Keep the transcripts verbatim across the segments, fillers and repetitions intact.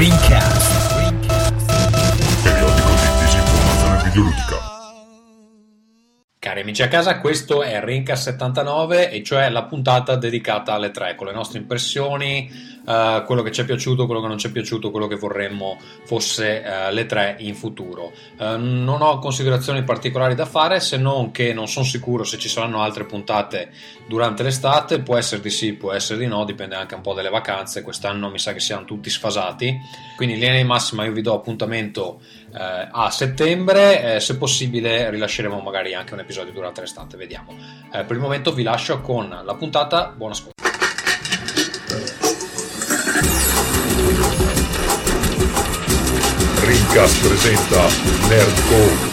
Rincast. Periodico di disinformazione videoludica. Cari amici a casa, questo è Rincast settantanove, e cioè la puntata dedicata alle tre, con le nostre impressioni, uh, quello che ci è piaciuto, quello che non ci è piaciuto, quello che vorremmo fosse uh, le tre in futuro. Uh, non ho considerazioni particolari da fare, se non che non sono sicuro se ci saranno altre puntate durante l'estate. Può essere di sì, può essere di no, dipende anche un po' dalle vacanze. Quest'anno mi sa che siamo tutti sfasati, quindi in linea di massima io vi do appuntamento eh, a settembre. Eh, se possibile rilasceremo magari anche un episodio durante l'estate, vediamo. Eh, per il momento vi lascio con la puntata, buon ascolto. Rincast presenta Nerdcore.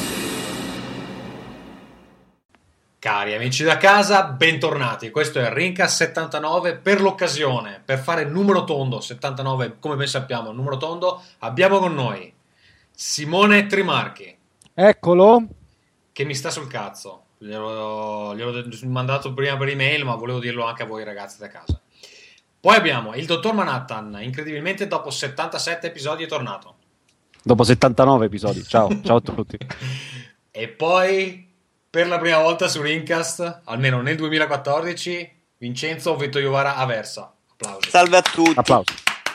Cari amici da casa, bentornati. Questo è il Rincast settantanove. Per l'occasione, per fare il numero tondo, settantanove come ben sappiamo, il numero tondo, abbiamo con noi Simone Trimarchi. Eccolo. Che mi sta sul cazzo. Glielo, glielo mandato prima per email, ma volevo dirlo anche a voi ragazzi da casa. Poi abbiamo il dottor Manhattan, incredibilmente dopo settantasette episodi è tornato. Dopo settantanove episodi, ciao, ciao a tutti. E poi, per la prima volta su Rincast, almeno nel duemilaquattordici, Vincenzo Vettoiovara Aversa. Applausi. Salve a tutti. Applausi.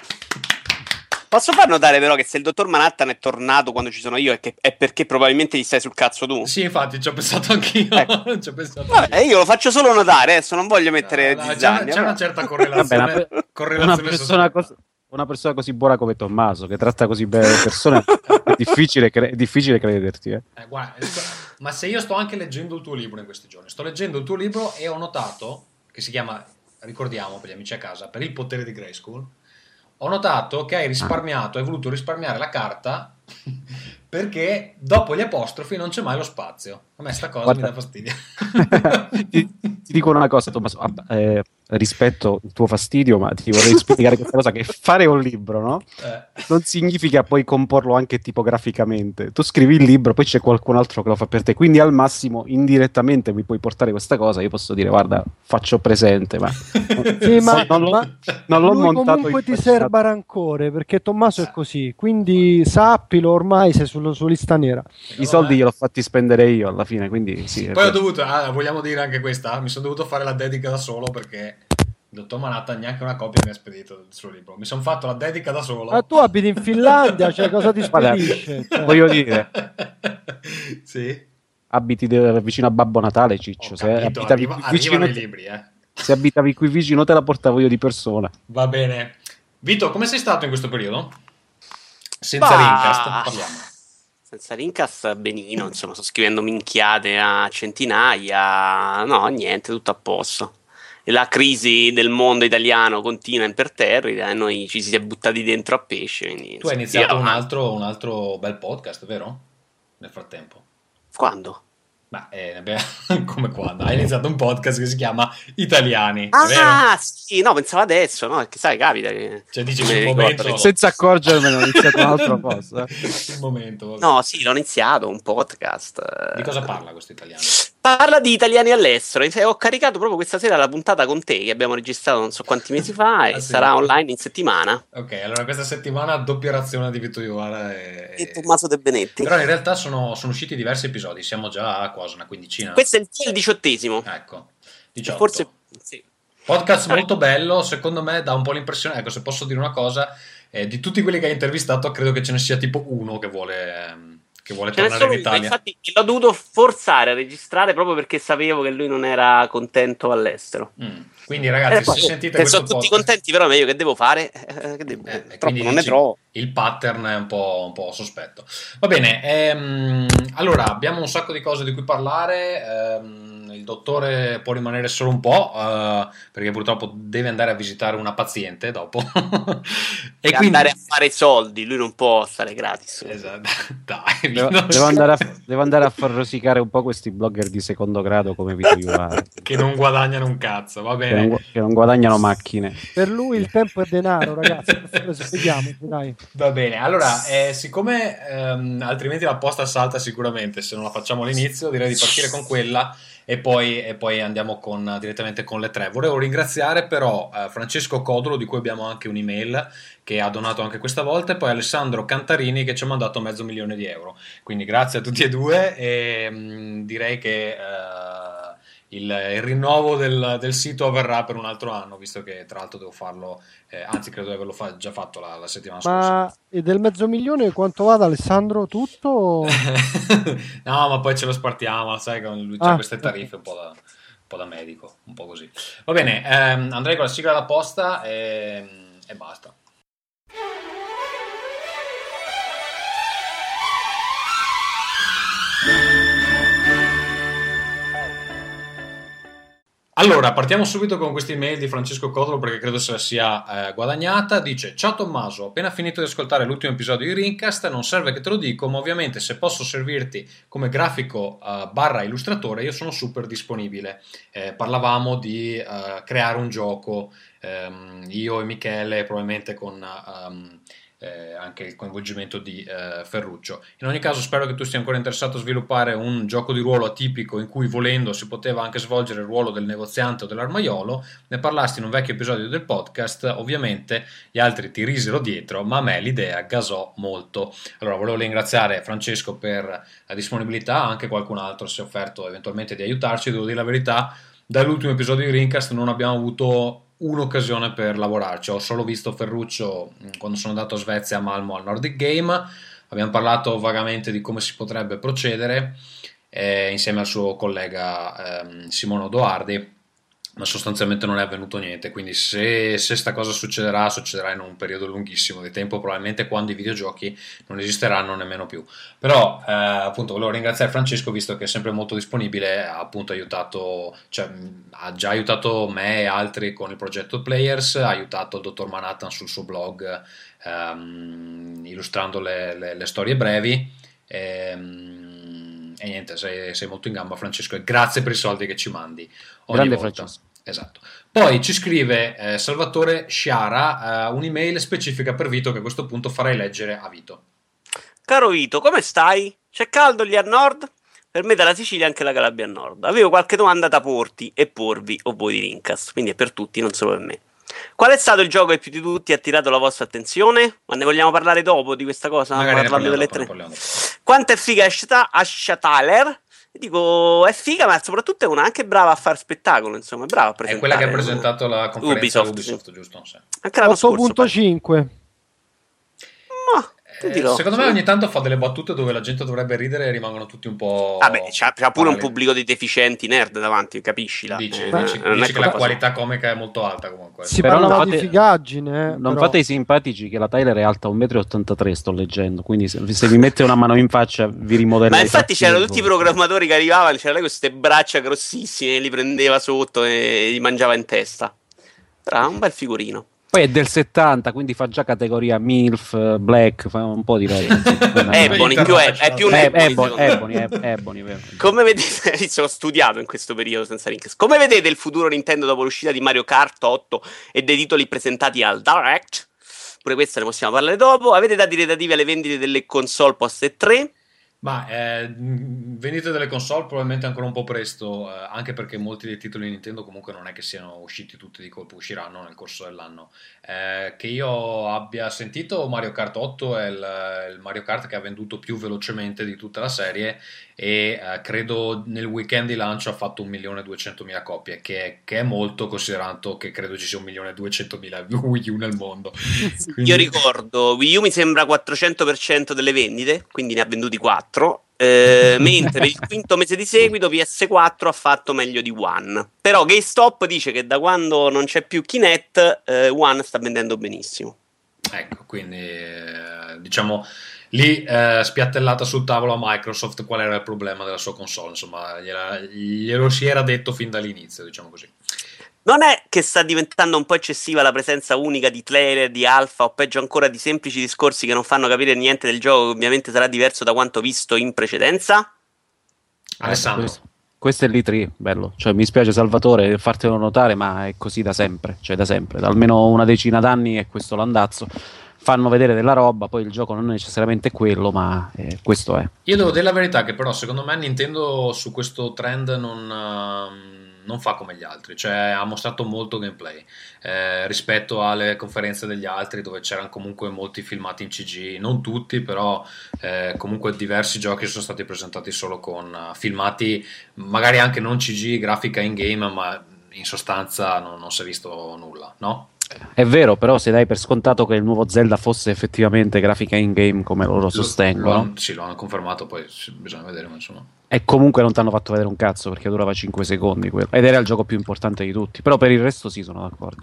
Posso far notare però che se il dottor Manhattan è tornato quando ci sono io è, che, è perché probabilmente gli stai sul cazzo tu? Sì, infatti, ci ho pensato anch'io. Ecco. ci ho pensato Vabbè, anch'io. io lo faccio solo notare, adesso non voglio mettere No, no, zizzania. c'è, c'è una certa correlazione. Vabbè, una, correlazione una, persona cos- una persona così buona come Tommaso, che tratta così bene le persone, è difficile, cre- è difficile crederti. Eh. Eh, guarda, ma se io sto anche leggendo il tuo libro in questi giorni, sto leggendo il tuo libro e ho notato, che si chiama, ricordiamo per gli amici a casa, Per il potere di Grayskull, ho notato che hai risparmiato, hai voluto risparmiare la carta perché dopo gli apostrofi non c'è mai lo spazio. A me sta cosa Guarda, mi dà fastidio. ti, ti dico una cosa, Tommaso, eh, rispetto il tuo fastidio, ma ti vorrei spiegare questa cosa, che fare un libro, no? Eh. Non significa poi comporlo anche tipograficamente. Tu scrivi il libro, poi c'è qualcun altro che lo fa per te, quindi al massimo indirettamente mi puoi portare questa cosa, io posso dire guarda, faccio presente, ma, sì, ma, non, l'ho, ma non l'ho lui montato comunque in ti faccia. serba rancore, perché Tommaso è così, quindi sappilo, ormai sei sulla sua lista nera. I soldi gliel'ho fatti spendere io alla fine, quindi sì. Poi ho dovuto, ah, vogliamo dire anche questa, mi sono dovuto fare la dedica da solo perché il dottor Manhattan neanche una copia mi ha spedito del suo libro. Mi sono fatto la dedica da solo. Ma tu abiti in Finlandia, cioè cosa ti spedisce? Cioè. Voglio dire, sì. abiti de- vicino a Babbo Natale, Ciccio. Ho Se capito, abitavi arriva, qui vicino, arrivano i libri, eh. se abitavi qui vicino, te la portavo io di persona. Va bene. Vito, come sei stato in questo periodo? Senza Bah. Rincast, parliamo. Senza Rincast benino, insomma, sto scrivendo minchiate a centinaia, no, niente, tutto a posto. E la crisi del mondo italiano continua imperterrita e noi ci si è buttati dentro a pesce. Quindi, Tu hai iniziato un altro, un altro bel podcast, vero? Nel frattempo. Quando? Ma eh, beh, come quando? Hai iniziato un podcast che si chiama Italiani, è vero? Ah, sì, no, pensavo adesso, no? Che sai, capita che... Cioè dici me sul ne ricordo, momento... ricordo. Senza accorgermene, ho iniziato un altro posto. Sul momento. Vabbè. No, sì, l'ho iniziato, un podcast. Di cosa parla questo Italiano? Parla di italiani all'estero. E ho caricato proprio questa sera la puntata con te che abbiamo registrato non so quanti mesi fa e Ah, sì? sarà online in settimana. Ok, allora questa settimana doppia razione di Vito Iovara e... E Tommaso De Benetti. Però in realtà sono, sono usciti diversi episodi, siamo già a quasi una quindicina. Questo è il, il diciottesimo. Ecco, diciotto. Forse sì. Podcast molto bello, secondo me dà un po' l'impressione, ecco, se posso dire una cosa, eh, di tutti quelli che hai intervistato credo che ce ne sia tipo uno che vuole, ehm, che vuole Ce n'è tornare solo in uno, Italia. infatti l'ho dovuto forzare a registrare proprio perché sapevo che lui non era contento all'estero. Mm. Quindi ragazzi, Eh, poi, se sentite se questo sono tutti podcast... contenti, però meglio che devo fare? Eh, che devo? Eh, Purtroppo quindi non ne dici, trovo. il pattern è un po', un po' sospetto. Va bene, ehm, allora abbiamo un sacco di cose di cui parlare. Ehm, il dottore può rimanere solo un po', eh, perché purtroppo deve andare a visitare una paziente dopo. e E quindi andare a fare soldi, lui non può stare gratis. Esatto. Dai, Devo, Vito. devo andare a, devo andare a far rosicare un po' questi blogger di secondo grado come Vito Iovara, che non guadagnano un cazzo, va che, bene. non, che non guadagnano macchine. Per lui il tempo è denaro, ragazzi. Spieghiamoci, dai. Va bene, allora, eh, siccome ehm, altrimenti la posta salta sicuramente se non la facciamo all'inizio, direi di partire con quella. e poi, e poi andiamo con, direttamente con le tre. Volevo ringraziare però eh, Francesco Codolo, di cui abbiamo anche un'email, che ha donato anche questa volta, e poi Alessandro Cantarini, che ci ha mandato mezzo milione di euro. Quindi grazie a tutti e due, e mh, direi che eh, il, il rinnovo del, del sito avverrà per un altro anno, visto che tra l'altro devo farlo, eh, anzi credo di averlo fa- già fatto la, la settimana scorsa. Ma e del mezzo milione quanto vada, Alessandro? Tutto? No, ma poi ce lo spartiamo, sai, con lui c'ha Ah, queste tariffe un po' da, un po' da medico, un po' così. Va bene, ehm, andrei con la sigla da posta e, e basta. Allora, partiamo subito con questa email di Francesco Codolo, perché credo se la sia eh, guadagnata. Dice: ciao Tommaso, ho appena finito di ascoltare l'ultimo episodio di Rincast, non serve che te lo dico, ma ovviamente se posso servirti come grafico uh, barra illustratore io sono super disponibile. Eh, parlavamo di uh, creare un gioco, um, io e Michele, probabilmente con um, eh, anche il coinvolgimento di eh, Ferruccio. In ogni caso spero che tu sia ancora interessato a sviluppare un gioco di ruolo atipico in cui, volendo, si poteva anche svolgere il ruolo del negoziante o dell'armaiolo. Ne parlasti in un vecchio episodio del podcast, ovviamente gli altri ti risero dietro, ma a me l'idea gasò molto. Allora, volevo ringraziare Francesco per la disponibilità, anche qualcun altro si è offerto eventualmente di aiutarci. Devo dire la verità, dall'ultimo episodio di Rincast non abbiamo avuto un'occasione per lavorarci. Ho solo visto Ferruccio quando sono andato a Svezia, a Malmo, al Nordic Game. Abbiamo parlato vagamente di come si potrebbe procedere eh, insieme al suo collega eh, Simone Odoardi, ma sostanzialmente non è avvenuto niente. Quindi se, se sta cosa succederà, succederà in un periodo lunghissimo di tempo, probabilmente quando i videogiochi non esisteranno nemmeno più. Però eh, appunto volevo ringraziare Francesco, visto che è sempre molto disponibile, ha appunto aiutato, cioè ha già aiutato me e altri con il progetto Players, ha aiutato il dottor Manhattan sul suo blog ehm, illustrando le, le, le storie brevi. Ehm, E niente, sei, sei molto in gamba, Francesco, e grazie per i soldi che ci mandi ogni Grande volta. Francesco. Esatto. Poi ci scrive eh, Salvatore Sciara eh, un'email specifica per Vito, che a questo punto farai leggere a Vito. Caro Vito, come stai? C'è caldo lì a nord? Per me dalla Sicilia anche la Calabria a nord. Avevo qualche domanda da porti e porvi o voi di Rincast, quindi è per tutti, non solo per me. Qual è stato il gioco che più di tutti ha attirato la vostra attenzione? Ma ne vogliamo parlare dopo di questa cosa? Magari Parlando delle dopo, tre. ne Quanto è figa Ashtataler? Dico, è figa, ma soprattutto è una anche brava a fare spettacolo, insomma, è brava a È presentare. quella che ha presentato la conferenza Ubisoft, Ubisoft, sì. giusto? Sì. Anche l'anno otto scorso. virgola pare. cinque. Ma, ti Eh, dirò. secondo me ogni tanto fa delle battute dove la gente dovrebbe ridere e rimangono tutti un po'... Vabbè, c'ha, c'ha pure un parali. pubblico di deficienti nerd davanti, capisci? La, Dici, eh, dici- non dici è che la cosa- qualità comica è molto alta comunque. Si Però parlava non di fate- figaggine. eh, Non però. fate i simpatici, che la Tyler è alta un metro e ottantatré, sto leggendo, quindi se, se vi mette una mano in faccia vi rimodella Ma i infatti tratti c'erano del tutti i volto. programmatori che arrivavano, c'era lei con queste braccia grossissime, li prendeva sotto e li mangiava in testa. Era un bel figurino. Poi è del settanta, quindi fa già categoria MILF, Black, fa un po' di lei. Ebony, più è, è più un Eh, Ebony, Ebony, secondo me. Ebony, Eb- Ebony, vero. Come vedete, io ho studiato in questo periodo senza Rincast. Come vedete il futuro Nintendo dopo l'uscita di Mario Kart otto e dei titoli presentati al Direct? Pure questa ne possiamo parlare dopo. Avete dati relativi alle vendite delle console post E tre? Ma eh, mh, vendite delle console probabilmente ancora un po' presto, eh, anche perché molti dei titoli Nintendo comunque non è che siano usciti tutti di colpo, usciranno nel corso dell'anno. Eh, che io abbia sentito, Mario Kart otto è il, il Mario Kart che ha venduto più velocemente di tutta la serie, e eh, credo nel weekend di lancio ha fatto un milione e duecentomila copie, che è, che è molto, considerato che credo ci sia un milione e duecentomila Wii U nel mondo. Quindi- Io ricordo, Wii U mi sembra quattrocento per cento delle vendite, quindi ne ha venduti quattro. Eh, mentre per il quinto mese di seguito P S quattro ha fatto meglio di One. Però GameStop dice che da quando non c'è più Kinect, eh, One sta vendendo benissimo. Ecco, quindi eh, diciamo lì eh, spiattellata sul tavolo a Microsoft qual era il problema della sua console, insomma gliela- glielo si era detto fin dall'inizio, diciamo così. Non è che sta diventando un po' eccessiva la presenza unica di trailer, di alfa o peggio ancora di semplici discorsi che non fanno capire niente del gioco, che ovviamente sarà diverso da quanto visto in precedenza? Alessandro, Questo, questo è l'E tre, bello. Cioè, mi spiace Salvatore fartelo notare, ma è così da sempre, cioè da sempre, da almeno una decina d'anni è questo l'andazzo. fanno vedere della roba, poi il gioco non è necessariamente quello, ma eh, questo è. Io devo dire la verità che però secondo me Nintendo su questo trend non, uh, non fa come gli altri, cioè ha mostrato molto gameplay eh, rispetto alle conferenze degli altri dove c'erano comunque molti filmati in C G, non tutti, però eh, comunque diversi giochi sono stati presentati solo con uh, filmati magari anche non C G, grafica in game, ma in sostanza non, non si è visto nulla, no? È vero, però se dai per scontato che il nuovo Zelda fosse effettivamente grafica in-game come loro sostengono... Lo, lo, sì, lo hanno confermato, poi bisogna vedere, ma insomma... E comunque non ti hanno fatto vedere un cazzo, perché durava cinque secondi quello. Ed era il gioco più importante di tutti, però per il resto sì, sono d'accordo.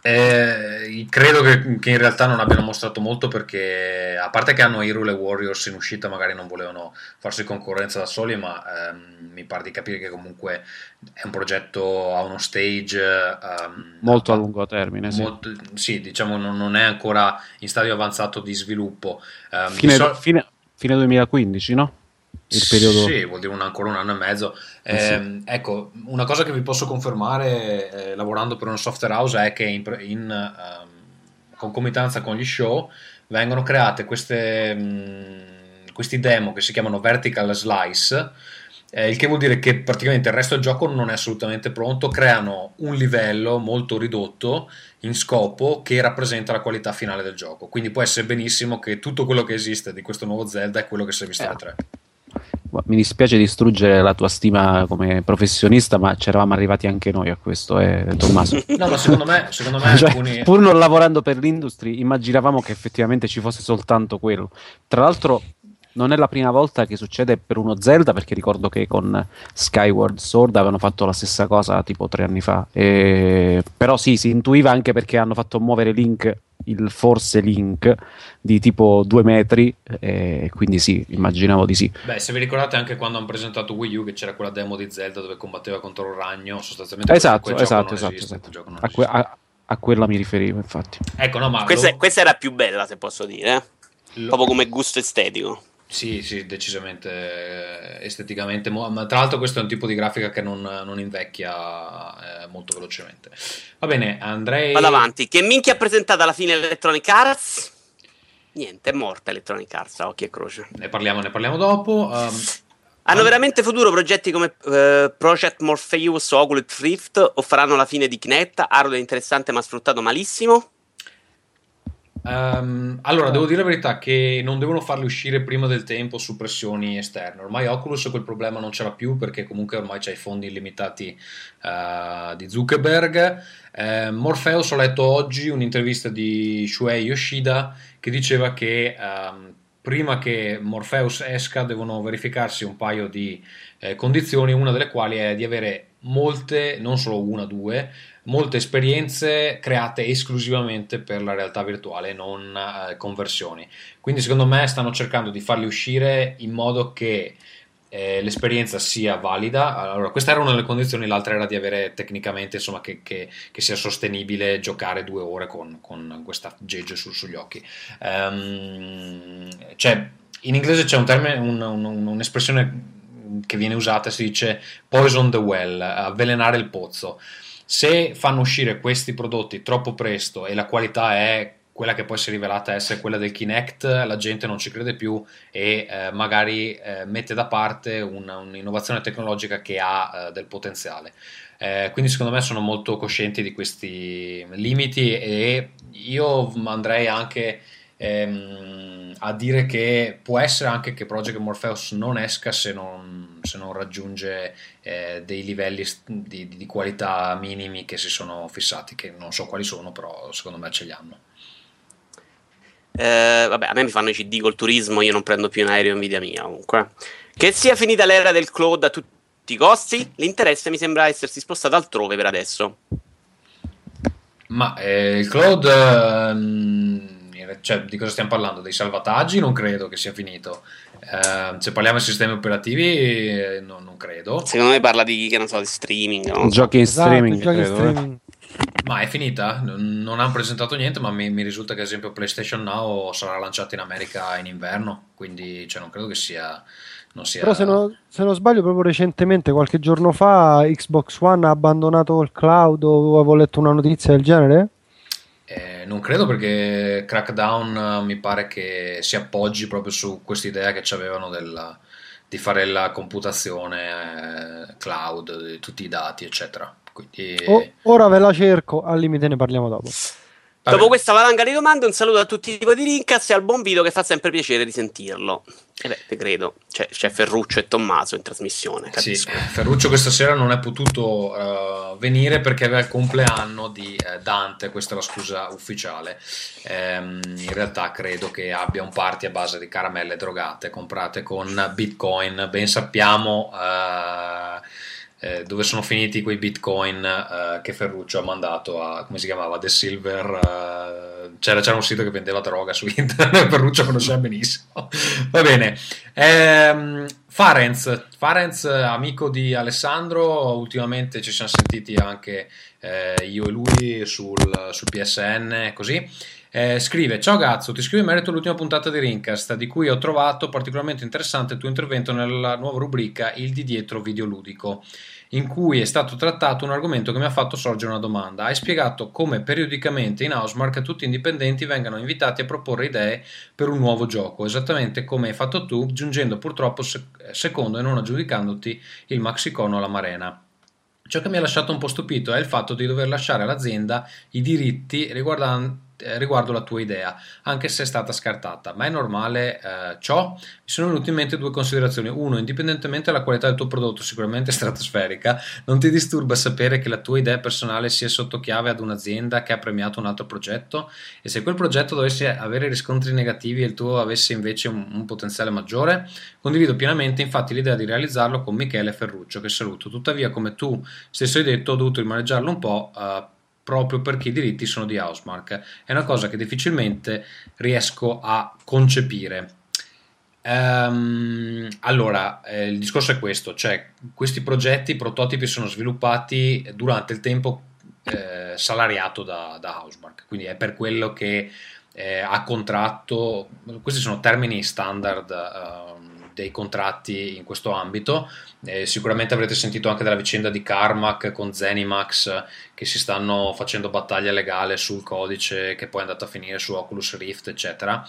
Eh, credo che, che in realtà non abbiano mostrato molto, perché a parte che hanno Hyrule Warriors in uscita, magari non volevano farsi concorrenza da soli, ma ehm, mi pare di capire che comunque è un progetto a uno stage ehm, molto a, a lungo termine, sì. Molto, sì, diciamo non, non è ancora in stadio avanzato di sviluppo. Um, fine, so- fine, fine duemilaquindici, no? Il periodo... Sì, vuol dire un, ancora un anno e mezzo. Eh, eh, sì. Ecco, una cosa che vi posso confermare eh, lavorando per una software house è che in, in um, concomitanza con gli show vengono create queste mh, questi demo che si chiamano vertical slice, eh, il che vuol dire che praticamente il resto del gioco non è assolutamente pronto, creano un livello molto ridotto in scopo che rappresenta la qualità finale del gioco, quindi può essere benissimo che tutto quello che esiste di questo nuovo Zelda è quello che si è visto alle tre. Mi dispiace distruggere la tua stima come professionista, ma c'eravamo arrivati anche noi a questo, eh, Tommaso. No, ma secondo me, secondo me cioè, alcuni... pur non lavorando per l'industry, immaginavamo che effettivamente ci fosse soltanto quello. Tra l'altro, non è la prima volta che succede per uno Zelda, perché ricordo che con Skyward Sword avevano fatto la stessa cosa tipo tre anni fa. E... Però sì, si intuiva anche perché hanno fatto muovere Link, il Force Link di tipo due metri, e quindi sì, immaginavo di sì. Beh, se vi ricordate anche quando hanno presentato Wii U, che c'era quella demo di Zelda dove combatteva contro il ragno, sostanzialmente esatto, quel esatto, esatto, esatto, esiste, esatto. A, que- a, a quella mi riferivo, infatti. Ecco, no, ma questa, lo... questa era più bella, se posso dire, eh? Lo... proprio come gusto estetico. Sì, sì, decisamente esteticamente, ma tra l'altro questo è un tipo di grafica che non, non invecchia eh, molto velocemente. Va bene, andrei... Vado avanti. Che minchia ha presentato alla fine Electronic Arts? Niente, è morta Electronic Arts, a occhi e croce. Ne parliamo, ne parliamo dopo. Um, Hanno um... veramente futuro progetti come uh, Project Morpheus o Oculus Rift, o faranno la fine di Kinect? Hardware interessante ma sfruttato malissimo? Um, allora, devo dire la verità che non devono farli uscire prima del tempo su pressioni esterne. Ormai Oculus quel problema non c'era più, perché comunque ormai c'è i fondi illimitati uh, di Zuckerberg. uh, Morpheus, ho letto oggi un'intervista di Shuei Yoshida che diceva che um, prima che Morpheus esca devono verificarsi un paio di eh, condizioni, una delle quali è di avere molte, non solo una, due, molte esperienze create esclusivamente per la realtà virtuale, non eh, conversioni. Quindi secondo me stanno cercando di farli uscire in modo che eh, l'esperienza sia valida. Allora, questa era una delle condizioni, l'altra era di avere tecnicamente, insomma, che, che, che sia sostenibile giocare due ore con, con questa gegge su, sugli occhi. Um, cioè, in inglese c'è un termine, un, un, un'espressione che viene usata, si dice poison the well, avvelenare il pozzo. Se fanno uscire questi prodotti troppo presto e la qualità è quella che poi si è rivelata essere quella del Kinect, la gente non ci crede più e eh, magari eh, mette da parte una, un'innovazione tecnologica che ha eh, del potenziale. Eh, quindi secondo me sono molto coscienti di questi limiti, e io andrei anche ehm, a dire che può essere anche che Project Morpheus non esca se non, se non raggiunge eh, dei livelli di, di qualità minimi che si sono fissati, che non so quali sono, però secondo me ce li hanno. Eh, vabbè, a me mi fanno i C D col turismo, io non prendo più un aereo, invidia mia comunque. Che sia finita l'era del cloud a tutti i costi, l'interesse mi sembra essersi spostato altrove per adesso. Ma eh, il cloud, eh, cioè, di cosa stiamo parlando? Dei salvataggi? Non credo che sia finito. Eh, se parliamo di sistemi operativi, eh, no, non credo. Secondo me parla di, che non so, di streaming, no? Giochi in Esatto, streaming, giochi in credo, streaming. Eh. Ma è finita? Non hanno presentato niente, ma mi, mi risulta che ad esempio PlayStation Now sarà lanciato in America in inverno, quindi cioè, non credo che sia... Non sia... Però se non, se non sbaglio, proprio recentemente, qualche giorno fa, Xbox One ha abbandonato il cloud, o avevo letto una notizia del genere? Eh, non credo, perché Crackdown eh, mi pare che si appoggi proprio su quest'idea che ci avevano della, di fare la computazione eh, cloud di tutti i dati, eccetera. Quindi, Oh, ora ve la cerco, al limite ne parliamo dopo. vabbè. Dopo questa valanga di domande, un saluto a tutti i tipi di Rincast e al buon Vito, che fa sempre piacere di sentirlo. E beh, te credo, c'è, c'è Ferruccio e Tommaso in trasmissione, Sì, capisco. Ferruccio questa sera non è potuto uh, venire perché aveva il compleanno di uh, Dante, questa è la scusa ufficiale. Um, in realtà credo che abbia un party a base di caramelle drogate comprate con Bitcoin. Ben sappiamo uh, eh, dove sono finiti quei Bitcoin uh, che Ferruccio ha mandato a, come si chiamava, The Silver... Uh, C'era, c'era un sito che vendeva droga su internet, Ferruccio conosceva benissimo. Va bene. Ehm, Farenz, Farenz, amico di Alessandro, ultimamente ci siamo sentiti anche eh, io e lui sul, sul P S N, così. Eh, scrive: ciao Gazzo, ti scrivo in merito all'ultima puntata di Rincast, di cui ho trovato particolarmente interessante il tuo intervento nella nuova rubrica Il di dietro videoludico, in cui è stato trattato un argomento che mi ha fatto sorgere una domanda. Hai spiegato come periodicamente in Housemarque tutti indipendenti vengano invitati a proporre idee per un nuovo gioco, esattamente come hai fatto tu, giungendo purtroppo sec- secondo e non aggiudicandoti il maxicono alla Marena. Ciò che mi ha lasciato un po' stupito è il fatto di dover lasciare all'azienda i diritti riguardan- eh, riguardo la tua idea, anche se è stata scartata. Ma è normale eh, ciò? Mi sono venute in mente due considerazioni. Uno, indipendentemente dalla qualità del tuo prodotto, sicuramente stratosferica, non ti disturba sapere che la tua idea personale sia sotto chiave ad un'azienda che ha premiato un altro progetto? E se quel progetto dovesse avere riscontri negativi e il tuo avesse invece un, un potenziale maggiore? Condivido pienamente infatti l'idea di realizzarlo con Michele Ferruccio, che saluto. Tuttavia, come tu stesso hai detto, ho dovuto rimaneggiarlo un po' uh, proprio perché i diritti sono di Housemarque. È una cosa che difficilmente riesco a concepire. Um, allora, eh, il discorso è questo, cioè questi progetti, i prototipi sono sviluppati durante il tempo eh, salariato da, da Housemarque, quindi è per quello che eh, ha contratto, questi sono termini standard uh, dei contratti in questo ambito. Eh, sicuramente avrete sentito anche della vicenda di Carmack con Zenimax, che si stanno facendo battaglia legale sul codice che poi è andato a finire su Oculus Rift, eccetera.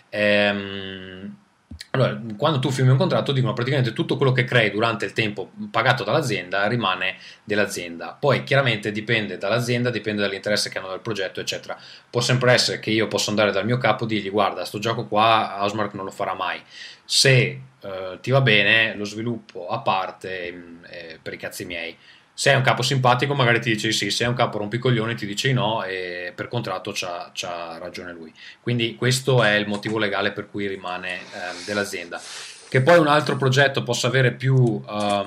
Ehm, allora, quando tu firmi un contratto dicono praticamente tutto quello che crei durante il tempo pagato dall'azienda rimane dell'azienda. Poi chiaramente dipende dall'azienda, dipende dall'interesse che hanno del progetto, eccetera. Può sempre essere che io possa andare dal mio capo e dirgli: guarda, sto gioco qua Housemarque non lo farà mai. Se eh, ti va bene, lo sviluppo a parte eh, per i cazzi miei. Se è un capo simpatico magari ti dice sì, se è un capo rompicoglioni ti dice no, e per contratto c'ha, c'ha ragione lui. Quindi questo è il motivo legale per cui rimane eh, dell'azienda. Che poi un altro progetto possa avere più um,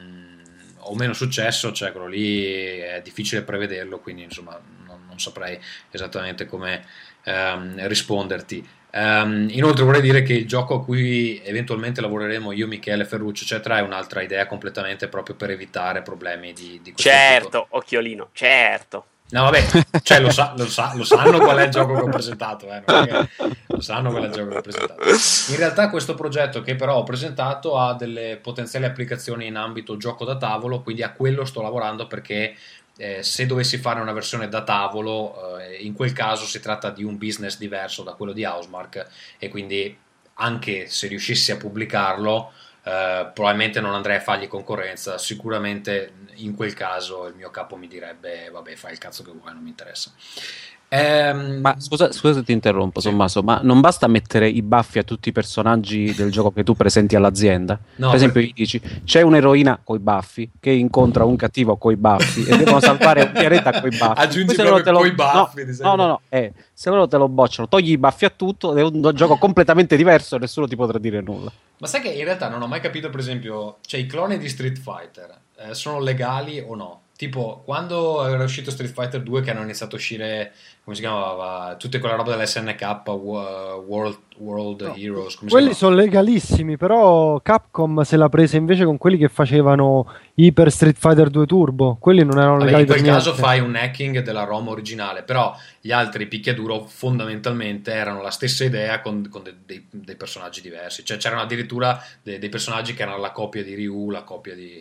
o meno successo, cioè quello lì è difficile prevederlo, quindi insomma non, non saprei esattamente come um, risponderti. Um, inoltre vorrei dire che il gioco a cui eventualmente lavoreremo io, Michele, Ferruccio eccetera è un'altra idea completamente proprio per evitare problemi di, di questo certo, tipo. occhiolino, certo. No vabbè, cioè lo, sa, lo, sa, lo sanno qual è il gioco che ho presentato, eh, non è che lo sanno qual è il gioco che ho presentato. In realtà questo progetto che però ho presentato ha delle potenziali applicazioni in ambito gioco da tavolo, quindi a quello sto lavorando, perché Eh, se dovessi fare una versione da tavolo, eh, in quel caso si tratta di un business diverso da quello di Housemarque, e quindi anche se riuscissi a pubblicarlo eh, probabilmente non andrei a fargli concorrenza. Sicuramente in quel caso il mio capo mi direbbe vabbè, fai il cazzo che vuoi, non mi interessa. Ehm, Ma scusa, scusa se ti interrompo, sì. Tommaso, ma non basta mettere i baffi a tutti i personaggi del gioco che tu presenti all'azienda? No, per esempio, per- gli dici c'è un'eroina coi baffi che incontra un cattivo coi baffi e devono salvare un pianeta coi baffi. Aggiungi Poi se loro proprio te lo- coi baffi, no, di no, no, solito. no, eh, se loro te lo bocciano, togli i baffi a tutto, è un gioco completamente diverso e nessuno ti potrà dire nulla. Ma sai che in realtà non ho mai capito, per esempio, cioè i cloni di Street Fighter eh, sono legali o no? Tipo, quando era uscito Street Fighter due, che hanno iniziato a uscire, come si chiamava, tutte quella roba dell'S N K, Wo- World, World No, Heroes, come si quelli chiama? sono legalissimi, però Capcom se l'ha presa invece con quelli che facevano Hyper Street Fighter due Turbo. Quelli non erano Vabbè, legali in quel per caso niente. fai un hacking della ROM originale, però gli altri picchiaduro fondamentalmente erano la stessa idea con, con de- dei, dei personaggi diversi, cioè c'erano addirittura de- dei personaggi che erano la copia di Ryu, la copia di,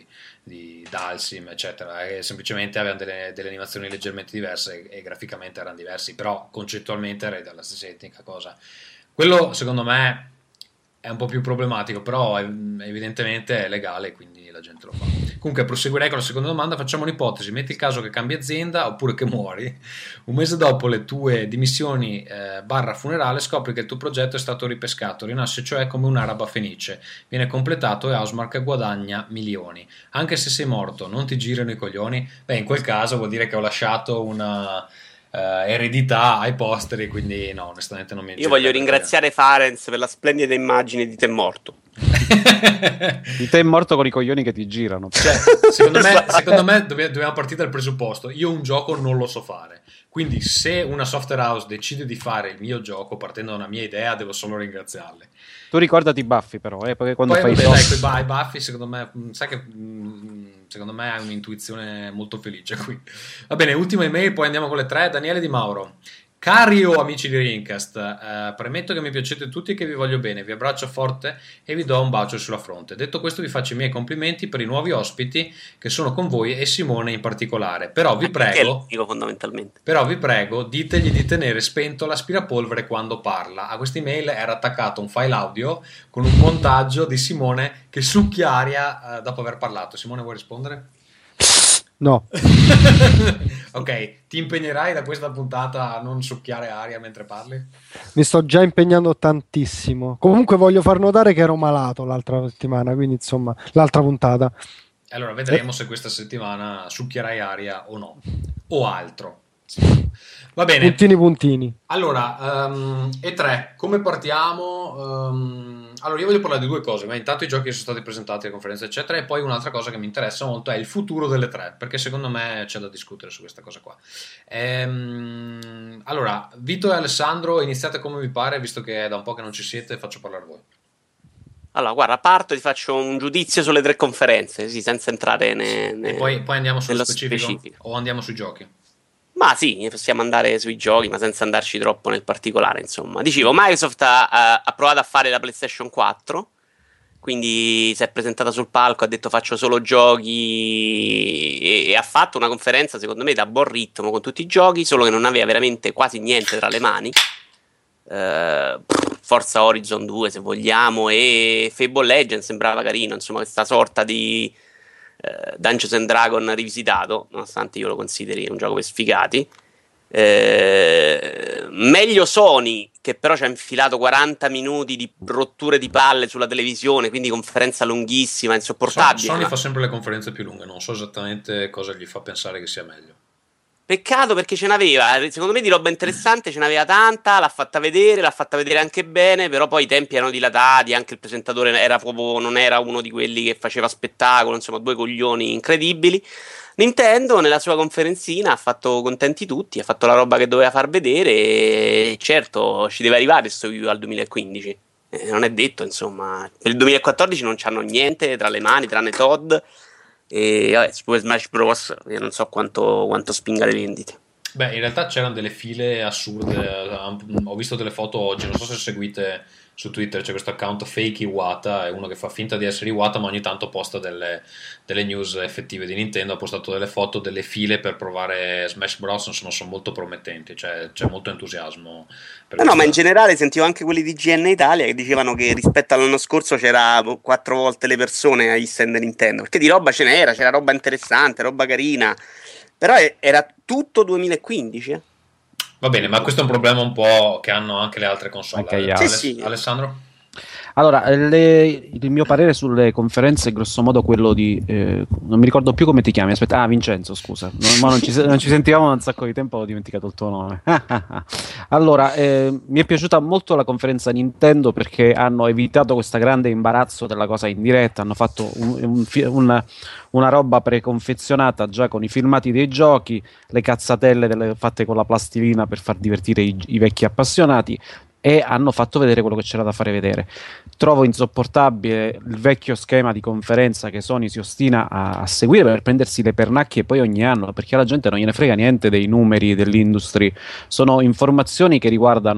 di Dalsim, eccetera, e semplicemente avevano delle, delle animazioni leggermente diverse e, e graficamente erano diversi, però concettualmente era la stessa identica cosa. Quello secondo me è un po' più problematico, però è, evidentemente è legale, quindi la gente lo fa. Comunque proseguirei con la seconda domanda. Facciamo un'ipotesi: metti il caso che cambi azienda oppure che muori, un mese dopo le tue dimissioni eh, barra funerale scopri che il tuo progetto è stato ripescato, rinasce cioè come un'araba fenice, viene completato e Housemarque guadagna milioni. Anche se sei morto non ti girano i coglioni? Beh, in quel caso vuol dire che ho lasciato una Uh, eredità ai posteri, quindi no, onestamente non mi io voglio ringraziare Farenz per la splendida immagine di te morto. Di te morto con i coglioni che ti girano. Cioè, secondo me, secondo me dobbiamo partire dal presupposto: io un gioco non lo so fare, quindi se una software house decide di fare il mio gioco partendo da una mia idea, devo solo ringraziarle. Tu ricordati i baffi però, eh, perché quando poi fai vabbè, i dai, i baffi secondo me, sai che secondo me hai un'intuizione molto felice qui. Va bene, ultima email, poi andiamo con le tre. Daniele Di Mauro: cari o amici di Rincast, eh, premetto che mi piacete tutti e che vi voglio bene, vi abbraccio forte e vi do un bacio sulla fronte. Detto questo, vi faccio i miei complimenti per i nuovi ospiti che sono con voi e Simone in particolare, però vi prego, dico fondamentalmente. però vi prego ditegli di tenere spento l'aspirapolvere quando parla. A questa email era attaccato un file audio con un montaggio di Simone che succhia aria eh, dopo aver parlato. Simone, vuoi rispondere? No. Ok, ti impegnerai da questa puntata a non succhiare aria mentre parli? Mi sto già impegnando tantissimo. Comunque voglio far notare che ero malato l'altra settimana, quindi insomma, l'altra puntata. Allora vedremo eh. se questa settimana succhierai aria o no, o altro. Va bene. Puntini puntini. Allora, um, E tre, come partiamo? Um, allora io voglio parlare di due cose, ma intanto i giochi che sono stati presentati alle conferenze eccetera, e poi un'altra cosa che mi interessa molto è il futuro delle tre, perché secondo me c'è da discutere su questa cosa qua. Ehm, allora, Vito e Alessandro, iniziate come vi pare, visto che è da un po' che non ci siete, faccio parlare voi. Allora, guarda, parto e ti faccio un giudizio sulle tre conferenze, sì, senza entrare ne, ne, e poi, poi andiamo sullo specifico, specifico o andiamo sui giochi? Ma sì, possiamo andare sui giochi, ma senza andarci troppo nel particolare, insomma. Dicevo, Microsoft ha, ha provato a fare la PlayStation quattro, quindi si è presentata sul palco, ha detto faccio solo giochi e, e ha fatto una conferenza, secondo me, da buon ritmo con tutti i giochi, solo che non aveva veramente quasi niente tra le mani. Uh, Forza Horizon due, se vogliamo, e Fable Legends sembrava carino, insomma, questa sorta di Uh, Dungeons and Dragons rivisitato, nonostante io lo consideri un gioco per sfigati. Uh, meglio Sony, che però ci ha infilato quaranta minuti di rotture di palle sulla televisione, quindi conferenza lunghissima, insopportabile. Sony ma... fa sempre le conferenze più lunghe, non so esattamente cosa gli fa pensare che sia meglio. Peccato, perché ce n'aveva, secondo me di roba interessante ce n'aveva tanta, l'ha fatta vedere, l'ha fatta vedere anche bene, però poi i tempi erano dilatati, anche il presentatore era proprio, non era uno di quelli che faceva spettacolo, insomma due coglioni incredibili. Nintendo nella sua conferenzina ha fatto contenti tutti, ha fatto la roba che doveva far vedere e certo ci deve arrivare sto Wii U al duemilaquindici, eh, non è detto, insomma, per il duemilaquattordici non c'hanno niente tra le mani, tranne Todd. E vabbè, Super Smash Bros. Io non so quanto, quanto spinga le vendite. Beh, in realtà c'erano delle file assurde. Ho visto delle foto oggi, non so se seguite su Twitter, c'è questo account Fake Iwata, è uno che fa finta di essere Iwata ma ogni tanto posta delle, delle news effettive di Nintendo. Ha postato delle foto delle file per provare Smash Bros, insomma sono molto promettenti, cioè, c'è molto entusiasmo per no, no, ma in generale sentivo anche quelli di G N Italia che dicevano che rispetto all'anno scorso c'era quattro volte le persone agli stand Nintendo, perché di roba ce n'era, c'era roba interessante, roba carina, però era tutto duemilaquindici, eh. Va bene, ma questo è un problema un po' che hanno anche le altre console. Anche Aless- sì, sì. Alessandro? Allora, le, il mio parere sulle conferenze è grossomodo quello di... Eh, non mi ricordo più come ti chiami, aspetta, ah Vincenzo, scusa, non, ma non, ci, non ci sentivamo da un sacco di tempo, ho dimenticato il tuo nome. Allora, eh, mi è piaciuta molto la conferenza Nintendo perché hanno evitato questo grande imbarazzo della cosa in diretta, hanno fatto un, un, un, una roba preconfezionata già con i filmati dei giochi, le cazzatelle delle, fatte con la plastilina per far divertire i, i vecchi appassionati, e hanno fatto vedere quello che c'era da fare vedere. Trovo insopportabile il vecchio schema di conferenza che Sony si ostina a, a seguire per prendersi le pernacchie poi ogni anno, perché alla gente non gliene frega niente dei numeri dell'industry, sono informazioni che riguardano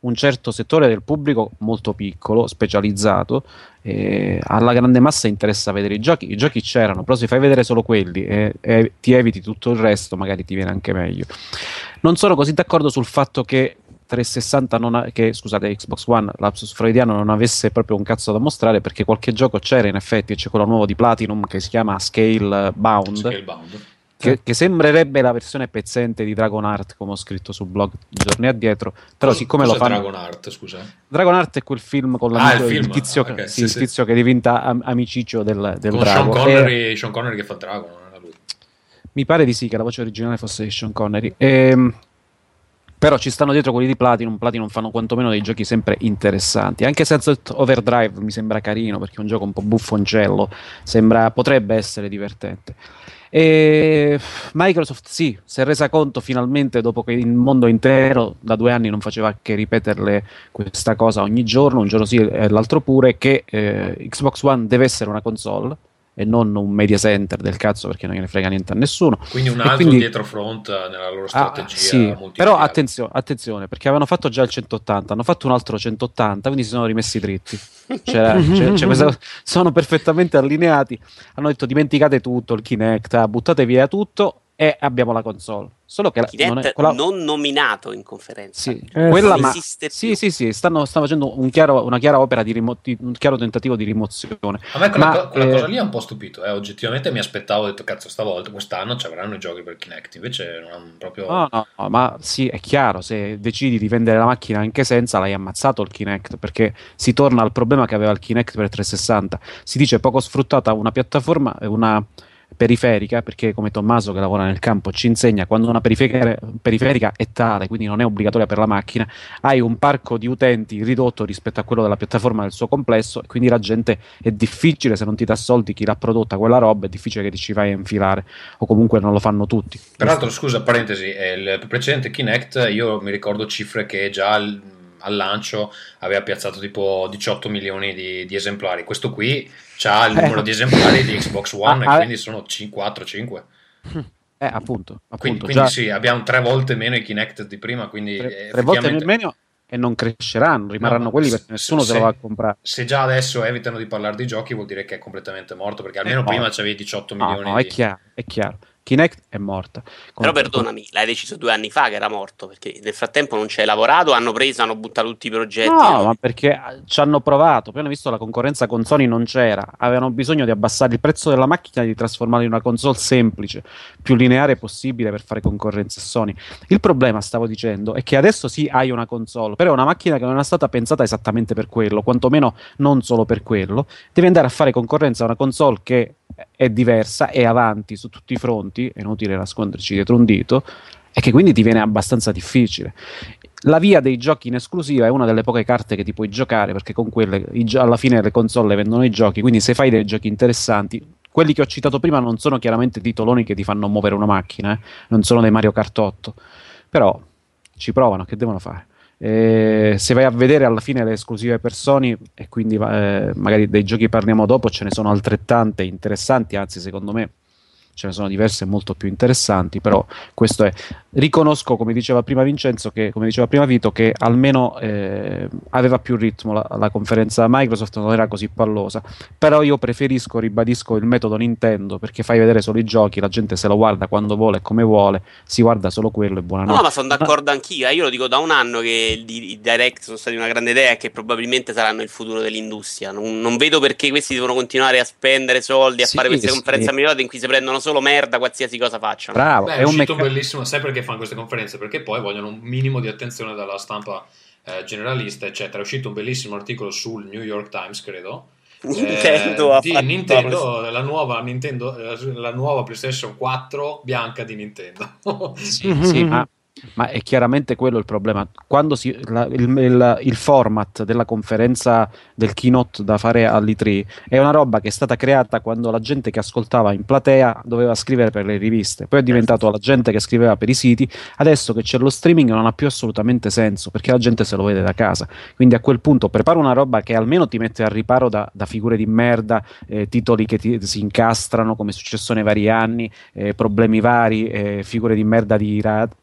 un certo settore del pubblico molto piccolo, specializzato, eh, alla grande massa interessa vedere i giochi. I giochi c'erano, però se fai vedere solo quelli e, e ti eviti tutto il resto, magari ti viene anche meglio. Non sono così d'accordo sul fatto che trecentosessanta non ha, che scusate Xbox One, lapsus freudiano, non avesse proprio un cazzo da mostrare, perché qualche gioco c'era in effetti, e c'è quello nuovo di Platinum che si chiama Scale Bound, Scale Bound. Che, che sembrerebbe la versione pezzente di Dragonheart, come ho scritto sul blog giorni addietro, però Cos- siccome lo fanno Dragonheart, scusa. Dragonheart è quel film con Ah, il, il, film. tizio, Ah, okay. sì, sì, il sì. tizio che diventa am- amiciccio del, del con drago. Sean Connery, E, Sean Connery che fa il drago, non era lui. mi pare di sì, che la voce originale fosse di Sean Connery. Ehm, però ci stanno dietro quelli di Platinum. Platinum fanno quantomeno dei giochi sempre interessanti. Anche Sunset Overdrive mi sembra carino, perché è un gioco un po' buffoncello, sembra, potrebbe essere divertente. E Microsoft sì, si è resa conto finalmente, dopo che il mondo intero da due anni non faceva che ripeterle questa cosa ogni giorno, un giorno sì e l'altro pure, che eh, Xbox One deve essere una console e non un media center del cazzo, perché non gliene frega niente a nessuno. Quindi un E altro quindi, dietro front nella loro ah, strategia sì, multimediale. però attenzio- attenzione, perché avevano fatto già il centottanta, hanno fatto un altro centottanta, quindi si sono rimessi dritti. C'era, c'è, c'è questa- sono perfettamente allineati. Hanno detto dimenticate tutto, il Kinect, ah, buttate via tutto e abbiamo la console. Solo che la- Kinect non è quella- non nominato in conferenza. sì, Eh, quella, non ma esiste sì, più. sì, sì, stanno, stanno facendo un chiaro- una chiara opera di, rimo- di- un chiaro tentativo di rimozione. A me quella, Ma, co- quella eh, cosa lì ha un po' stupito, eh. Oggettivamente mi aspettavo, ho detto cazzo stavolta, quest'anno ci avranno i giochi per Kinect, invece non hanno proprio... No, no, no, ma sì, è chiaro, se decidi di vendere la macchina anche senza, l'hai ammazzato il Kinect, perché si torna al problema che aveva il Kinect per trecentosessanta. Si dice poco sfruttata una piattaforma, una periferica, perché come Tommaso che lavora nel campo ci insegna, quando una periferica, periferica è tale, quindi non è obbligatoria per la macchina, hai un parco di utenti ridotto rispetto a quello della piattaforma nel suo complesso, e quindi la gente è difficile, se non ti dà soldi chi l'ha prodotta quella roba, è difficile che ti ci vai a infilare, o comunque non lo fanno tutti. Peraltro, scusa, parentesi, eh, il precedente Kinect, io mi ricordo cifre che già al, al lancio aveva piazzato tipo diciotto milioni di, di esemplari. Questo qui c'ha il numero Eh. di esemplari di Xbox One, Ah, e ah, quindi sono quattro cinque. Eh, appunto, appunto Quindi, quindi già sì, abbiamo tre volte meno i Kinect di prima, quindi tre, eh, tre volte effettivamente- meno e non cresceranno, rimarranno No, quelli se- perché nessuno se- se lo va a comprare. Se già adesso evitano di parlare di giochi, vuol dire che è completamente morto, perché almeno no. prima c'avevi diciotto No, milioni no, è di... chiaro, è chiaro. Kinect è morta. Però Con- perdonami, l'hai deciso due anni fa che era morto, perché nel frattempo non ci hai lavorato, hanno preso, hanno buttato tutti i progetti. No, ma perché eh, ci hanno provato, poi hanno visto la concorrenza con Sony non c'era, avevano bisogno di abbassare il prezzo della macchina e di trasformarla in una console semplice, più lineare possibile per fare concorrenza a Sony. Il problema, stavo dicendo, è che adesso sì hai una console, però è una macchina che non è stata pensata esattamente per quello, quantomeno non solo per quello. Devi andare a fare concorrenza a una console che è diversa, è avanti su tutti i fronti, è inutile nasconderci dietro un dito, e che quindi diviene abbastanza difficile. La via dei giochi in esclusiva è una delle poche carte che ti puoi giocare, perché con quelle i gio- alla fine le console vendono i giochi, quindi se fai dei giochi interessanti, quelli che ho citato prima non sono chiaramente titoloni che ti fanno muovere una macchina, eh, non sono dei Mario Kart otto, però ci provano, che devono fare? Eh, se vai a vedere alla fine le esclusive per Sony, e quindi eh, magari dei giochi parliamo dopo, ce ne sono altrettante interessanti, anzi secondo me ce ne sono diverse molto più interessanti, però questo è. Riconosco, come diceva prima Vincenzo, che come diceva prima Vito, che almeno eh, aveva più ritmo la, la conferenza Microsoft, non era così pallosa, però io preferisco, ribadisco, il metodo Nintendo, perché fai vedere solo i giochi, la gente se lo guarda quando vuole e come vuole, si guarda solo quello e buonanotte. No, ma sono d'accordo anch'io. eh. Io lo dico da un anno che i, i direct sono stati una grande idea e che probabilmente saranno il futuro dell'industria. Non, non vedo perché questi devono continuare a spendere soldi, a Sì, fare queste sì. conferenze mediate in cui si prendono solo merda qualsiasi cosa facciano. Bravo, Beh, è, è un uscito mecca- un bellissimo, sai perché fanno queste conferenze? Perché poi vogliono un minimo di attenzione dalla stampa eh, generalista, eccetera. È uscito un bellissimo articolo sul New York Times, credo. Nintendo eh, ha di fatto- Nintendo, la nuova Nintendo, eh, la nuova PlayStation quattro bianca di Nintendo. Sì, sì, ma, ma è chiaramente quello il problema. Quando si, la- il, il- il format della conferenza del keynote da fare all'E tre è una roba che è stata creata quando la gente che ascoltava in platea doveva scrivere per le riviste, poi è diventato la gente che scriveva per i siti. Adesso che c'è lo streaming non ha più assolutamente senso, perché la gente se lo vede da casa. Quindi a quel punto prepara una roba che almeno ti mette al riparo da, da figure di merda, eh, titoli che ti, si incastrano come è successo nei vari anni, eh, problemi vari, eh, figure di merda di, ra- di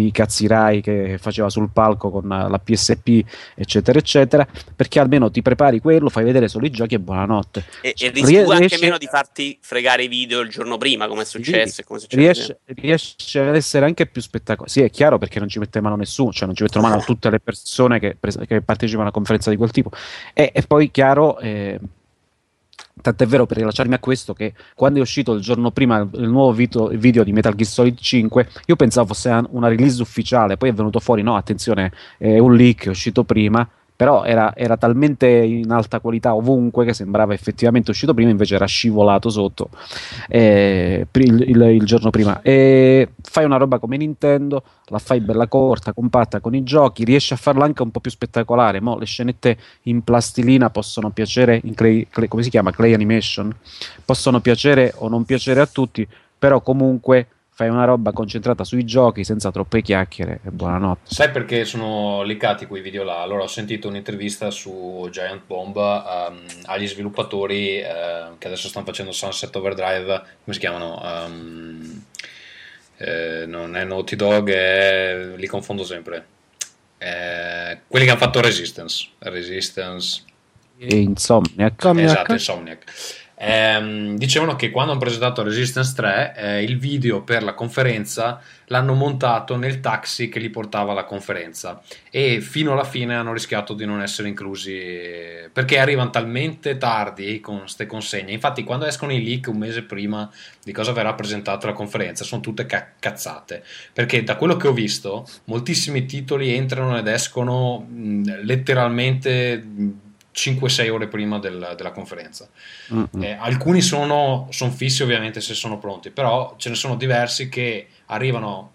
vedevi i cazzi Rai che faceva sul palco con la P S P, eccetera, eccetera, perché almeno ti prepari quello, fai vedere solo i giochi e buonanotte. E, e rischi Ries- anche riesce- meno di farti fregare i video il giorno prima, come è successo. e come succede riesce, riesce ad essere anche più spettacolare. Sì, è chiaro, perché non ci mette mano nessuno, cioè non ci mettono mano tutte le persone che, pres- che partecipano a una conferenza di quel tipo. E, e poi chiaro, eh, tant'è vero, per rilasciarmi a questo, che quando è uscito il giorno prima il, il nuovo video, video di Metal Gear Solid cinque, io pensavo fosse un- una release ufficiale, poi è venuto fuori, no, attenzione, è un leak, è uscito prima. Però era, era talmente in alta qualità ovunque che sembrava effettivamente uscito prima, invece era scivolato sotto eh, pri- il, il- il giorno prima. E fai una roba come Nintendo, la fai bella corta, compatta con i giochi, riesci a farla anche un po' più spettacolare. Mo' le scenette in plastilina possono piacere, in clay, clay- come si chiama? Clay animation, possono piacere o non piacere a tutti, però comunque fai una roba concentrata sui giochi senza troppe chiacchiere e buonanotte. Sai perché sono leccati quei video là? Allora, ho sentito un'intervista su Giant Bomb ehm, agli sviluppatori eh, che adesso stanno facendo Sunset Overdrive, come si chiamano? Ehm, eh, non è Naughty Dog, è- li confondo sempre. Eh, quelli che hanno fatto Resistance. Resistance. E Insomniac. Insomniac. Esatto, Insomniac. Ehm, dicevano che quando hanno presentato Resistance tre, eh, il video per la conferenza l'hanno montato nel taxi che li portava alla conferenza, e fino alla fine hanno rischiato di non essere inclusi eh, perché arrivano talmente tardi con queste consegne. Infatti, quando escono i leak un mese prima di cosa verrà presentato alla conferenza, sono tutte ca- cazzate, perché da quello che ho visto moltissimi titoli entrano ed escono mh, letteralmente mh, cinque sei ore prima del- della conferenza. Mm-mm. Eh, alcuni sono, son fissi ovviamente se sono pronti, però ce ne sono diversi che arrivano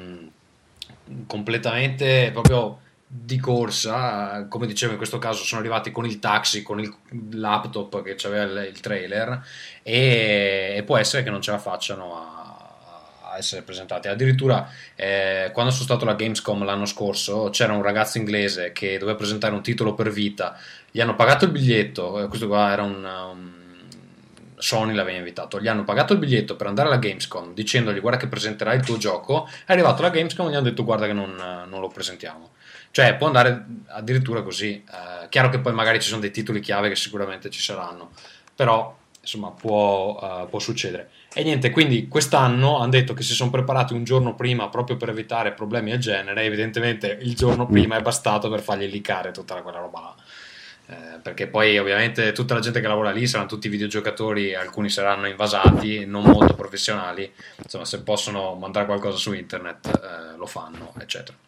mh, completamente proprio di corsa, eh, come dicevo in questo caso sono arrivati con il taxi, con il laptop che aveva il, il trailer, e, e può essere che non ce la facciano a, a essere presentati. Addirittura eh, quando sono stato alla Gamescom l'anno scorso c'era un ragazzo inglese che doveva presentare un titolo per Vita, gli hanno pagato il biglietto, eh, questo qua era un, un Sony l'aveva invitato, gli hanno pagato il biglietto per andare alla Gamescom dicendogli guarda che presenterai il tuo gioco, è arrivato alla Gamescom e gli hanno detto guarda che non, non lo presentiamo. Cioè può andare addirittura così. Eh, chiaro che poi magari ci sono dei titoli chiave che sicuramente ci saranno, però insomma può, uh, può succedere. E niente, quindi quest'anno hanno detto che si sono preparati un giorno prima proprio per evitare problemi del genere. Evidentemente il giorno prima è bastato per fargli leakare tutta quella roba là. Eh, perché poi ovviamente tutta la gente che lavora lì saranno tutti videogiocatori, alcuni saranno invasati, non molto professionali, insomma se possono mandare qualcosa su internet eh, lo fanno, eccetera.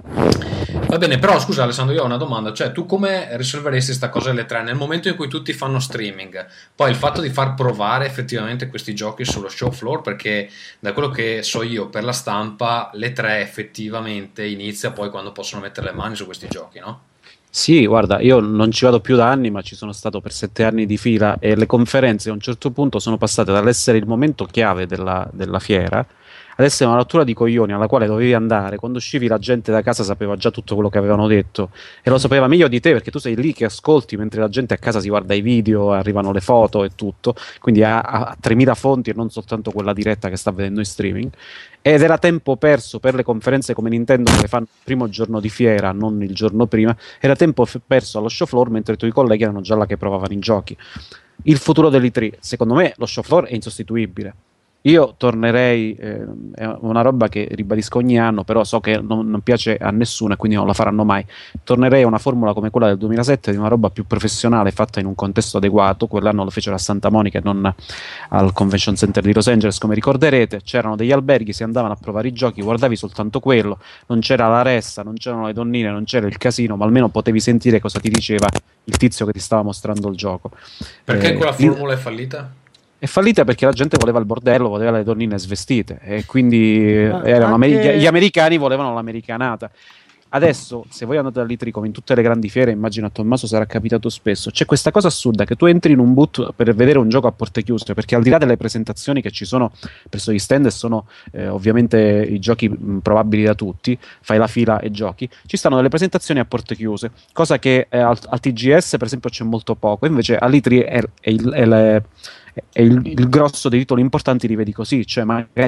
Va bene, però scusa Alessandro, io ho una domanda, cioè tu come risolveresti questa cosa delle tre nel momento in cui tutti fanno streaming? Poi il fatto di far provare effettivamente questi giochi sullo show floor, perché da quello che so io per la stampa le tre effettivamente inizia poi quando possono mettere le mani su questi giochi, no? Sì, guarda, io non ci vado più da anni, ma ci sono stato per sette anni di fila e le conferenze a un certo punto sono passate dall'essere il momento chiave della, della fiera ad essere una rottura di coglioni alla quale dovevi andare. Quando uscivi la gente da casa sapeva già tutto quello che avevano detto e lo sapeva meglio di te, perché tu sei lì che ascolti mentre la gente a casa si guarda i video, arrivano le foto e tutto, quindi ha, ha tremila fonti e non soltanto quella diretta che sta vedendo in streaming. Ed era tempo perso per le conferenze come Nintendo che le fanno il primo giorno di fiera, non il giorno prima. Era tempo f- perso allo show floor mentre i tuoi colleghi erano già là che provavano i giochi. Il futuro dell'E tre, secondo me, lo show floor è insostituibile. Io tornerei, eh, è una roba che ribadisco ogni anno, però so che non, non piace a nessuno e quindi non la faranno mai. Tornerei a una formula come quella del duemilasette, di una roba più professionale, fatta in un contesto adeguato. Quell'anno lo fecero a Santa Monica e non al Convention Center di Los Angeles, come ricorderete. C'erano degli alberghi, si andavano a provare i giochi, guardavi soltanto quello, non c'era la ressa, non c'erano le donnine, non c'era il casino, ma almeno potevi sentire cosa ti diceva il tizio che ti stava mostrando il gioco. Perché Eh, quella formula è fallita? È fallita perché la gente voleva il bordello, voleva le donnine svestite e quindi Ma erano anche- ameri- gli americani volevano l'americanata. Adesso, se voi andate all'E tre come in tutte le grandi fiere, immagino a Tommaso sarà capitato spesso, c'è questa cosa assurda che tu entri in un boot per vedere un gioco a porte chiuse, perché al di là delle presentazioni che ci sono presso gli stand e sono eh, ovviamente i giochi mh, probabili da tutti, fai la fila e giochi, ci stanno delle presentazioni a porte chiuse, cosa che eh, al, al T G S per esempio c'è molto poco, invece all'E tre è, è il, è le- e il, il grosso dei titoli importanti li vedi così, cioè magari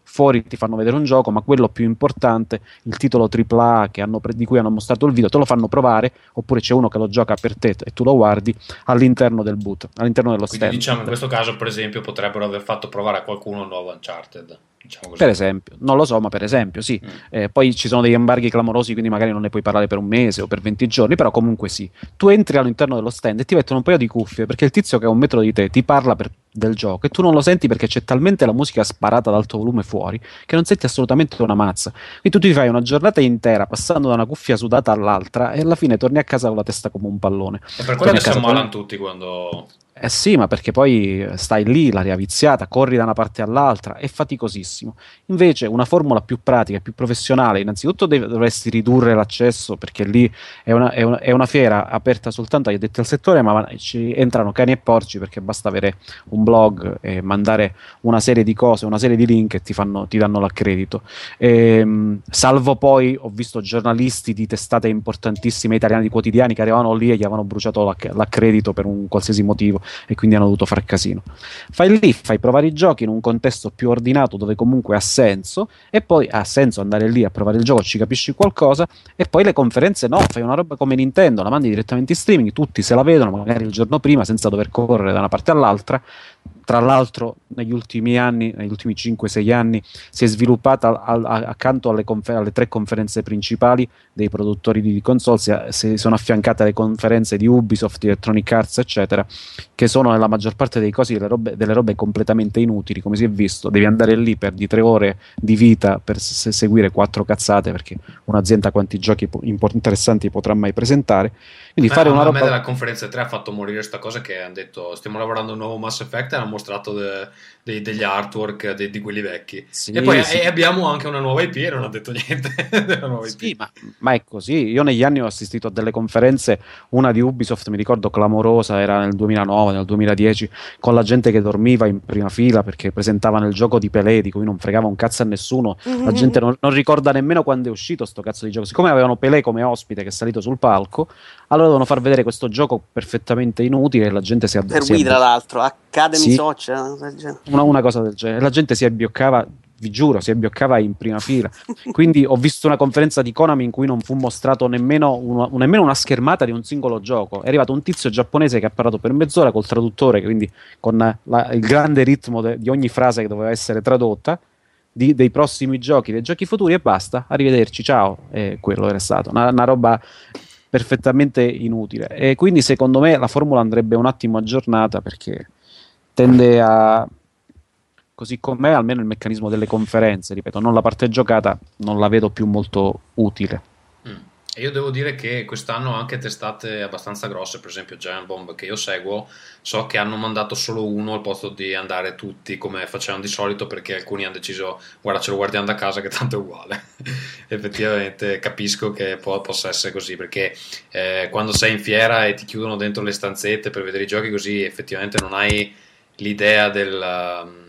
fuori ti fanno vedere un gioco, ma quello più importante, il titolo tripla A che hanno pre- di cui hanno mostrato il video, te lo fanno provare, oppure c'è uno che lo gioca per te e tu lo guardi all'interno del boot, all'interno dello Quindi stand. diciamo in questo caso, per esempio, potrebbero aver fatto provare a qualcuno il nuovo Uncharted. Diciamo così. Per esempio, non lo so, ma per esempio sì. Mm. Eh, poi ci sono degli embarghi clamorosi, quindi magari non ne puoi parlare per un mese o per venti giorni, però comunque sì. Tu entri all'interno dello stand e ti mettono un paio di cuffie perché il tizio che è a un metro di te ti parla per- del gioco e tu non lo senti perché c'è talmente la musica sparata ad alto volume fuori che non senti assolutamente una mazza. Quindi tu ti fai una giornata intera passando da una cuffia sudata all'altra e alla fine torni a casa con la testa come un pallone. E per quello Torni che a si casa ammalano con- tutti quando... Eh sì, ma perché poi stai lì, l'aria viziata, corri da una parte all'altra, è faticosissimo. Invece una formula più pratica, più professionale, innanzitutto dev- dovresti ridurre l'accesso perché lì è una, è una- è una fiera aperta soltanto agli addetti al settore, ma ci entrano cani e porci perché basta avere un blog e mandare una serie di cose, una serie di link e ti, fanno, ti danno l'accredito. Ehm, salvo poi, ho visto giornalisti di testate importantissime italiane, di quotidiani che arrivavano lì e gli avevano bruciato l'acc- l'accredito per un qualsiasi motivo e quindi hanno dovuto fare casino. Fai lì, fai provare i giochi in un contesto più ordinato dove comunque ha senso e poi ha senso andare lì a provare il gioco, ci capisci qualcosa e poi le conferenze no, fai una roba come Nintendo, la mandi direttamente in streaming, tutti se la vedono magari il giorno prima senza dover correre da una parte all'altra. Tra l'altro negli ultimi anni, negli ultimi cinque sei anni si è sviluppata al, a, accanto alle, confer- alle tre conferenze principali dei produttori di console si, si sono affiancate le conferenze di Ubisoft, di Electronic Arts eccetera, che sono nella maggior parte dei casi delle robe, delle robe completamente inutili, come si è visto. Devi andare lì per di tre ore di vita per se- seguire quattro cazzate perché un'azienda quanti giochi po- import- interessanti potrà mai presentare, quindi Beh, fare a una me roba della conferenza tre ha fatto morire sta cosa che hanno detto stiamo lavorando a un nuovo Mass Effect e hanno mostrato de- dei- degli artwork de- di quelli vecchi Sì, e poi sì. e abbiamo anche una nuova I P e non ha detto niente della nuova I P. Sì, ma, ma è così. Io negli anni ho assistito a delle conferenze, una di Ubisoft mi ricordo clamorosa, era nel duemilanove, nel duemiladieci, con la gente che dormiva in prima fila perché presentavano il gioco di Pelé, di cui non fregava un cazzo a nessuno. La gente non, non ricorda nemmeno quando è uscito sto cazzo di gioco. Siccome avevano Pelé come ospite che è salito sul palco, allora devono far vedere questo gioco perfettamente inutile e la gente si Per si Wii, tra l'altro, Academy Sì. Social, del genere. una, una cosa del genere. La gente si abbioccava, vi giuro, si abbioccava in prima fila. Quindi ho visto una conferenza di Konami in cui non fu mostrato nemmeno una, nemmeno una schermata di un singolo gioco. È arrivato un tizio giapponese che ha parlato per mezz'ora col traduttore, quindi con la- il grande ritmo de- di ogni frase che doveva essere tradotta, di- dei prossimi giochi, dei giochi futuri e basta. Arrivederci, ciao. E quello era stato. Una, una roba perfettamente inutile. E quindi secondo me la formula andrebbe un attimo aggiornata perché tende a, così com'è, almeno il meccanismo delle conferenze, ripeto, non la parte giocata, non la vedo più molto utile. Mm. E io devo dire che quest'anno anche testate abbastanza grosse, per esempio Giant Bomb che io seguo, so che hanno mandato solo uno al posto di andare tutti come facevano di solito perché alcuni hanno deciso guarda ce lo guardiamo da casa che tanto è uguale. Effettivamente capisco che può, possa essere così perché eh, quando sei in fiera e ti chiudono dentro le stanzette per vedere i giochi così effettivamente non hai l'idea del... um,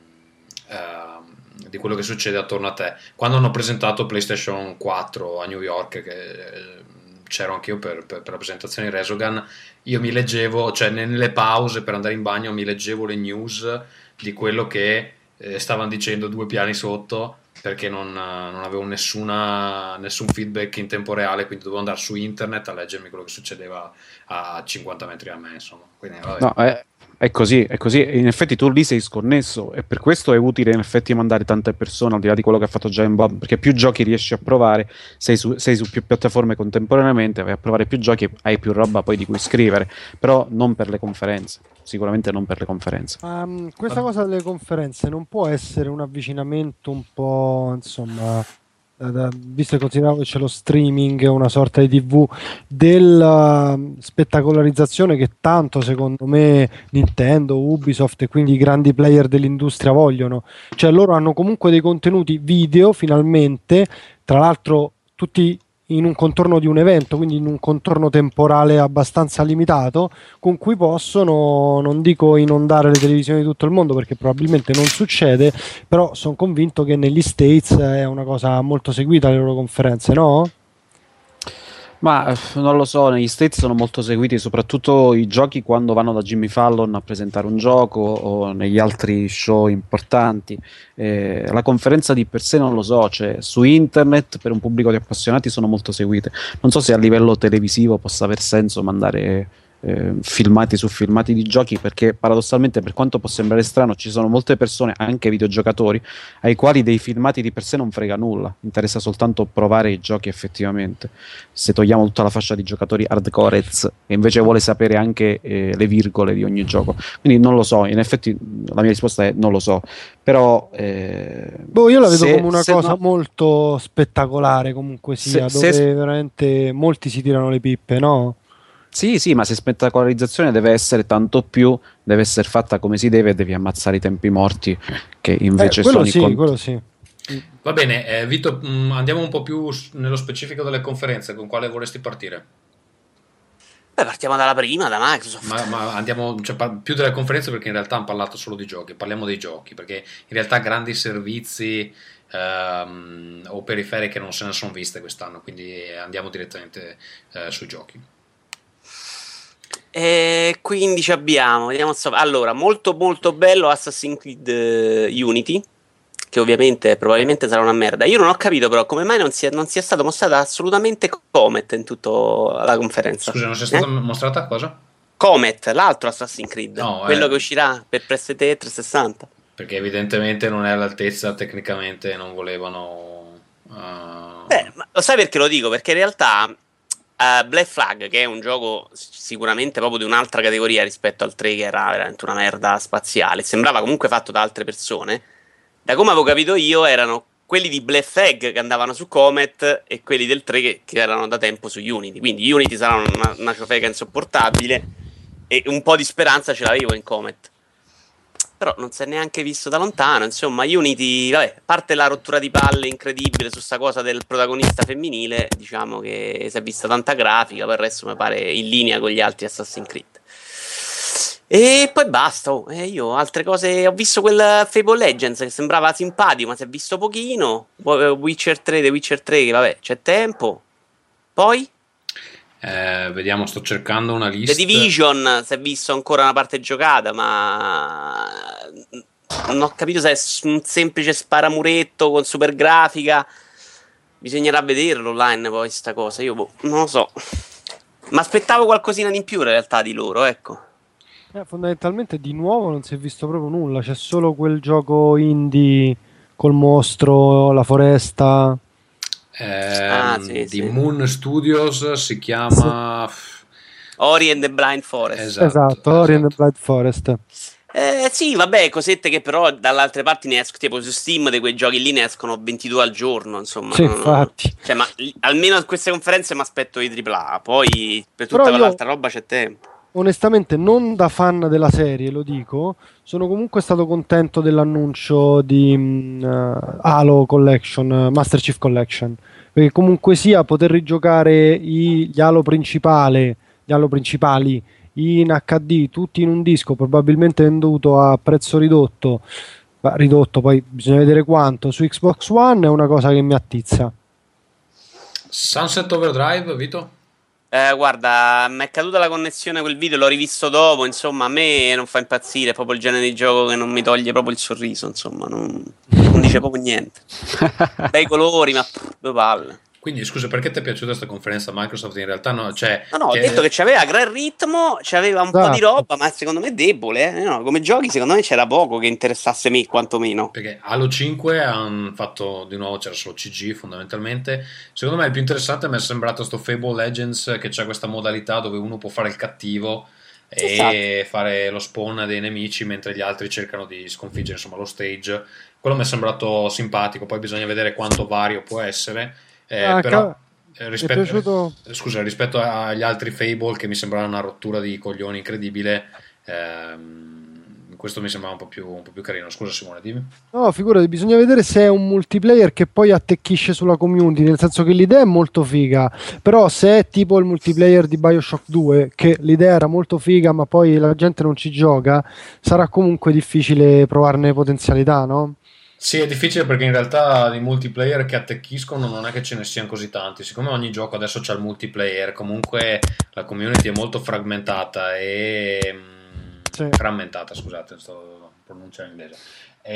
uh, di quello che succede attorno a te. Quando hanno presentato PlayStation quattro a New York, che eh, c'ero anch'io per, per, per la presentazione di Resogun, io mi leggevo, cioè nelle pause per andare in bagno mi leggevo le news di quello che eh, stavano dicendo due piani sotto perché non, non avevo nessuna, nessun feedback in tempo reale, quindi dovevo andare su internet a leggermi quello che succedeva a cinquanta metri da me, insomma. Quindi, vabbè. No, è, è così, è così. In effetti tu lì sei sconnesso e per questo è utile in effetti mandare tante persone al di là di quello che ha fatto Giant Bomb, perché più giochi riesci a provare, sei su, sei su più piattaforme contemporaneamente, vai a provare più giochi, hai più roba poi di cui scrivere, però non per le conferenze, sicuramente non per le conferenze. Um, questa cosa delle conferenze non può essere un avvicinamento un po', insomma, da- da- visto e considerato che c'è lo streaming, una sorta di tivù, della um, spettacolarizzazione che tanto secondo me Nintendo, Ubisoft e quindi i grandi player dell'industria vogliono. Cioè loro hanno comunque dei contenuti video finalmente, tra l'altro tutti in un contorno di un evento, quindi in un contorno temporale abbastanza limitato, con cui possono, non dico inondare le televisioni di tutto il mondo perché probabilmente non succede, però sono convinto che negli States è una cosa molto seguita le loro conferenze, no? Ma eh, non lo so, negli States sono molto seguiti soprattutto i giochi quando vanno da Jimmy Fallon a presentare un gioco o negli altri show importanti. Eh, la conferenza di per sé non lo so, cioè su internet per un pubblico di appassionati sono molto seguite. Non so se a livello televisivo possa aver senso mandare eh, filmati su filmati di giochi, perché paradossalmente, per quanto può sembrare strano, ci sono molte persone, anche videogiocatori, ai quali dei filmati di per sé non frega nulla, interessa soltanto provare i giochi effettivamente. Se togliamo tutta la fascia di giocatori hardcorez e invece vuole sapere anche eh, le virgole di ogni gioco, quindi non lo so, in effetti la mia risposta è non lo so, però eh, boh, io la vedo se, come una cosa no, molto spettacolare comunque sia, se, dove se, veramente molti si tirano le pippe, no? Sì, sì, ma se spettacolarizzazione deve essere tanto più, deve essere fatta come si deve, devi ammazzare i tempi morti, che invece eh, quello sono sì, i con- quello sì. Va bene, eh, Vito, mh, andiamo un po' più nello specifico delle conferenze, con quale vorresti partire? Beh, partiamo dalla prima, da Microsoft. Ma, ma andiamo, cioè, par- più delle conferenze, perché in realtà hanno parlato solo di giochi, parliamo dei giochi, perché in realtà grandi servizi ehm, o periferiche non se ne sono viste quest'anno, quindi andiamo direttamente eh, sui giochi. E quindi ci abbiamo, vediamo so- allora, molto molto bello Assassin's Creed eh, Unity, che ovviamente probabilmente sarà una merda. Io non ho capito però come mai non sia, non sia stato mostrata assolutamente Comet in tutta la conferenza. Scusa, non sia stata Eh? mostrata cosa? Comet, l'altro Assassin's Creed, No, quello eh, che uscirà per P S T trecentosessanta. perché evidentemente non è all'altezza, tecnicamente non volevano... Uh... Beh, ma lo sai perché lo dico? Perché in realtà uh, Black Flag, che è un gioco sicuramente proprio di un'altra categoria rispetto al tre, che era veramente una merda spaziale, sembrava comunque fatto da altre persone. Da come avevo capito io, erano quelli di Black Flag che andavano su Comet e quelli del tre che, che erano da tempo su Unity. Quindi Unity sarà una, una ciofeca insopportabile e un po' di speranza ce l'avevo in Comet. Però non si è neanche visto da lontano. Insomma, Unity, vabbè, a parte la rottura di palle incredibile su sta cosa del protagonista femminile, diciamo che si è vista tanta grafica, per il resto mi pare in linea con gli altri Assassin's Creed. E poi basta, oh. E io altre cose, ho visto quel Fable Legends che sembrava simpatico, ma si è visto pochino. Witcher tre, The Witcher tre, che vabbè, c'è tempo. Poi Eh, vediamo, sto cercando una The lista. Division si è visto ancora una parte giocata, ma non ho capito se è un semplice sparamuretto con super grafica. Bisognerà vederlo online poi sta cosa, io boh, non lo so. Ma aspettavo qualcosina di in più in realtà di loro, ecco. Eh, fondamentalmente di nuovo non si è visto proprio nulla, c'è solo quel gioco indie col mostro, la foresta. Eh, Ah, sì, di sì. Moon Studios, si chiama... Ori and the Blind Forest. Esatto, Esatto, Ori and the esatto. Blind Forest. Eh, sì, vabbè, cosette che però dall'altre parti ne escono, tipo su Steam, di quei giochi lì ne escono ventidue al giorno, insomma. Sì, non- infatti. Cioè, ma l- almeno a queste conferenze mi aspetto i tripla A, poi per tutta Però io- quell'altra roba c'è tempo. Onestamente, non da fan della serie, lo dico, sono comunque stato contento dell'annuncio di mh, eh, Halo Collection, eh, Master Chief Collection, perché comunque sia poter rigiocare i- gli Halo principale, gli Halo principali in acca di, tutti in un disco, probabilmente venduto a prezzo ridotto, ma ridotto, poi bisogna vedere quanto, su Xbox One è una cosa che mi attizza. Sunset Overdrive, Vito? Eh, guarda, mi è caduta la connessione quel video, l'ho rivisto dopo, insomma, a me non fa impazzire, è proprio il genere di gioco che non mi toglie proprio il sorriso, insomma, non, non dice proprio niente. Bei colori, ma pff, due palle. Quindi scusa, perché ti è piaciuta questa conferenza Microsoft? In realtà no, cioè... No, no, ho detto che c'aveva gran ritmo, c'aveva un po' di Esatto. roba, ma secondo me debole, eh. No, come giochi secondo me c'era poco che interessasse me, quantomeno. Perché Halo cinque hanno fatto di nuovo, c'era solo C G fondamentalmente. Secondo me il più interessante mi è sembrato sto Fable Legends, che c'è questa modalità dove uno può fare il cattivo e Esatto. fare lo spawn dei nemici mentre gli altri cercano di sconfiggere insomma lo stage. Quello mi è sembrato simpatico, poi bisogna vedere quanto vario può essere. Eh, Ah, però ca- eh, mi è rispetto, piaciuto. eh, scusa, rispetto agli altri Fable che mi sembrava una rottura di coglioni incredibile, ehm, questo mi sembrava un po' più, un po' più carino. Scusa Simone, dimmi. No, figurati, bisogna vedere se è un multiplayer che poi attecchisce sulla community, nel senso che l'idea è molto figa, però se è tipo il multiplayer di BioShock due, che l'idea era molto figa ma poi la gente non ci gioca, sarà comunque difficile provarne potenzialità, no? Sì, è difficile perché in realtà i multiplayer che attecchiscono non è che ce ne siano così tanti. Siccome ogni gioco adesso c'ha il multiplayer, comunque la community è molto fragmentata e Sì. frammentata, scusate, sto pronunciando in inglese.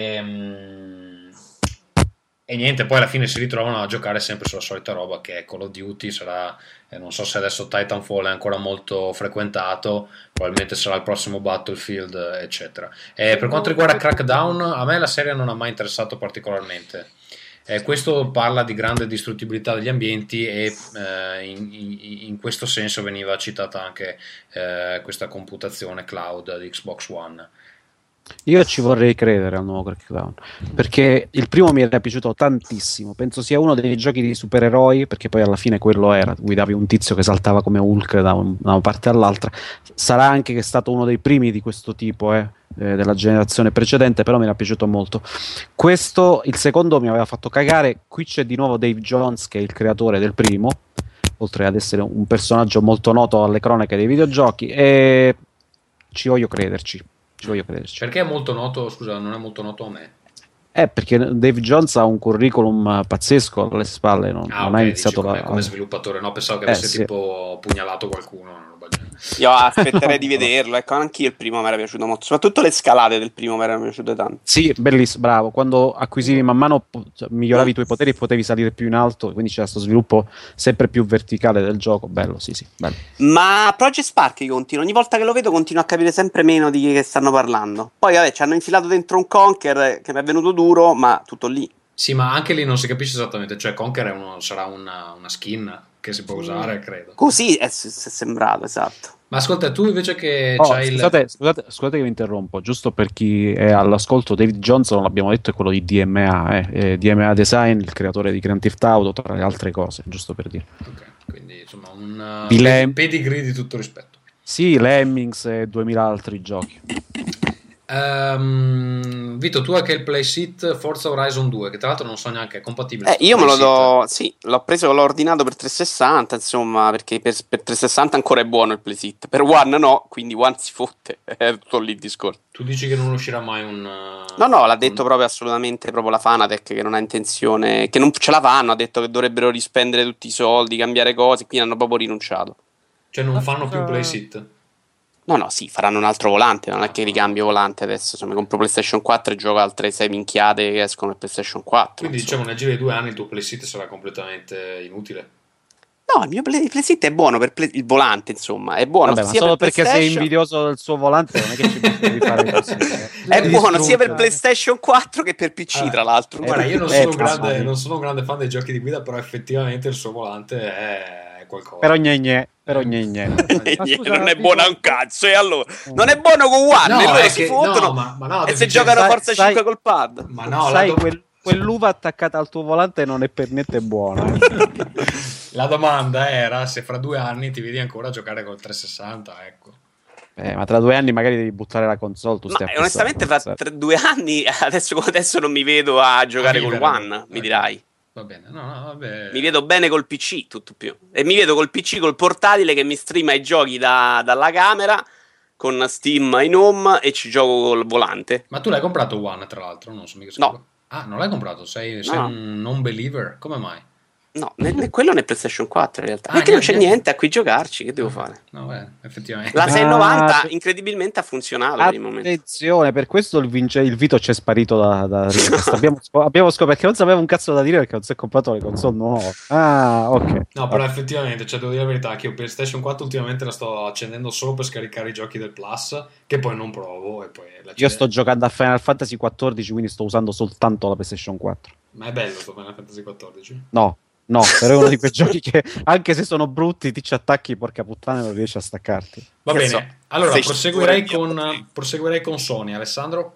E, e niente, poi alla fine si ritrovano a giocare sempre sulla solita roba che è Call of Duty. Sarà, eh, non so se adesso Titanfall è ancora molto frequentato, probabilmente sarà il prossimo Battlefield, eccetera. E per quanto riguarda Crackdown, a me la serie non ha mai interessato particolarmente. Eh, questo parla di grande distruttibilità degli ambienti e eh, in, in, in questo senso veniva citata anche eh, questa computazione cloud di Xbox One. Io ci vorrei credere al nuovo Crackdown, perché il primo mi era piaciuto tantissimo, penso sia uno dei giochi di supereroi, perché poi alla fine quello era, guidavi un tizio che saltava come Hulk da, un, da una parte all'altra. Sarà anche che è stato uno dei primi di questo tipo, eh, eh, della generazione precedente, però mi era piaciuto molto. Questo, il secondo, mi aveva fatto cagare. Qui c'è di nuovo Dave Jones, che è il creatore del primo, oltre ad essere un personaggio molto noto alle cronache dei videogiochi, e ci voglio crederci. Ci voglio crederci. Perché è molto noto, scusa, non è molto noto a me. Eh, perché Dave Jones ha un curriculum pazzesco alle spalle, non, ah, non okay, ha iniziato come, la... come sviluppatore, no, pensavo che eh, avesse sì. tipo pugnalato qualcuno, una roba genere. Io aspetterei di vederlo, ecco, anche io il primo mi era piaciuto molto, soprattutto le scalate del primo mi erano piaciute tanto. Sì, bellissimo, bravo, quando acquisivi man mano, cioè, miglioravi i tuoi poteri e potevi salire più in alto, quindi c'era questo sviluppo sempre più verticale del gioco, bello, sì sì, bello. Ma Project Spark io continuo, ogni volta che lo vedo continuo a capire sempre meno di che stanno parlando. Poi vabbè, ci hanno infilato dentro un Conker che mi è venuto duro, ma tutto lì. Sì, ma anche lì non si capisce esattamente, cioè Conker è uno, sarà una, una skin che si può usare, credo. Così è, è sembrato, esatto. Ma ascolta, tu invece che Oh, c'hai scusate, il... scusate, scusate che vi interrompo, giusto per chi è all'ascolto, David Johnson, l'abbiamo detto, è quello di D M A, eh, eh, D M A Design, il creatore di Grand Theft Auto, tra le altre cose, giusto per dire. Ok, quindi insomma un Di uh, Lem- pedigree di tutto rispetto. Sì, Lemmings e duemila altri giochi. Um, Vito, tu hai che il playset Forza Horizon due, che tra l'altro non so neanche, è compatibile? Eh, io me lo do, sì, l'ho preso, l'ho ordinato per trecentosessanta, insomma, perché per, per trecentosessanta ancora è buono il playset. Per One no, quindi One si fotte, è tutto lì il discorso. Tu dici che non uscirà mai un... No, no, l'ha detto un... proprio assolutamente proprio la Fanatec, che non ha intenzione, che non ce la fanno, ha detto che dovrebbero rispendere tutti i soldi, cambiare cose, quindi hanno proprio rinunciato. Cioè non fanno più playset? No, no, sì, faranno un altro volante, non è che ricambio volante adesso, insomma, compro PlayStation quattro e gioco altre sei minchiate che escono per PlayStation quattro. Quindi insomma. Diciamo nel giro di due anni il tuo playset sarà completamente inutile? No, il mio play, il playset è buono per play, il volante, insomma, è buono. Vabbè, ma sia solo per perché sei invidioso del suo volante, non è che ci devi fare così. È buono sia per PlayStation quattro che per P C, allora, tra l'altro. Guarda, io non eh, sono, grande, non sono un grande fan dei giochi di guida, però effettivamente il suo volante è qualcosa. Però gne però gne gne. Non è buono un cazzo, e allora non è buono con One, no, e loro si fottono. No, ma, ma no, e se giocano sai, Forza sai, cinque col pad. Ma no, sai do... quel, quell'uva attaccata al tuo volante non è per niente buona. Eh. La domanda era se fra due anni ti vedi ancora a giocare col trecentosessanta, ecco. Eh, ma tra due anni magari devi buttare la console. Tu stai ma onestamente fra tre, due anni adesso, adesso non mi vedo a giocare con One, okay. Mi dirai. Va bene, no, no, vabbè. Mi vedo bene col P C, tutto più. E mi vedo col P C, col portatile che mi streama i giochi da, dalla camera con Steam in home e ci gioco col volante. Ma tu l'hai comprato One, tra l'altro? Non so mica se no. Ah, non l'hai comprato? Sei, sei no. un non believer? Come mai? No, né, né quello né PlayStation quattro in realtà. Ah, perché non c'è niente a cui giocarci, che devo fare? No, beh, effettivamente. La sei novanta ah, incredibilmente ha funzionato attenzione, per il momento. Attenzione, per questo il, vince, il Vito ci è sparito da, da abbiamo, abbiamo scoperto che non sapeva un cazzo da dire perché non si è comprato le console nuove. Ah, ok. No, però effettivamente, cioè devo dire la verità, che io PlayStation quattro ultimamente la sto accendendo solo per scaricare i giochi del Plus, che poi non provo e poi la io sto giocando a Final Fantasy quattordici, quindi sto usando soltanto la PlayStation quattro. Ma è bello sto Final Fantasy quattordici? No. No, però è uno di quei giochi che anche se sono brutti ti ci attacchi, porca puttana, non riesci a staccarti. Va che bene, so, allora proseguirei con, proseguirei con Sony. Alessandro?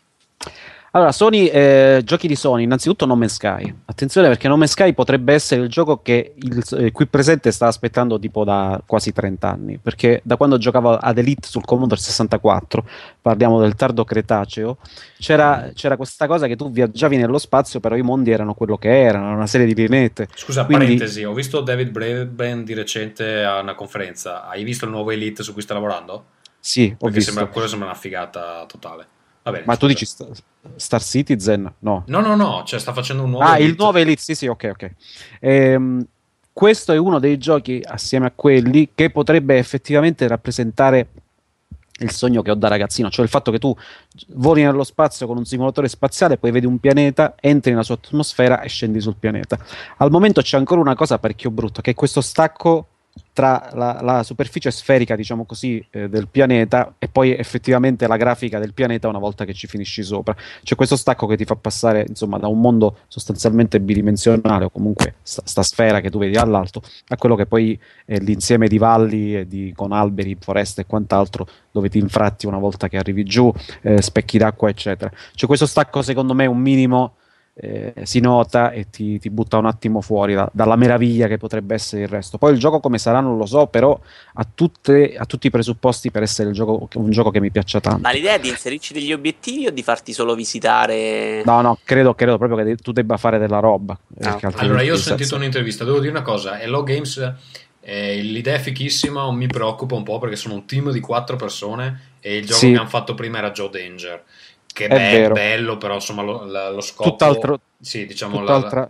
Allora, Sony, eh, giochi di Sony, innanzitutto No Man's Sky. Attenzione perché No Man's Sky potrebbe essere il gioco che il, il qui presente sta aspettando tipo da quasi trenta anni, perché da quando giocavo ad Elite sul Commodore sessantaquattro, parliamo del tardo Cretaceo, c'era, c'era questa cosa che tu viaggiavi nello spazio, però i mondi erano quello che erano, una serie di pianete. Scusa, Quindi... parentesi, ho visto David Braben di recente a una conferenza. Hai visto il nuovo Elite su cui sta lavorando? Sì, ho Perché visto. Sembra, quello sembra una figata totale. Va bene, Ma scusa. tu dici Star, Star Citizen? No. No, no, no, cioè sta facendo un nuovo Ah, Elite. il nuovo Elite, sì, sì, ok, ok. Ehm, questo è uno dei giochi, assieme a quelli, che potrebbe effettivamente rappresentare il sogno che ho da ragazzino, cioè il fatto che tu voli nello spazio con un simulatore spaziale, poi vedi un pianeta, entri nella sua atmosfera e scendi sul pianeta. Al momento c'è ancora una cosa parecchio brutta, che è questo stacco tra la, la superficie sferica, diciamo così, eh, del pianeta e poi effettivamente la grafica del pianeta una volta che ci finisci sopra. C'è questo stacco che ti fa passare, insomma, da un mondo sostanzialmente bidimensionale o comunque sta, sta sfera che tu vedi dall'alto a quello che poi è l'insieme di valli e di, con alberi, foreste e quant'altro dove ti infratti una volta che arrivi giù, eh, specchi d'acqua, eccetera. C'è questo stacco, secondo me, un minimo eh, si nota e ti, ti butta un attimo fuori da, dalla meraviglia che potrebbe essere il resto. Poi il gioco come sarà non lo so, però ha, tutte, ha tutti i presupposti per essere il gioco, un gioco che mi piaccia tanto. Ma l'idea è di inserirci degli obiettivi o di farti solo visitare? No, no, credo, credo proprio che tu debba fare della roba. Ah, perché Allora, io ho altrimenti- sentito un'intervista, devo dire una cosa, Hello Games, eh, l'idea è fichissima, mi preoccupa un po' perché sono un team di quattro persone e il gioco Sì. che hanno fatto prima era Joe Danger, che È beh, è vero. bello, però insomma lo, la- lo scopo, Tutt'altro- sì, diciamo la, tutt'altra-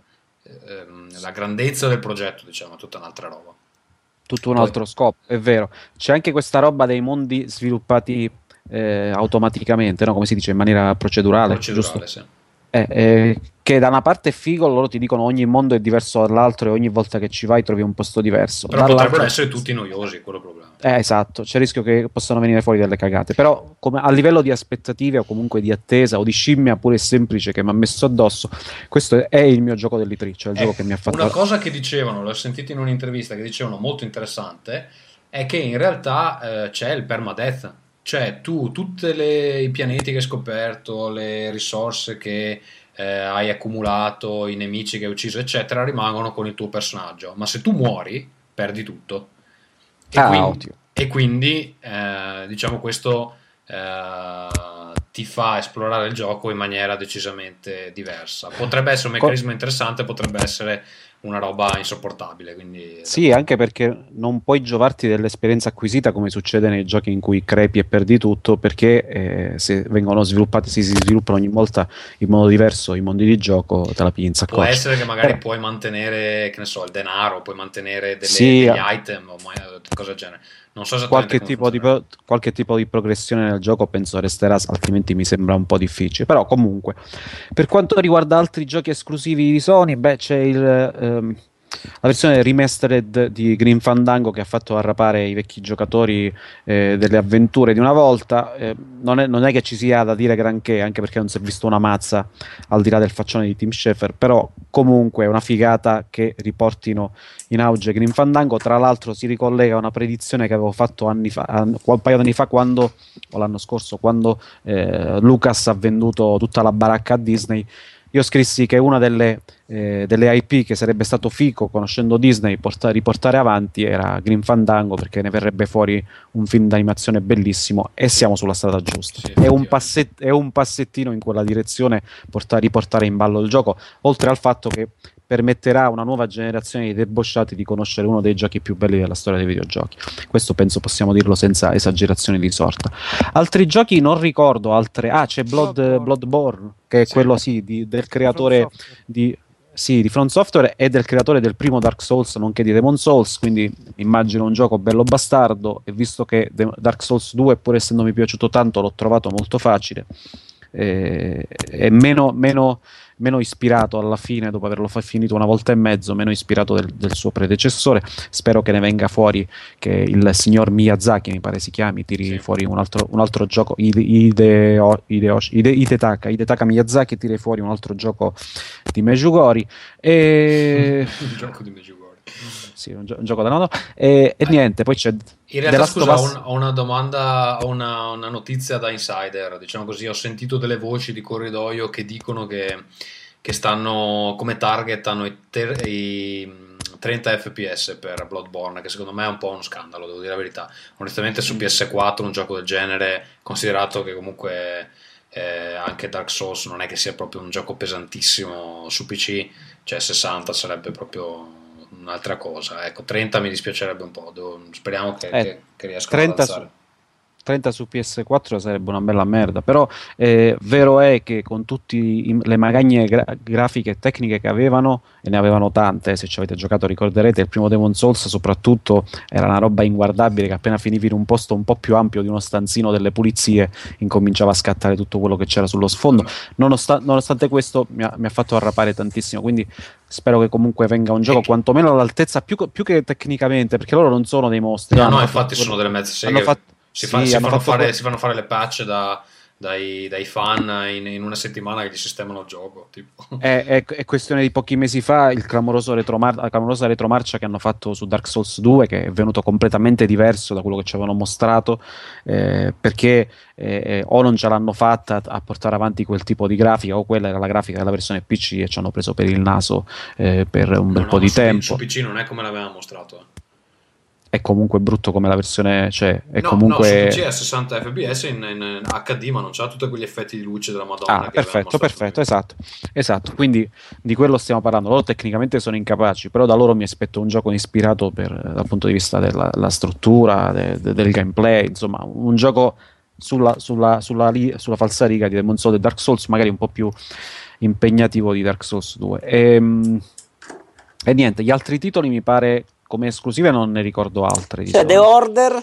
ehm, la grandezza del progetto, diciamo, è tutta un'altra roba. tutto un Poi- altro scopo, è vero. C'è anche questa roba dei mondi sviluppati eh, automaticamente, no? Come si dice, in maniera procedurale, Procedurale, giusto? sì. Eh, eh, che da una parte è figo, loro ti dicono ogni mondo è diverso dall'altro e ogni volta che ci vai trovi un posto diverso. Però Dall'altro- potrebbero essere tutti noiosi, quello è il problema. Eh, esatto, c'è il rischio che possano venire fuori delle cagate. Però come, a livello di aspettative o comunque di attesa o di scimmia pure semplice che mi ha messo addosso, questo è il mio gioco dell'I tre, cioè il Eh, gioco che mi ha fatto... Una cosa che dicevano, l'ho sentito in un'intervista, che dicevano molto interessante, è che in realtà eh, c'è il permadeath, cioè tu tutti i pianeti che hai scoperto, le risorse che eh, hai accumulato, i nemici che hai ucciso, eccetera, rimangono con il tuo personaggio, ma se tu muori, perdi tutto. E, Ah, quindi, ottimo. e quindi eh, diciamo questo eh, ti fa esplorare il gioco in maniera decisamente diversa. Potrebbe essere un Co- meccanismo interessante, potrebbe essere una roba insopportabile. Quindi, Sì, anche perché non puoi giovarti dell'esperienza acquisita come succede nei giochi in cui crepi e perdi tutto, perché eh, se vengono sviluppati, si, si sviluppano ogni volta in modo diverso i mondi di gioco, te la pinza. può accorci. essere che magari Però- puoi mantenere, che ne so, il denaro, puoi mantenere delle, Sì, degli eh. item o mo- cose del genere. Non so esattamente qualche come tipo, di, funziona. pro- qualche tipo di progressione nel gioco penso resterà, altrimenti mi sembra un po' difficile. Però comunque, per quanto riguarda altri giochi esclusivi di Sony, beh, c'è il, ehm, la versione remastered di Grim Fandango che ha fatto arrapare i vecchi giocatori eh, delle avventure di una volta. Eh, non, è, non è che ci sia da dire granché, anche perché non si è visto una mazza al di là del faccione di Tim Schafer, però comunque è una figata che riportino in auge Grim Fandango. Tra l'altro si ricollega a una predizione che avevo fatto anni fa, an- un paio di anni fa, quando, o l'anno scorso, quando eh, Lucas ha venduto tutta la baracca a Disney. Io scrissi che una delle, eh, delle I P che sarebbe stato fico, conoscendo Disney, porta- riportare avanti era Grim Fandango, perché ne verrebbe fuori un film d'animazione bellissimo e siamo sulla strada giusta. Sì, è, un effettivamente. passet- è un passettino in quella direzione, porta- riportare in ballo il gioco, oltre al fatto che permetterà a una nuova generazione di debosciati di conoscere uno dei giochi più belli della storia dei videogiochi. Questo penso possiamo dirlo senza esagerazioni di sorta. Altri giochi non ricordo, altre... Ah, c'è Blood, Bloodborne. Bloodborne, che è Sì. quello sì, di- del creatore From Software. di... Sì, di From Software e del creatore del primo Dark Souls, nonché di Demon Souls, quindi immagino un gioco bello bastardo, e visto che De- Dark Souls due, pur essendomi piaciuto tanto, l'ho trovato molto facile e, e meno, meno, meno ispirato alla fine, dopo averlo fa- finito una volta e mezzo, meno ispirato del, del suo predecessore. Spero che ne venga fuori, che il signor Miyazaki, mi pare si chiami, tiri Sì. fuori un altro, un altro gioco, Ide, Hideo- Hideyoshi- Hide- Hidetaka, Hidetaka Miyazaki tiri fuori un altro gioco di Mejugori e... Il gioco di Megugori. sì, un, gio- un gioco da nodo e, e Eh, niente, poi c'è In The realtà, Last of scusa, ho, Us. un- ho una domanda, ho una, una notizia da insider, diciamo così. Ho sentito delle voci di corridoio che dicono che, che stanno come target hanno i, ter- i trenta F P S per Bloodborne, che secondo me è un po' uno scandalo, devo dire la verità. Onestamente su P S quattro un gioco del genere, considerato che comunque eh, anche Dark Souls non è che sia proprio un gioco pesantissimo su P C, cioè sessanta sarebbe proprio un'altra cosa. Ecco, trenta mi dispiacerebbe un po', devo- speriamo che, Eh, che, che riescano ad trenta su, alzare. trenta su P S quattro sarebbe una bella merda, però eh, vero è che con tutte le magagne gra- grafiche e tecniche che avevano, e ne avevano tante, se ci avete giocato ricorderete, il primo Demon's Souls soprattutto era una roba inguardabile, che appena finivi in un posto un po' più ampio di uno stanzino delle pulizie incominciava a scattare tutto quello che c'era sullo sfondo. Nonostan- nonostante questo mi ha, mi ha fatto arrapare tantissimo, quindi spero che comunque venga un gioco quantomeno all'altezza, più, più che tecnicamente, perché loro non sono dei mostri. No, no, Hanno infatti fatto- sono delle mezze seghe. hanno fatto- si, sì, fa- si hanno fanno fatto fare, que- si fanno fare le patch da, dai, dai fan in, in una settimana che gli sistemano il gioco. Tipo. È, è, è questione di pochi mesi fa il clamoroso retromar- la clamorosa retromarcia che hanno fatto su Dark Souls due, che è venuto completamente diverso da quello che ci avevano mostrato, eh, perché eh, o non ce l'hanno fatta a portare avanti quel tipo di grafica, o quella era la grafica della versione P C e ci hanno preso per il naso eh, per un bel No, po' no, di su, tempo. su P C non è come l'avevamo mostrato. eh. È comunque brutto come la versione, cioè è No, comunque no, su P C è sessanta F P S in, in H D, ma non c'ha tutti quegli effetti di luce della Madonna. Ah, che avevamo perfetto, mostrato perfetto, noi. esatto, esatto. Quindi di quello stiamo parlando. Loro tecnicamente sono incapaci, però da loro mi aspetto un gioco ispirato per, dal punto di vista della la struttura, de, de, del gameplay, insomma, un gioco sulla, sulla, sulla, li, sulla falsariga di Demon's Souls e Dark Souls, magari un po' più impegnativo di Dark Souls due. E, e niente, gli altri titoli mi pare come esclusive non ne ricordo altre. Cioè, diciamo. The Order.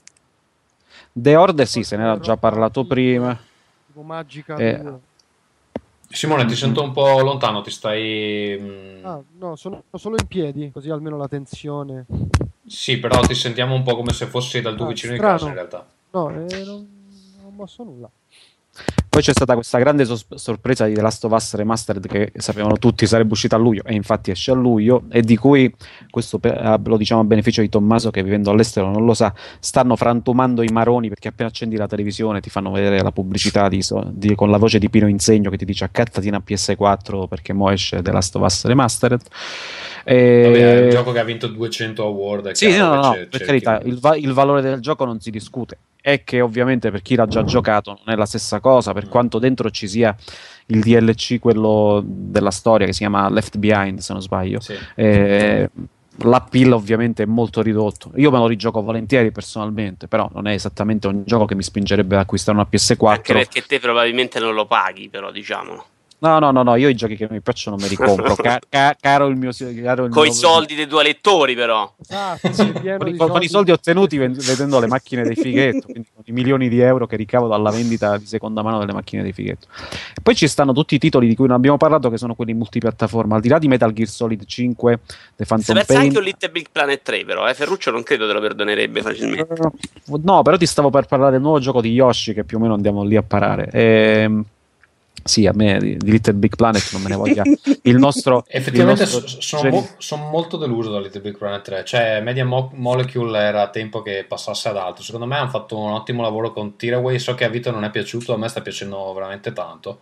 The Order sì, se ne era già parlato prima. Tipo Magica Eh, due. Simone, ti sento un po' lontano, ti stai... mm, Ah, no, sono solo in piedi, così almeno la tensione. Sì, però ti sentiamo un po' come se fossi dal tuo Ah, vicino di strano. casa in realtà. No, eh, non, non ho mosso nulla. Poi c'è stata questa grande sos- sorpresa di The Last of Us Remastered, che sapevano tutti sarebbe uscita a luglio, e infatti esce a luglio, e di cui, questo per- eh, lo diciamo a beneficio di Tommaso che vivendo all'estero non lo sa, stanno frantumando i maroni, perché appena accendi la televisione ti fanno vedere la pubblicità di so- di- con la voce di Pino Insegno che ti dice accattati una P S quattro perché mo esce The Last of Us Remastered. E... Vabbè, è un gioco che ha vinto duecento award. È Sì, chiaro no, no, che no, c'è- per cerchi carità, un- il, va- il valore del gioco non si discute. È che ovviamente per chi l'ha già giocato non è la stessa cosa, per quanto dentro ci sia il D L C, quello della storia che si chiama Left Behind, se non sbaglio. Sì. Eh, l'appeal ovviamente è molto ridotto. Io me lo rigioco volentieri personalmente, però non è esattamente un gioco che mi spingerebbe ad acquistare una P S quattro. Anche perché te probabilmente non lo paghi, però diciamolo. No, no, no, no, io i giochi che mi piacciono me li compro. Ca- ca- caro il mio, caro il Con i mio- soldi dei due lettori, però. Esatto, sei pieno con, i, di con i soldi ottenuti ven- vedendo le macchine dei fighetto, quindi con i milioni di euro che ricavo dalla vendita di seconda mano delle macchine dei fighetto. E poi ci stanno tutti i titoli di cui non abbiamo parlato, che sono quelli multipiattaforma, al di là di Metal Gear Solid cinque, The Si è Phantom perso Pain. anche un Little Big Planet tre, però. Eh? Ferruccio non credo te lo perdonerebbe facilmente. No, però ti stavo per parlare del nuovo gioco di Yoshi, che più o meno andiamo lì a parare. Ehm, sì, a me di, di Little Big Planet non me ne voglia. Il nostro, Effettivamente il nostro so- sono, geni- mo- sono molto deluso da Little Big Planet tre. Cioè, Media Mo- Molecule era tempo che passasse ad altro. Secondo me hanno fatto un ottimo lavoro con Tearaway. So che a Vito non è piaciuto, a me sta piacendo veramente tanto.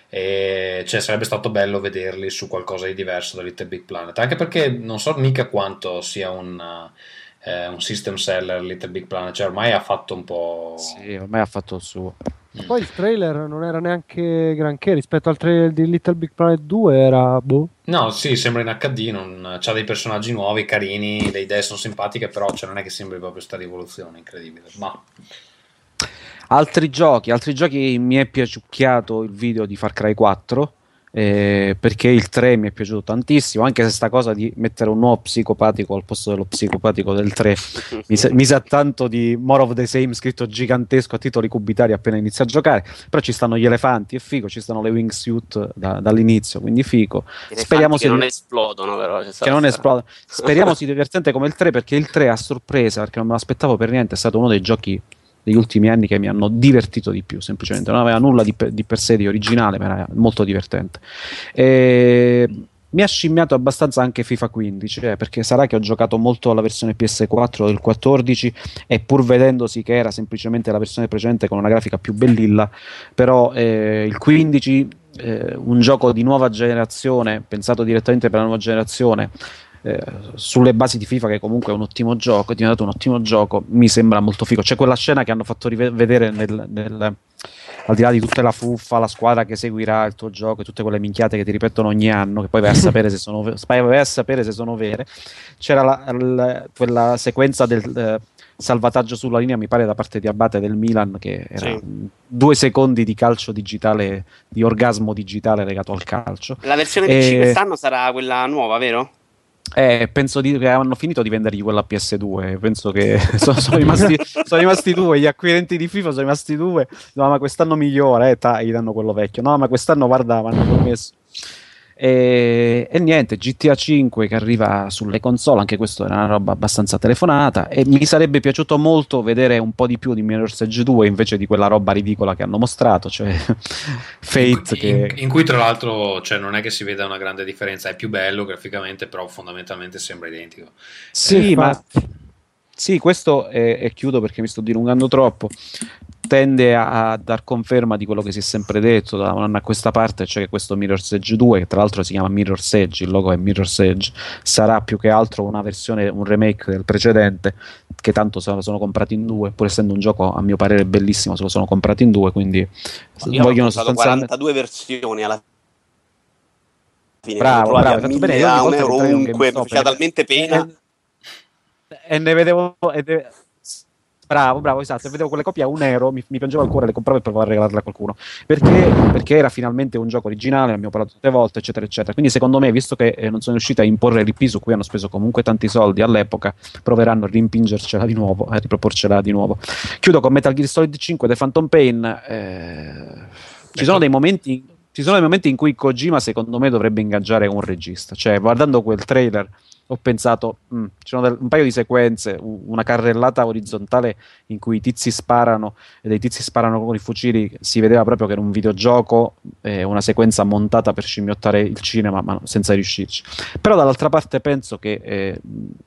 E cioè, sarebbe stato bello vederli su qualcosa di diverso da Little Big Planet. Anche perché non so mica quanto sia un, eh, un system seller Little Big Planet. Cioè, ormai ha fatto un po'. Sì, ormai ha fatto il suo. Poi il trailer non era neanche granché rispetto al trailer di Little Big Planet due, era boh. No, sì, sembra in acca di, non... c'ha dei personaggi nuovi, carini, le idee sono simpatiche, però cioè, non è che sembri proprio sta rivoluzione incredibile. Ma Altri giochi, altri giochi mi è piaciucchiato il video di Far Cry quattro, eh, perché il tre mi è piaciuto tantissimo, anche se sta cosa di mettere un nuovo psicopatico al posto dello psicopatico del tre mi sa, mi sa tanto di More of the Same scritto gigantesco a titoli cubitari appena inizio a giocare. Però ci stanno gli elefanti, è figo, ci stanno le wingsuit da, dall'inizio, quindi figo. Speriamo che sia non di- esplodono, però. c'è che stata non sta- esploda. Speriamo sia divertente come il tre, perché il tre a sorpresa, perché non me l'aspettavo per niente, è stato uno dei giochi degli ultimi anni che mi hanno divertito di più, semplicemente non aveva nulla di per, di per sé di originale, ma era molto divertente. E mi ha scimmiato abbastanza anche FIFA quindici, eh, perché sarà che ho giocato molto alla versione P S quattro del quattordici, e pur vedendosi che era semplicemente la versione precedente con una grafica più bellilla, però eh, il quindici, eh, un gioco di nuova generazione, pensato direttamente per la nuova generazione, eh, sulle basi di FIFA, che comunque è un ottimo gioco, è diventato un ottimo gioco, mi sembra molto figo. C'è quella scena che hanno fatto rive- vedere nel, nel, al di là di tutta la fuffa, la squadra che seguirà il tuo gioco e tutte quelle minchiate che ti ripetono ogni anno, che poi vai a sapere se sono, vai a sapere se sono vere. C'era la, la, quella sequenza del, eh, salvataggio sulla linea, mi pare, da parte di Abate del Milan, che era Sì. due secondi di calcio digitale, di orgasmo digitale legato al calcio. La versione E- P C quest'anno sarà quella nuova, vero? Eh, penso di, che hanno finito di vendergli quella P S due. Penso che sono, sono rimasti, sono rimasti due. Gli acquirenti di FIFA sono rimasti due. No, ma quest'anno migliore, eh, ta, gli danno quello vecchio. No, ma quest'anno guarda, mi hanno promesso. E, e niente, G T A cinque che arriva sulle console, anche questo era una roba abbastanza telefonata. E mi sarebbe piaciuto molto vedere un po' di più di Mirror's Edge due invece di quella roba ridicola che hanno mostrato, cioè Fate. In, che... in, in cui tra l'altro, cioè, non è che si veda una grande differenza, è più bello graficamente, però fondamentalmente sembra identico. Sì, Eh, ma infatti. sì, questo è, e chiudo perché mi sto dilungando troppo, tende a, a dar conferma di quello che si è sempre detto da un anno a questa parte, cioè che questo Mirror's Edge due, che tra l'altro si chiama Mirror's Edge, il logo è Mirror's Edge, sarà più che altro una versione, un remake del precedente, che tanto se lo sono comprati in due, pur essendo un gioco a mio parere bellissimo, se lo sono comprati in due, quindi Io ho vogliono comprato sostanzialmente... quarantadue versioni alla fine. Bravo, lo trovavi bravo, a hai fatto bene, mille, io ogni a un volta che euro entravo in un ovunque, mi GameStop faceva talmente pena. e, e ne vedevo e ne- bravo, bravo, esatto, e vedevo quelle copie a un euro, mi, mi piangeva il cuore, le compravo e provavo a regalarle a qualcuno, perché, perché era finalmente un gioco originale, ne abbiamo parlato tutte volte, eccetera, eccetera. Quindi secondo me, visto che eh, non sono riusciti a imporre l'I P su cui hanno speso comunque tanti soldi all'epoca, proveranno a rimpingercela di nuovo, a riproporcela di nuovo. Chiudo con Metal Gear Solid cinque The Phantom Pain. eh, ci sono dei momenti ci sono dei momenti in cui Kojima secondo me dovrebbe ingaggiare un regista, cioè guardando quel trailer ho pensato, "Mm, ci sono del- un paio di sequenze, u- una carrellata orizzontale in cui i tizi sparano e dei tizi sparano con i fucili, si vedeva proprio che era un videogioco, eh, una sequenza montata per scimmiottare il cinema, ma senza riuscirci. Però dall'altra parte penso che eh,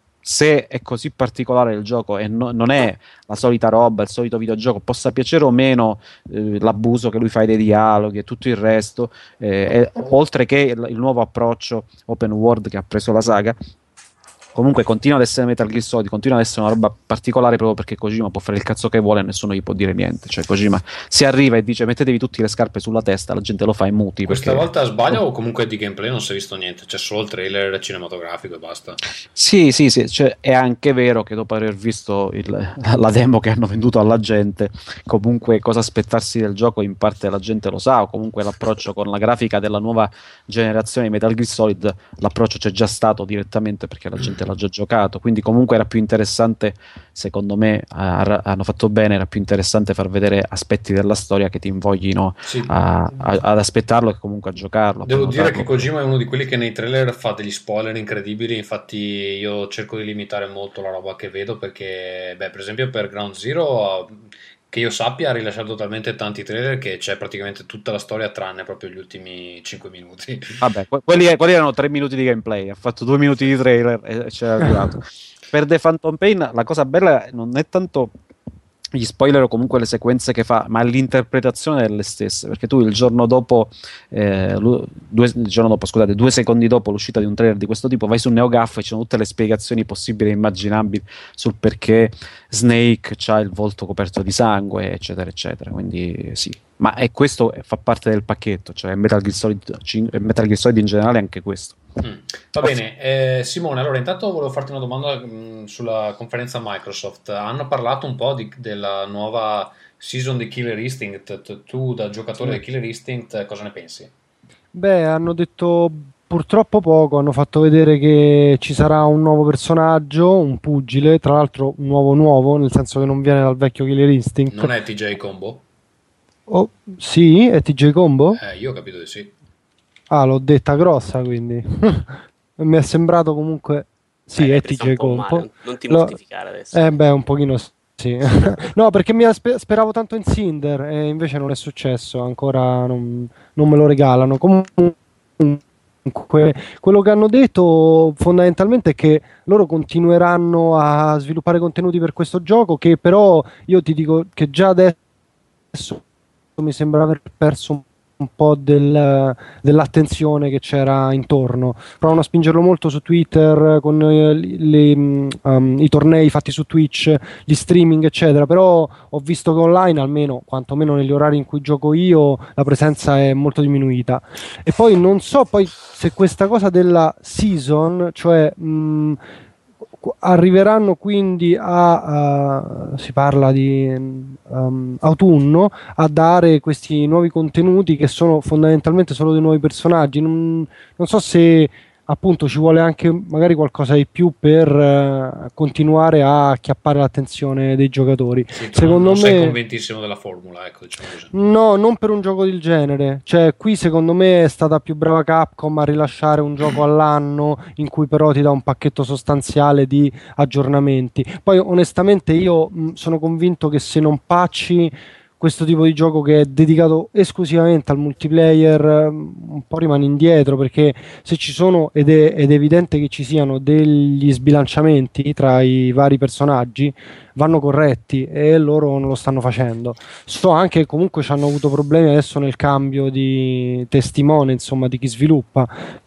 se è così particolare il gioco e no- non è la solita roba, il solito videogioco, possa piacere o meno eh, l'abuso che lui fa dei dialoghi e tutto il resto, eh, e- oltre che il, il nuovo approccio open world che ha preso la saga, comunque continua ad essere Metal Gear Solid, continua ad essere una roba particolare proprio perché Kojima può fare il cazzo che vuole e nessuno gli può dire niente. Cioè Kojima si arriva e dice mettetevi tutte le scarpe sulla testa, la gente lo fa in muti Questa perché... volta sbaglio o comunque di gameplay non si è visto niente, c'è solo il trailer cinematografico e basta. Sì, sì, sì, cioè, è anche vero che dopo aver visto il- la demo che hanno venduto alla gente, comunque cosa aspettarsi del gioco in parte la gente lo sa, o comunque l'approccio con la grafica della nuova generazione di Metal Gear Solid, l'approccio c'è già stato direttamente perché la gente l'ha già giocato, quindi comunque era più interessante, secondo me, ha- hanno fatto bene, era più interessante far vedere aspetti della storia che ti invoglino Sì. a- a- ad aspettarlo e comunque a giocarlo. a Devo dire prenotarlo. che Kojima è uno di quelli che nei trailer fa degli spoiler incredibili, infatti io cerco di limitare molto la roba che vedo perché, beh, per esempio per Ground Zero, che io sappia, ha rilasciato talmente tanti trailer che c'è praticamente tutta la storia tranne proprio gli ultimi cinque minuti. Vabbè, que- quelli, quelli erano tre minuti di gameplay, ha fatto due minuti di trailer e c'era arrivato. Per The Phantom Pain la cosa bella non è tanto gli spoiler o comunque le sequenze che fa, ma l'interpretazione delle stesse, perché tu il giorno dopo, eh, lu- due, il giorno dopo, scusate, due secondi dopo l'uscita di un trailer di questo tipo, vai su NeoGAF e ci sono tutte le spiegazioni possibili e immaginabili sul perché Snake ha il volto coperto di sangue, eccetera, eccetera. Quindi sì, ma è questo fa parte del pacchetto, cioè Metal Gear Solid, cin- Metal Gear Solid in generale è anche questo. Mm. Va bene, eh, Simone, allora intanto volevo farti una domanda mh, sulla conferenza Microsoft. Hanno parlato un po' di- della nuova season di Killer Instinct. T- Tu da giocatore Sì. di Killer Instinct cosa ne pensi? Beh, hanno detto purtroppo poco, hanno fatto vedere che ci sarà un nuovo personaggio, un pugile, tra l'altro un nuovo nuovo, nel senso che non viene dal vecchio Killer Instinct. Non è T J Combo? Oh, sì, è T J Combo? Eh, io ho capito di sì. Ah, l'ho detta grossa, quindi. Mi è sembrato comunque... Sì, Eh, è presa T J un po' Combo. male, non ti Lo- mortificare adesso. Eh beh, un pochino sì. No, perché mi aspe- speravo tanto in Cinder e invece non è successo, ancora non, non me lo regalano. Comunque, quello che hanno detto fondamentalmente è che loro continueranno a sviluppare contenuti per questo gioco, che però io ti dico che già adesso mi sembra aver perso un un po' del- dell'attenzione che c'era intorno. Provano a spingerlo molto su Twitter con eh, le- mm, um, i tornei fatti su Twitch, gli streaming, eccetera. Però ho visto che online, almeno quantomeno negli orari in cui gioco io, la presenza è molto diminuita. E poi non so poi se questa cosa della season, cioè mh, arriveranno quindi a, uh, si parla di um, autunno, a dare questi nuovi contenuti che sono fondamentalmente solo dei nuovi personaggi. Non, non so se appunto ci vuole anche magari qualcosa di più per uh, continuare a acchiappare l'attenzione dei giocatori. Sì, secondo non me sei convintissimo della formula, ecco, diciamo così. No, non per un gioco del genere. Cioè, qui secondo me è stata più brava Capcom a rilasciare un gioco all'anno in cui però ti dà un pacchetto sostanziale di aggiornamenti. Poi onestamente io mh, sono convinto che se non patchi questo tipo di gioco che è dedicato esclusivamente al multiplayer, un po' rimane indietro, perché se ci sono, ed è, ed è evidente che ci siano degli sbilanciamenti tra i vari personaggi, vanno corretti e loro non lo stanno facendo. So anche che comunque ci hanno avuto problemi adesso nel cambio di testimone, insomma, di chi sviluppa,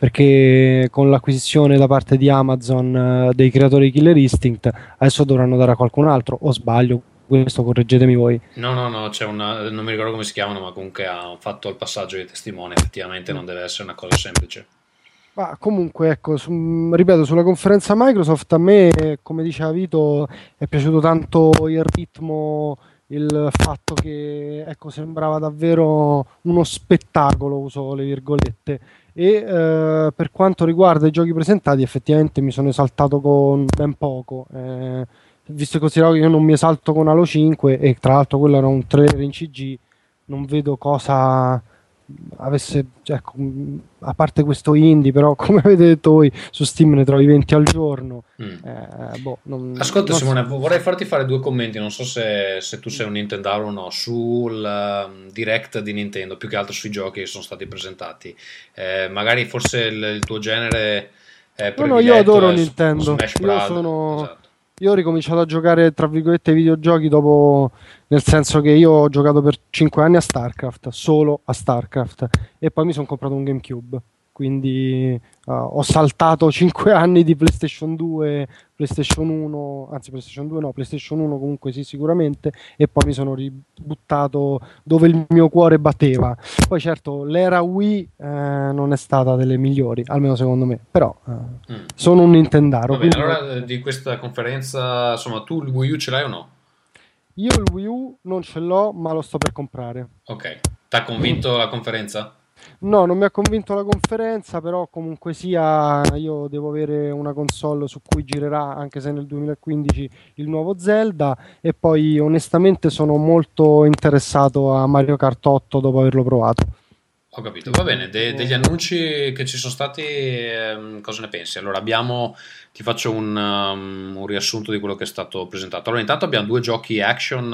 perché con l'acquisizione da parte di Amazon eh, dei creatori di Killer Instinct adesso dovranno dare a qualcun altro, o sbaglio? Questo correggetemi voi. No, no, no, c'è una, non mi ricordo come si chiamano, ma comunque ha fatto il passaggio di testimone, effettivamente non deve essere una cosa semplice. Ma comunque, ecco, su, ripeto, sulla conferenza Microsoft a me, come diceva Vito, è piaciuto tanto il ritmo, il fatto che, ecco, sembrava davvero uno spettacolo, uso le virgolette, e eh, per quanto riguarda i giochi presentati effettivamente mi sono esaltato con ben poco. Eh, visto e considerato che io non mi esalto con Halo cinque e tra l'altro quello era un trailer in C G, non vedo cosa avesse, ecco, a parte questo indie, però come avete detto voi su Steam ne trovi venti al giorno. Mm. Eh, boh, non, Ascolta non Simone, so. vorrei farti fare due commenti, non so se, se tu sei un Nintendaro o no, sul um, direct di Nintendo, più che altro sui giochi che sono stati presentati. Eh, magari forse il, il tuo genere è No, no, io adoro è Nintendo. Smash Io Bros. sono... Esatto. Io ho ricominciato a giocare, tra virgolette, ai videogiochi dopo, nel senso che io ho giocato per cinque anni a StarCraft, solo a StarCraft, e poi mi sono comprato un GameCube. Quindi uh, ho saltato cinque anni di PlayStation due, PlayStation uno, anzi PlayStation due no, PlayStation uno comunque sì sicuramente, e poi mi sono ributtato dove il mio cuore batteva. Poi certo l'era Wii eh, non è stata delle migliori, almeno secondo me, però eh, Mm. sono un Nintendaro. Va bene, quindi- allora eh, di questa conferenza, insomma, tu il Wii U ce l'hai o no? Io il Wii U non ce l'ho, ma lo sto per comprare. Ok, ti ha convinto la conferenza? No, non mi ha convinto la conferenza, però comunque sia io devo avere una console su cui girerà, anche se nel duemilaquindici, il nuovo Zelda, e poi onestamente sono molto interessato a Mario Kart otto dopo averlo provato. Ho capito, va bene. De- degli annunci che ci sono stati, ehm, cosa ne pensi? Allora, abbiamo, ti faccio un, um, un riassunto di quello che è stato presentato. Allora, intanto abbiamo due giochi action.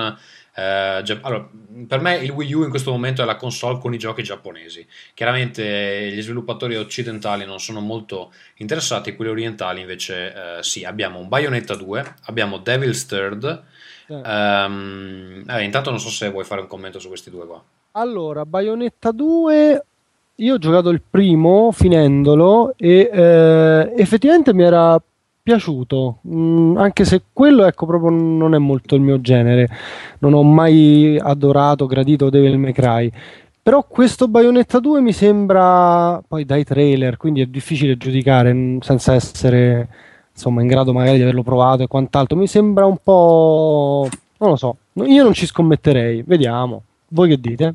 eh, gia- allora, per me il Wii U in questo momento è la console con i giochi giapponesi. Chiaramente gli sviluppatori occidentali non sono molto interessati, quelli orientali invece eh, sì. Abbiamo un Bayonetta due, abbiamo Devil's Third. Eh. ehm, eh, intanto non so se vuoi fare un commento su questi due qua. Allora, Bayonetta due, io ho giocato il primo finendolo e eh, effettivamente mi era piaciuto, mm, anche se quello ecco proprio non è molto il mio genere, non ho mai adorato, gradito Devil May Cry. Però questo Bayonetta due mi sembra, poi dai trailer, quindi è difficile giudicare mm, senza essere insomma in grado magari di averlo provato e quant'altro, mi sembra un po', non lo so, io non ci scommetterei, vediamo. Voi che dite?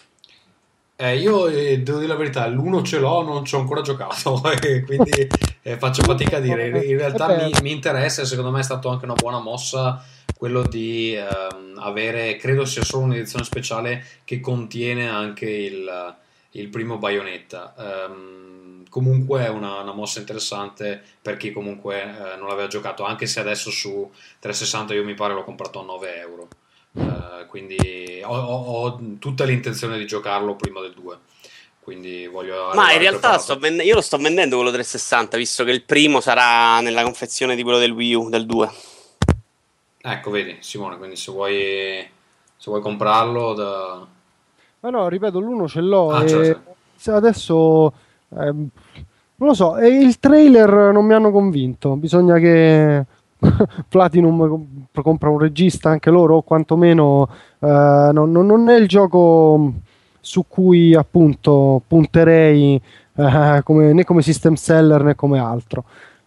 Eh, io eh, devo dire la verità, l'uno ce l'ho, non ci ho ancora giocato, e quindi eh, faccio fatica a dire. In realtà Eh beh. mi, mi interessa e secondo me è stata anche una buona mossa quello di ehm, avere, credo sia solo un'edizione speciale che contiene anche il, il primo Bayonetta. Ehm, comunque è una, una mossa interessante per chi comunque eh, non l'aveva giocato, anche se adesso su trecentosessanta io mi pare l'ho comprato a nove euro. Uh, quindi ho, ho, ho tutta l'intenzione di giocarlo prima del due, quindi voglio Ma in arrivare realtà preparato. sto vende- io lo sto vendendo quello trecentosessanta, visto che il primo sarà nella confezione di quello del Wii U, del due. Ecco, vedi Simone, quindi se vuoi se vuoi comprarlo da... Ma no, ripeto, l'uno ce l'ho Ah, e ce l'ho, ce l'ho. se adesso ehm, non lo so, e il trailer non mi hanno convinto. Bisogna che Platinum com- compra un regista anche loro, o quantomeno eh, non, non- non è il gioco su cui appunto punterei eh, come- né come system seller né come altro.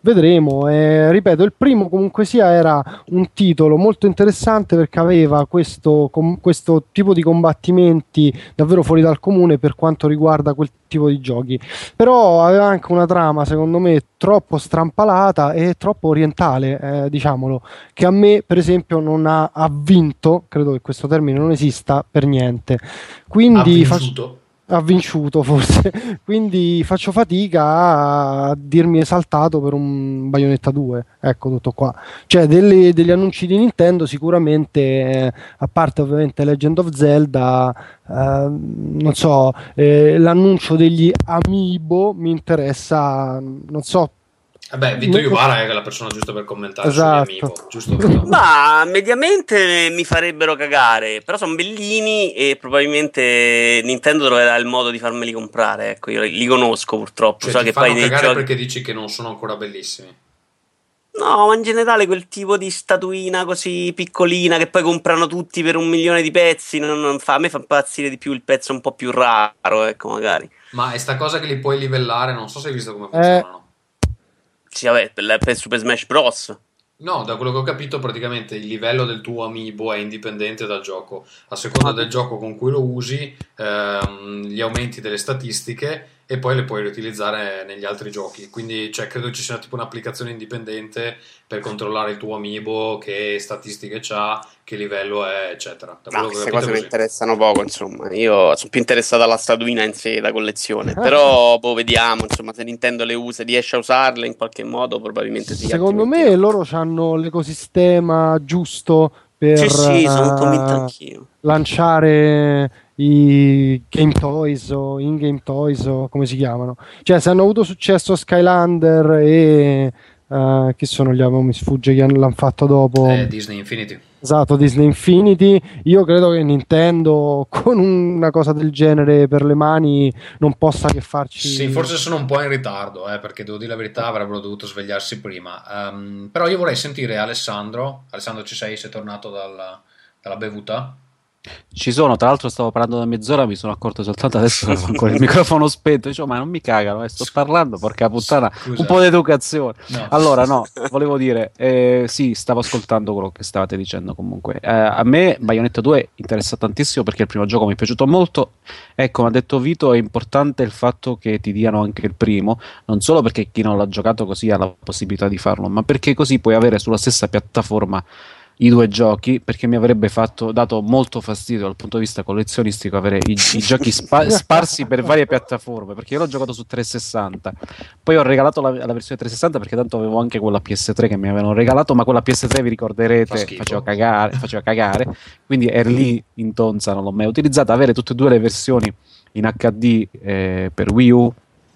vedremo. E, ripeto, il primo comunque sia era un titolo molto interessante perché aveva questo, com- questo tipo di combattimenti davvero fuori dal comune per quanto riguarda quel tipo di giochi, però aveva anche una trama secondo me troppo strampalata e troppo orientale, eh, diciamolo, che a me per esempio non ha, ha vinto, credo che questo termine non esista per niente, quindi Ha faccio vinciuto? ha vinciuto forse, quindi faccio fatica a dirmi esaltato per un Bayonetta due, ecco tutto qua. Cioè delle- degli annunci di Nintendo sicuramente, eh, a parte ovviamente Legend of Zelda, ehm, non so, eh, l'annuncio degli Amiibo mi interessa, non so. Vabbè, Vito non- Iuvara è la persona giusta per commentare sugli Esatto. Amiibo, giusto Vito? Ma mediamente mi farebbero cagare, però sono bellini e probabilmente Nintendo troverà il modo di farmeli comprare. Ecco, io li conosco purtroppo. Cioè So ti che fanno poi nei cagare giochi. perché dici che non sono ancora bellissimi. No, ma in generale quel tipo di statuina così piccolina che poi comprano tutti per un milione di pezzi. Non, non fa, a me fa impazzire di più il pezzo un po' più raro, ecco, magari. Ma è sta cosa che li puoi livellare, non so se hai visto come Eh, funzionano. Sì, vabbè, per, per Super Smash Bros. No, da quello che ho capito, praticamente il livello del tuo amiibo è indipendente dal gioco. A seconda del gioco con cui lo usi, ehm, gli aumenti delle statistiche e poi le puoi riutilizzare negli altri giochi. Quindi, cioè, credo ci sia tipo un'applicazione indipendente per controllare il tuo amiibo, che statistiche c'ha, che livello è, eccetera. Da No, quello che ho queste capito cose è mi così. interessano poco, insomma. Io sono più interessato alla statuina in sé, la collezione. Però, boh, vediamo, insomma, se Nintendo le usa, riesce a usarle in qualche modo, probabilmente sì. secondo altrimenti me no. loro hanno l'ecosistema giusto per Sì, sì, sono convinto eh, anch'io. lanciare i Game Toys o in-game toys o come si chiamano. Cioè, se hanno avuto successo Skylander e eh, chi sono gli altri? Mi sfugge chi hanno- l'hanno fatto dopo. È Disney Infinity. Esatto, Disney Infinity. Io credo che Nintendo con una cosa del genere per le mani non possa che farci. Sì, forse sono un po' in ritardo, eh, perché devo dire la verità, avrebbero dovuto svegliarsi prima. Ehm, però io vorrei sentire Alessandro. Alessandro, ci sei? Sei tornato dal- dalla bevuta? Ci sono, tra l'altro stavo parlando da mezz'ora, mi sono accorto soltanto adesso che avevo ancora il microfono spento. Dicevo, ma non mi cagano, eh, sto parlando, porca puttana, Scusa. un po' di educazione. No. Allora, no, volevo dire, eh, sì, stavo ascoltando quello che stavate dicendo comunque. Eh, a me Bayonetta due interessa tantissimo perché il primo gioco mi è piaciuto molto. E come ha detto Vito, è importante il fatto che ti diano anche il primo, non solo perché chi non l'ha giocato così ha la possibilità di farlo, ma perché così puoi avere sulla stessa piattaforma i due giochi, perché mi avrebbe fatto, dato molto fastidio dal punto di vista collezionistico avere i, i giochi spa- sparsi per varie piattaforme, perché io l'ho giocato su trecentosessanta, poi ho regalato la, la versione trecentosessanta perché tanto avevo anche quella P S tre che mi avevano regalato, ma quella P S tre vi Fa ricorderete schifo. faceva cagare, faceva cagare, quindi ero lì in tonza, non l'ho mai utilizzata. Avere tutte e due le versioni in H D eh, per Wii U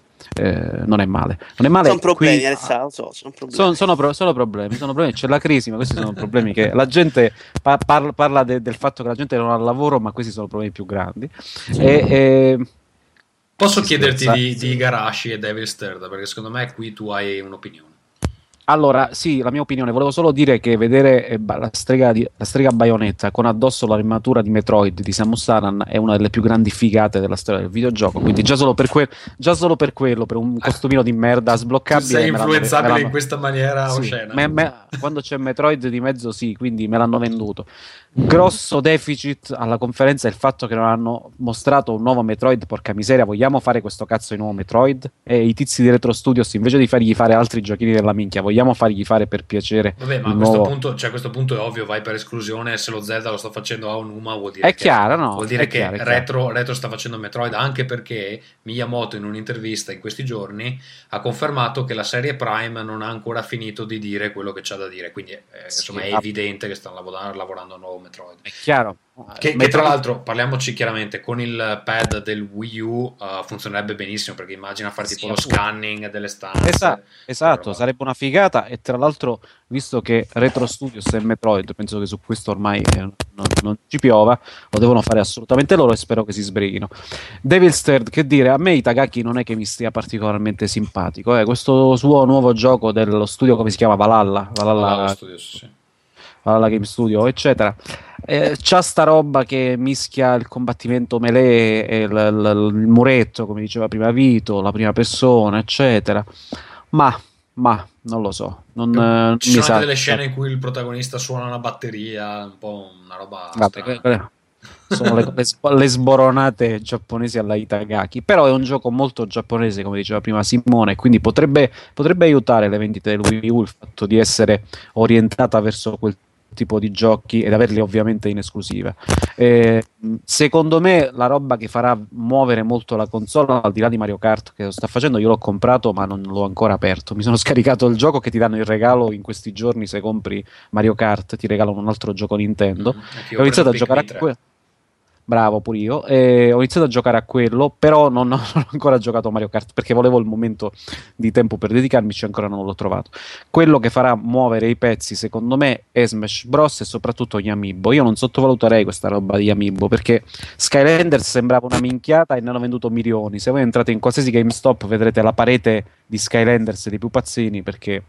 eh, non è male, non è male. Sono problemi, Qui- Alessandro, so, sono problemi. sono, sono pro- sono problemi, sono problemi, c'è la crisi, ma questi sono problemi che la gente pa- parla, parla de- del fatto che la gente non ha lavoro, ma questi sono problemi più grandi. E, e- Posso si chiederti scherza? di, di Igarashi e Devil's Third, perché secondo me qui tu hai un'opinione. Allora, sì, la mia opinione, volevo solo dire che vedere eh, ba- la strega, di, la strega Bayonetta con addosso l'armatura di Metroid di Samus Aran è una delle più grandi figate della storia del videogioco, quindi già solo per, que- già solo per quello, per un costumino di merda Tu sbloccabile... sei me l'hanno- influenzabile me l'hanno- in questa maniera Sì, oscena. me- me- quando c'è Metroid di mezzo sì, quindi me l'hanno venduto. Grosso deficit alla conferenza è il fatto che non hanno mostrato un nuovo Metroid. Porca miseria, vogliamo fare questo cazzo di nuovo Metroid? E i tizi di Retro Studios, invece di fargli fare altri giochini della minchia, vogliamo fargli fare per piacere Vabbè, ma a il questo, nuovo... punto, cioè, a questo punto è ovvio, vai per esclusione. Se lo Zelda lo sta facendo a Onuma, vuol dire È che, chiaro, no? vuol dire È che chiaro, è chiaro. Retro, Retro sta facendo Metroid, anche perché Miyamoto in un'intervista in questi giorni ha confermato che la serie Prime non ha ancora finito di dire quello che c'ha da dire, quindi eh, Sì, insomma è ah. evidente che stanno lavorando, lavorando a un nuovo Metroid. È chiaro. Che, che Metroid- tra l'altro, parliamoci chiaramente, con il pad del Wii U uh, funzionerebbe benissimo, perché immagina fare tipo Sì, lo appunto. scanning delle stanze. Esatto, esatto, quella roba. sarebbe una figata. E tra l'altro, visto che Retro Studios e Metroid, penso che su questo ormai eh, non, non ci piova, lo devono fare assolutamente loro e spero che si sbrighino. Devil's Third, che dire, a me Itagaki non è che mi stia particolarmente simpatico. Eh. Questo suo nuovo gioco dello studio, come si chiama? Valhalla, Valhalla, Valhalla Studios, sì. Valhalla Game Studio, eccetera. Eh, c'ha sta roba che mischia il combattimento melee e il, il- il muretto, come diceva prima Vito, la prima persona, eccetera. Ma Ma non lo so, non, Ci eh, sono mi anche sa. delle scene in cui il protagonista suona una batteria, un po' una roba Vabbè, strana. que- que- sono le, le sbo- le sboronate giapponesi alla Itagaki, però è un gioco molto giapponese, come diceva prima Simone, quindi potrebbe, potrebbe aiutare le vendite del Wii U il fatto di essere orientata verso quel tipo di giochi ed averli ovviamente in esclusiva. Eh, mh, secondo me la roba che farà muovere molto la console, al di là di Mario Kart che lo sta facendo, io l'ho comprato ma non l'ho ancora aperto. Mi sono scaricato il gioco che ti danno in regalo in questi giorni se compri Mario Kart, ti regalano un altro gioco Nintendo. Mm, anche E io ho ho preso iniziato a giocare a Pikmin tre. quello. Bravo, pure io. E ho iniziato a giocare a quello, però non, non ho ancora giocato a Mario Kart perché volevo il momento di tempo per dedicarmici, ancora non l'ho trovato. Quello che farà muovere i pezzi, secondo me, è Smash Bros. E soprattutto gli Amiibo. Io non sottovaluterei questa roba di Amiibo perché Skylanders sembrava una minchiata e ne hanno venduto milioni. Se voi entrate in qualsiasi GameStop vedrete la parete di Skylanders dei pupazzini perché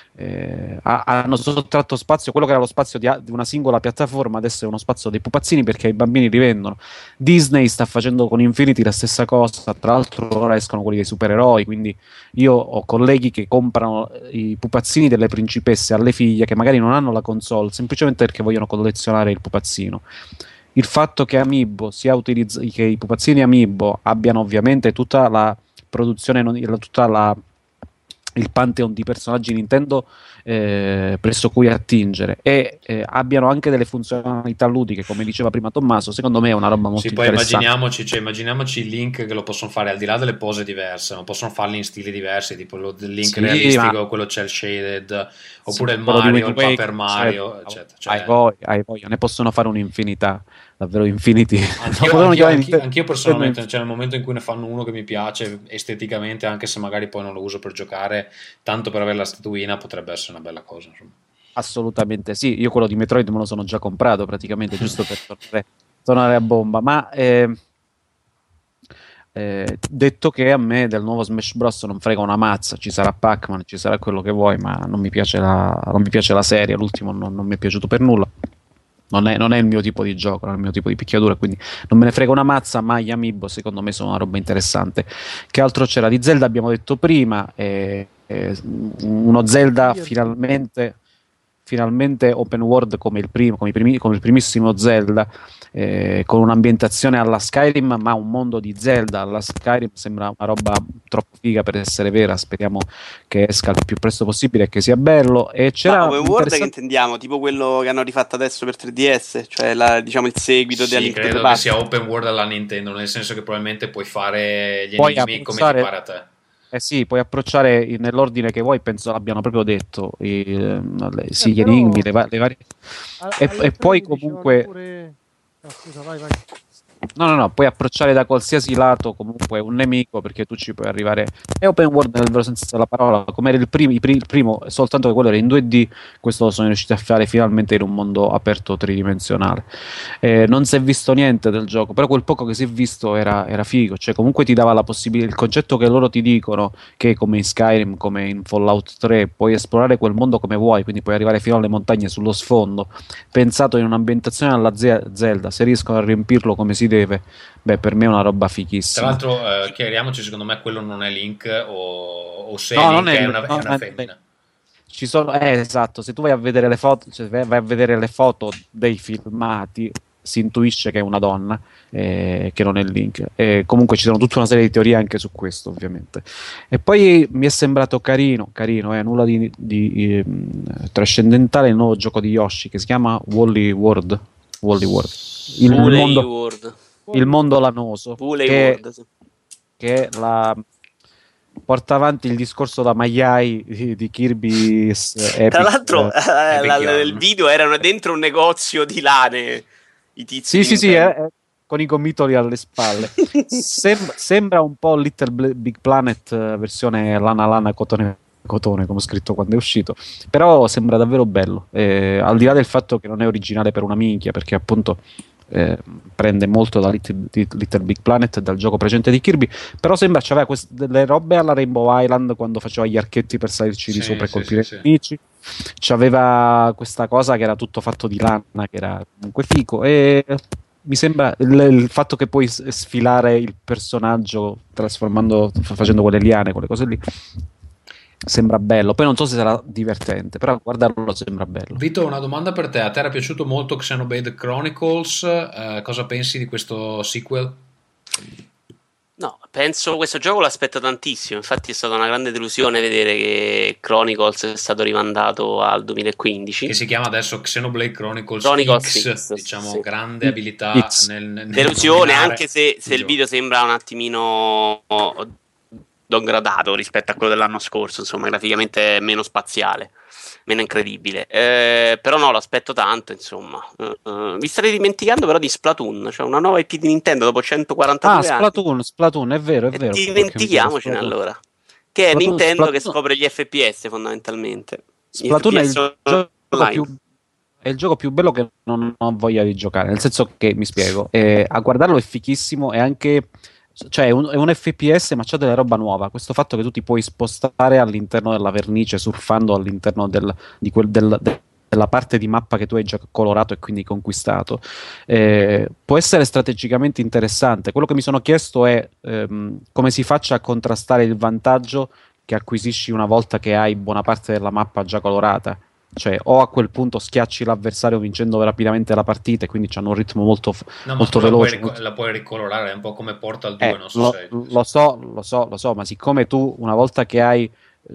eh, ha- hanno sottratto spazio, quello che era lo spazio di, a- di una singola piattaforma, adesso è uno spazio dei pupazzini perché i bambini li vendono. Disney sta facendo con Infinity la stessa cosa, tra l'altro ora escono quelli dei supereroi, quindi io ho colleghi che comprano i pupazzini delle principesse alle figlie che magari non hanno la console semplicemente perché vogliono collezionare il pupazzino. Il fatto che Amiibo sia utilizz- che i pupazzini Amiibo abbiano ovviamente tutta la produzione, non- la- tutta la il pantheon di personaggi Nintendo eh, presso cui attingere e eh, abbiano anche delle funzionalità ludiche, come diceva prima Tommaso, secondo me è una roba molto Sì, poi interessante. immaginiamoci, cioè, immaginiamoci il Link che lo possono fare al di là delle pose diverse, ma possono farli in stili diversi, tipo lo del Link Sì, realistico, ma quello cel shaded, sì, oppure il quello di Mario, Wind il Paper Waker, Mario, certo, eccetera. hai Cioè, voglia, hai voglia, ne possono fare un'infinità, davvero infiniti. Non Anch'io, potevano anch'io, chiamare anch'io, Nintendo anch'io personalmente, Infinity. cioè nel momento in cui ne fanno uno che mi piace esteticamente, anche se magari poi non lo uso per giocare, tanto per avere la statuina potrebbe essere una bella cosa, insomma. Assolutamente sì, io quello di Metroid me lo sono già comprato praticamente, giusto per tornare, tornare a bomba, ma eh, eh, detto che a me del nuovo Smash Bros. Non frega una mazza, ci sarà Pac-Man, ci sarà quello che vuoi, ma non mi piace la, non mi piace la serie, l'ultimo non, non mi è piaciuto per nulla. Non è, non è il mio tipo di gioco, non è il mio tipo di picchiadura, quindi non me ne frega una mazza, ma gli Amiibo secondo me sono una roba interessante. Che altro c'era? Di Zelda abbiamo detto prima, eh, eh, uno Zelda finalmente, finalmente open world come il, primo, come i primi- come il primissimo Zelda, eh, con un'ambientazione alla Skyrim, ma un mondo di Zelda alla Skyrim sembra una roba troppo figa per essere vera. Speriamo che esca il più presto possibile e che sia bello. E Ma c'era open world che interessante. intendiamo? Tipo quello che hanno rifatto adesso per tre D S? Cioè la- diciamo il seguito di A Sì, Link to the credo che Past? sia open world alla Nintendo, nel senso che probabilmente puoi fare gli Puoi enigmi come ti apprezzare. pare a te. Eh sì, puoi approcciare i- nell'ordine che vuoi, penso l'abbiano proprio detto, i- le- sì, Eh, gli però enigmi, le, va- le varie. a- E, alle e poi tre dicevano comunque, pure... No, scusa, vai, vai. no, no, no, puoi approcciare da qualsiasi lato comunque un nemico perché tu ci puoi arrivare. È open world nel vero senso della parola, come era il primo, i pri- il primo, soltanto che quello era in due D, questo lo sono riusciti a fare finalmente in un mondo aperto tridimensionale. Eh, non si è visto niente del gioco, però quel poco che si è visto era, era figo, cioè comunque ti dava la possibilità, il concetto che loro ti dicono che come in Skyrim, come in Fallout tre, puoi esplorare quel mondo come vuoi, quindi puoi arrivare fino alle montagne sullo sfondo, pensato in un'ambientazione alla Ze- Zelda, se riescono a riempirlo come si deve, beh, per me è una roba Tra fighissima. l'altro, eh, chiariamoci, secondo me quello non è Link, o, o se è No, non Link è, è no, una, è non una è- femmina. ci sono, eh, esatto, se tu vai a vedere le foto, cioè vai vai a vedere le foto dei filmati, si intuisce che è una donna, eh, che non è Link. E comunque ci sono tutta una serie di teorie anche su questo, ovviamente. E poi mi è sembrato carino, carino, eh, nulla di, di, ehm, trascendentale il nuovo gioco di Yoshi che si chiama Wally World. Wally World. Il Woolly mondo, World. il mondo lanoso, Woolly che, World, sì. che la, porta avanti il discorso da maiai di, di Kirby's Epic. Tra l'altro, eh, eh, Epic la- Yarn. nel video erano dentro un negozio di lane i tizi Sì, di sì, sì, Nintendo. eh, eh, con i gomitoli alle spalle. Sem- sembra un po' Little Bl- Big Planet eh, versione lana lana cotone cotone, come ho scritto quando è uscito, però sembra davvero bello, eh, al di là del fatto che non è originale per una minchia, perché appunto eh, prende molto da Little, di Little Big Planet, dal gioco precedente di Kirby, però sembra c'aveva quest- delle robe alla Rainbow Island quando faceva gli archetti per salirci di Sì, sopra e sì, colpire sì, i sì. nemici. C'aveva questa cosa che era tutto fatto di lana, che era comunque fico, e mi sembra il, il fatto che puoi s- sfilare il personaggio trasformando, f- facendo quelle liane, quelle cose lì. sembra bello. Poi non so se sarà divertente, però guardarlo sembra bello. Vito, una domanda per te. A te era piaciuto molto Xenoblade Chronicles? Eh, cosa pensi di questo sequel? No, penso questo gioco l'aspetto tantissimo. Infatti è stata una grande delusione vedere che Chronicles è stato rimandato al duemilaquindici. Che si chiama adesso Xenoblade Chronicles, Chronicles X, X, diciamo, sì. grande abilità X. nel, nel Delusione, nominare anche se, se il gioco. video sembra un attimino downgradato rispetto a quello dell'anno scorso, insomma, graficamente è meno spaziale, meno incredibile. Eh, però no, lo aspetto tanto, insomma. Uh, uh, vi state dimenticando però di Splatoon, cioè una nuova I P di Nintendo dopo centoquarantadue Ah, anni. Splatoon, Splatoon, è vero, è E vero. dimentichiamocene allora. Che è Splatoon, Nintendo Splatoon, che scopre gli F P S fondamentalmente. Gli Splatoon è il F P S gioco online. più è il gioco più bello che non ho voglia di giocare, nel senso che, mi spiego, eh, a guardarlo è fichissimo, è anche, cioè è un, è un F P S ma c'è della roba nuova, questo fatto che tu ti puoi spostare all'interno della vernice surfando all'interno del, di quel, del, de- della parte di mappa che tu hai già colorato e quindi conquistato, eh, può essere strategicamente interessante. Quello che mi sono chiesto è ehm, come si faccia a contrastare il vantaggio che acquisisci una volta che hai buona parte della mappa già colorata. Cioè, o a quel punto schiacci l'avversario vincendo rapidamente la partita e quindi hanno un ritmo molto, f- No, ma molto tu la puoi, veloce. rico- molto- la puoi ricolorare, è un po' come Portal due, Eh, non so lo, se... lo so, lo so, lo so, ma siccome tu una volta che hai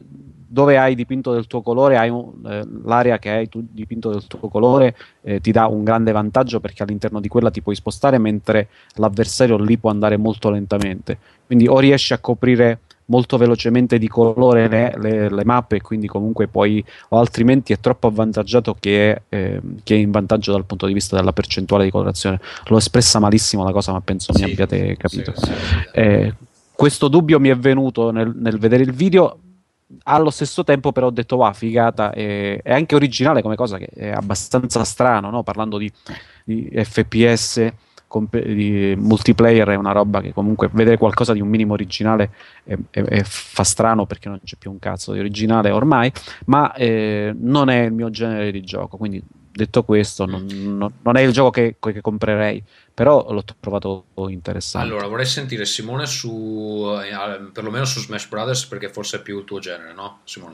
dove hai dipinto del tuo colore, hai un, eh, l'area che hai tu dipinto del tuo colore eh, ti dà un grande vantaggio perché all'interno di quella ti puoi spostare mentre l'avversario lì può andare molto lentamente. Quindi o riesci a coprire molto velocemente di colore le, le, le mappe e quindi comunque poi, o altrimenti è troppo avvantaggiato che è, eh, che è in vantaggio dal punto di vista della percentuale di colorazione. L'ho espressa malissimo la cosa, ma penso Sì, mi abbiate capito. sì, sì. Eh, questo dubbio mi è venuto nel, nel vedere il video. Allo stesso tempo, però, ho detto: va, figata, è, è anche originale come cosa, che è abbastanza strano, no? Parlando di, di F P S, comp- di multiplayer, è una roba che comunque vedere qualcosa di un minimo originale è, è- è- fa strano perché non c'è più un cazzo di originale ormai, ma eh, non è il mio genere di gioco. Quindi, detto questo, non, non- non è il gioco che, che comprerei, però l'ho trovato interessante. Allora, vorrei sentire Simone su, eh, perlomeno su Smash Brothers, perché forse è più il tuo genere, no, Simone?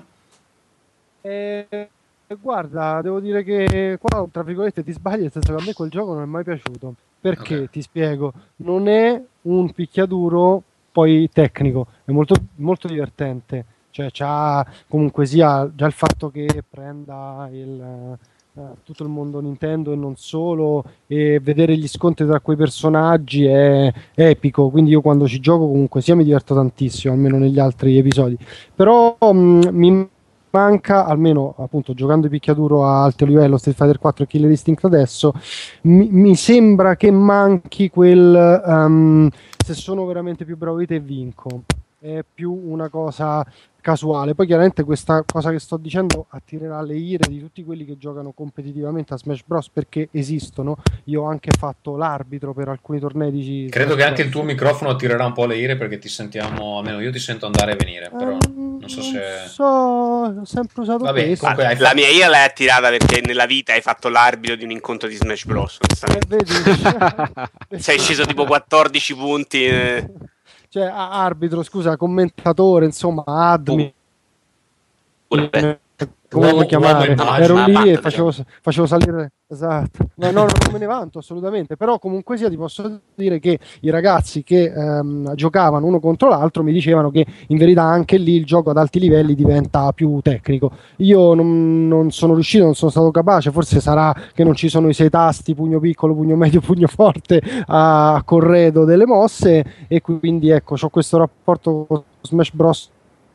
Eh, guarda, devo dire che qua, tra virgolette, ti sbagli, nel senso che a me quel gioco non è mai piaciuto. Perché, Ok. ti spiego, non è un picchiaduro poi tecnico, è molto, molto divertente. Cioè, c'ha comunque sia già il fatto che prenda il, eh, tutto il mondo Nintendo e non solo, e vedere gli scontri tra quei personaggi è epico. Quindi io quando ci gioco comunque sia mi diverto tantissimo, almeno negli altri episodi. Però mh, mi manca, almeno appunto giocando i picchiaduro a alto livello, Street Fighter quattro e Killer Instinct adesso, mi, mi sembra che manchi quel um, se sono veramente più bravo di te vinco. È più una cosa casuale. Poi chiaramente questa cosa che sto dicendo attirerà le ire di tutti quelli che giocano competitivamente a Smash Bros, perché esistono. Io ho anche fatto l'arbitro per alcuni tornei di Credo Smash che anche Bros. il tuo microfono attirerà un po' le ire perché ti sentiamo, almeno io ti sento andare e venire, però Ehm, non so non se... so, ho sempre usato Vabbè, questo. comunque hai La fatto... mia ira l'hai attirata perché nella vita hai fatto l'arbitro di un incontro di Smash Bros. Eh, onestamente. vedi? Sei sceso tipo quattordici punti. eh. Cioè, a- arbitro, scusa, commentatore, insomma, admin, Pure, beh, come Uomo, vuoi chiamare, uomo no, ero ma lì e vanta, facevo, facevo salire, esatto, ma no, non me ne vanto assolutamente, però comunque sia ti posso dire che i ragazzi che ehm, giocavano uno contro l'altro mi dicevano che in verità anche lì il gioco ad alti livelli diventa più tecnico. Io non, non sono riuscito, non sono stato capace, forse sarà che non ci sono i sei tasti, pugno piccolo, pugno medio, pugno forte a corredo delle mosse, e quindi ecco, ho questo rapporto con Smash Bros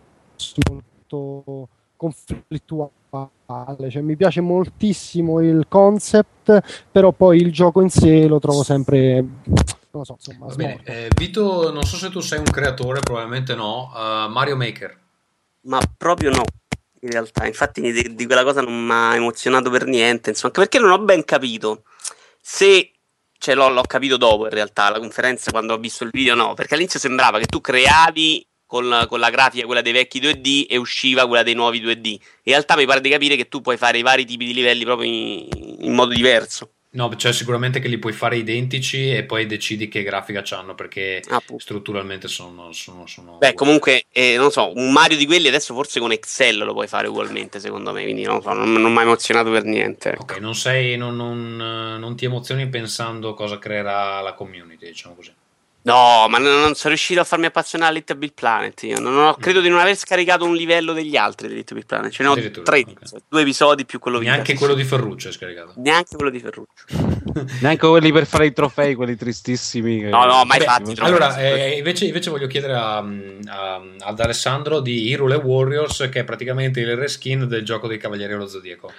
molto conflittuale, cioè mi piace moltissimo il concept, però poi il gioco in sé lo trovo sempre, non lo so, insomma, Va bene, smorto. eh, Vito, non so se tu sei un creatore, probabilmente no, uh, Mario Maker. ma proprio no. In realtà, infatti, di, di quella cosa non mi ha emozionato per niente. Insomma, anche perché non ho ben capito se. Cioè, l'ho, l'ho capito dopo in realtà. La conferenza, quando ho visto il video, no. Perché all'inizio sembrava che tu creavi con, con la grafica quella dei vecchi due D e usciva quella dei nuovi due D. In realtà, mi pare di capire che tu puoi fare i vari tipi di livelli proprio in, in modo diverso. No, cioè sicuramente che li puoi fare identici e poi decidi che grafica c'hanno, perché Ah, pu- strutturalmente sono, sono, sono Beh, uguali. comunque, eh, non so, un Mario di quelli adesso forse con Excel lo puoi fare ugualmente, secondo me, quindi non so, non, non mi ha emozionato per niente. Ecco. Ok, non sei, non, non, eh, non ti emozioni pensando cosa creerà la community, diciamo così. No, ma non, non sono riuscito a farmi appassionare a Little Big Planet. Io non ho- Mm. credo di non aver scaricato un livello degli altri di Little Big Planet. Ce ne ho Addirittura, tre, ok. due episodi più quello Neanche di quello di Ferruccio è scaricato. Neanche quello di Ferruccio. Neanche quelli per fare i trofei, quelli tristissimi. che- No, no, mai Beh, fatti. no. allora, eh, invece, invece voglio chiedere a- a- ad Alessandro di Hyrule Warriors, che è praticamente il reskin del gioco dei Cavalieri dello Zodiaco.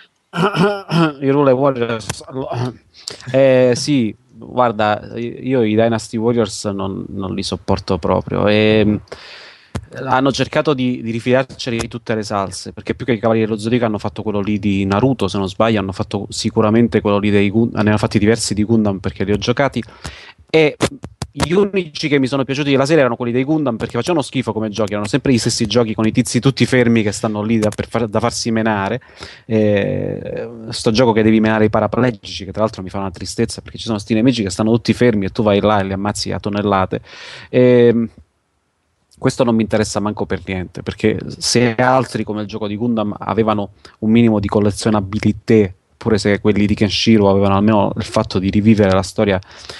I Rule Warriors. Eh, sì, guarda, io i Dynasty Warriors non, non li sopporto proprio. E, hanno cercato di, di rifilarceli di tutte le salse, perché più che i Cavalieri dello Zodiaco hanno fatto quello lì di Naruto, se non sbaglio, hanno fatto sicuramente quello lì dei Gundam, ne hanno fatti diversi di Gundam perché li ho giocati. E gli unici che mi sono piaciuti della serie erano quelli dei Gundam, perché facevano schifo come giochi, erano sempre gli stessi giochi con i tizi tutti fermi che stanno lì da, per far- da farsi menare. Eh, sto gioco che devi menare i paraplegici, che tra l'altro mi fa una tristezza perché ci sono sti nemici che stanno tutti fermi e tu vai là e li ammazzi a tonnellate. E, questo non mi interessa manco per niente, perché se altri come il gioco di Gundam avevano un minimo di collezionabilità, pure se quelli di Kenshiro avevano almeno il fatto di rivivere la storia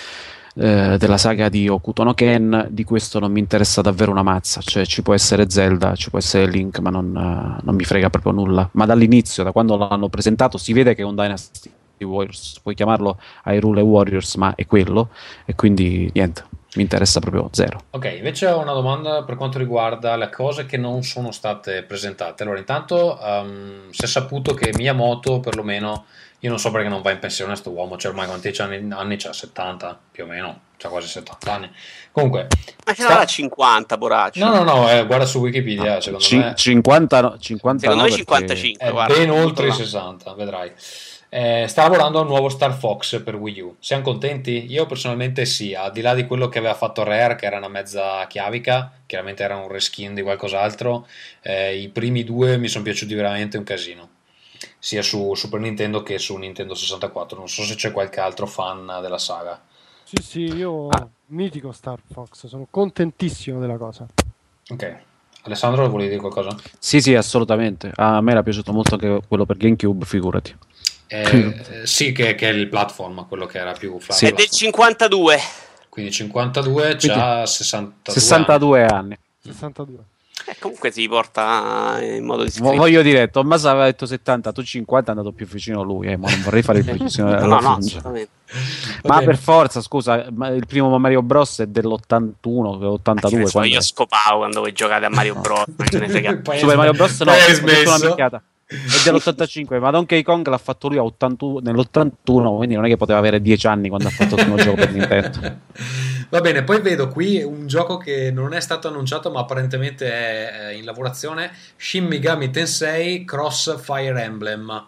eh, della saga di Hokuto no Ken, di questo non mi interessa davvero una mazza. Cioè ci può essere Zelda, ci può essere Link, ma non, eh, non mi frega proprio nulla. Ma dall'inizio, da quando l'hanno presentato, si vede che è un Dynasty Warriors, puoi chiamarlo Hyrule Warriors, ma è quello, e quindi niente, mi interessa proprio zero. Ok, invece ho una domanda per quanto riguarda le cose che non sono state presentate. Allora, intanto um, si è saputo che Miyamoto, perlomeno, io non so perché non va in pensione sto uomo, cioè ormai quanti anni, anni c'ha? settanta più o meno, c'ha quasi settanta anni. Comunque, Ma ce sta- l'ha cinquanta, poraccio. no, no, no, eh, guarda su Wikipedia, secondo Cin- me cinquanta, no, cinquanta Secondo no, me perché- cinquantacinque, è guarda. ben oltre i Là. sessanta, vedrai. Eh, sta lavorando a un nuovo Star Fox per Wii U. Siamo contenti? Io personalmente sì, al di là di quello che aveva fatto Rare, che era una mezza chiavica, chiaramente era un reskin di qualcos'altro, eh, i primi due mi sono piaciuti veramente un casino, sia su Super Nintendo che su Nintendo sessantaquattro. Non so se c'è qualche altro fan della saga. Sì, sì, io Ah. mitico Star Fox, sono contentissimo della cosa. Ok, Alessandro, volevi dire qualcosa? Sì, sì, assolutamente. A me era piaciuto molto anche quello per GameCube, figurati. Eh, eh, sì, che, che è il platform, quello che era più flat Sì. È del platform. cinquantadue. Quindi cinquantadue, c'ha sessantadue anni. sessantadue anni. sessantadue. Eh, comunque si porta in modo Vo- discreto. voglio dire, Tommaso aveva detto settanta, tu cinquanta, è andato più vicino a lui, eh, ma non vorrei fare il preciso. No, no, no, assolutamente. Va Ma bene. per forza, scusa, ma il primo Mario Bros è dell'ottantuno, Ma che ottantadue. ne so, quando io è? scopavo quando voi giocate a Mario Bros. Ma ce ne frega. Poi hai Super Mario sme- Bros. No, poi hai ho detto una smesso. minchiata. È dell'ottantacinque, ma Donkey Kong l'ha fatto lui a ottantuno, nell'ottantuno, quindi non è che poteva avere dieci anni quando ha fatto il primo gioco per Nintendo. Va bene, poi vedo qui un gioco che non è stato annunciato, ma apparentemente è eh, in lavorazione: Shin Megami Tensei Cross Fire Emblem.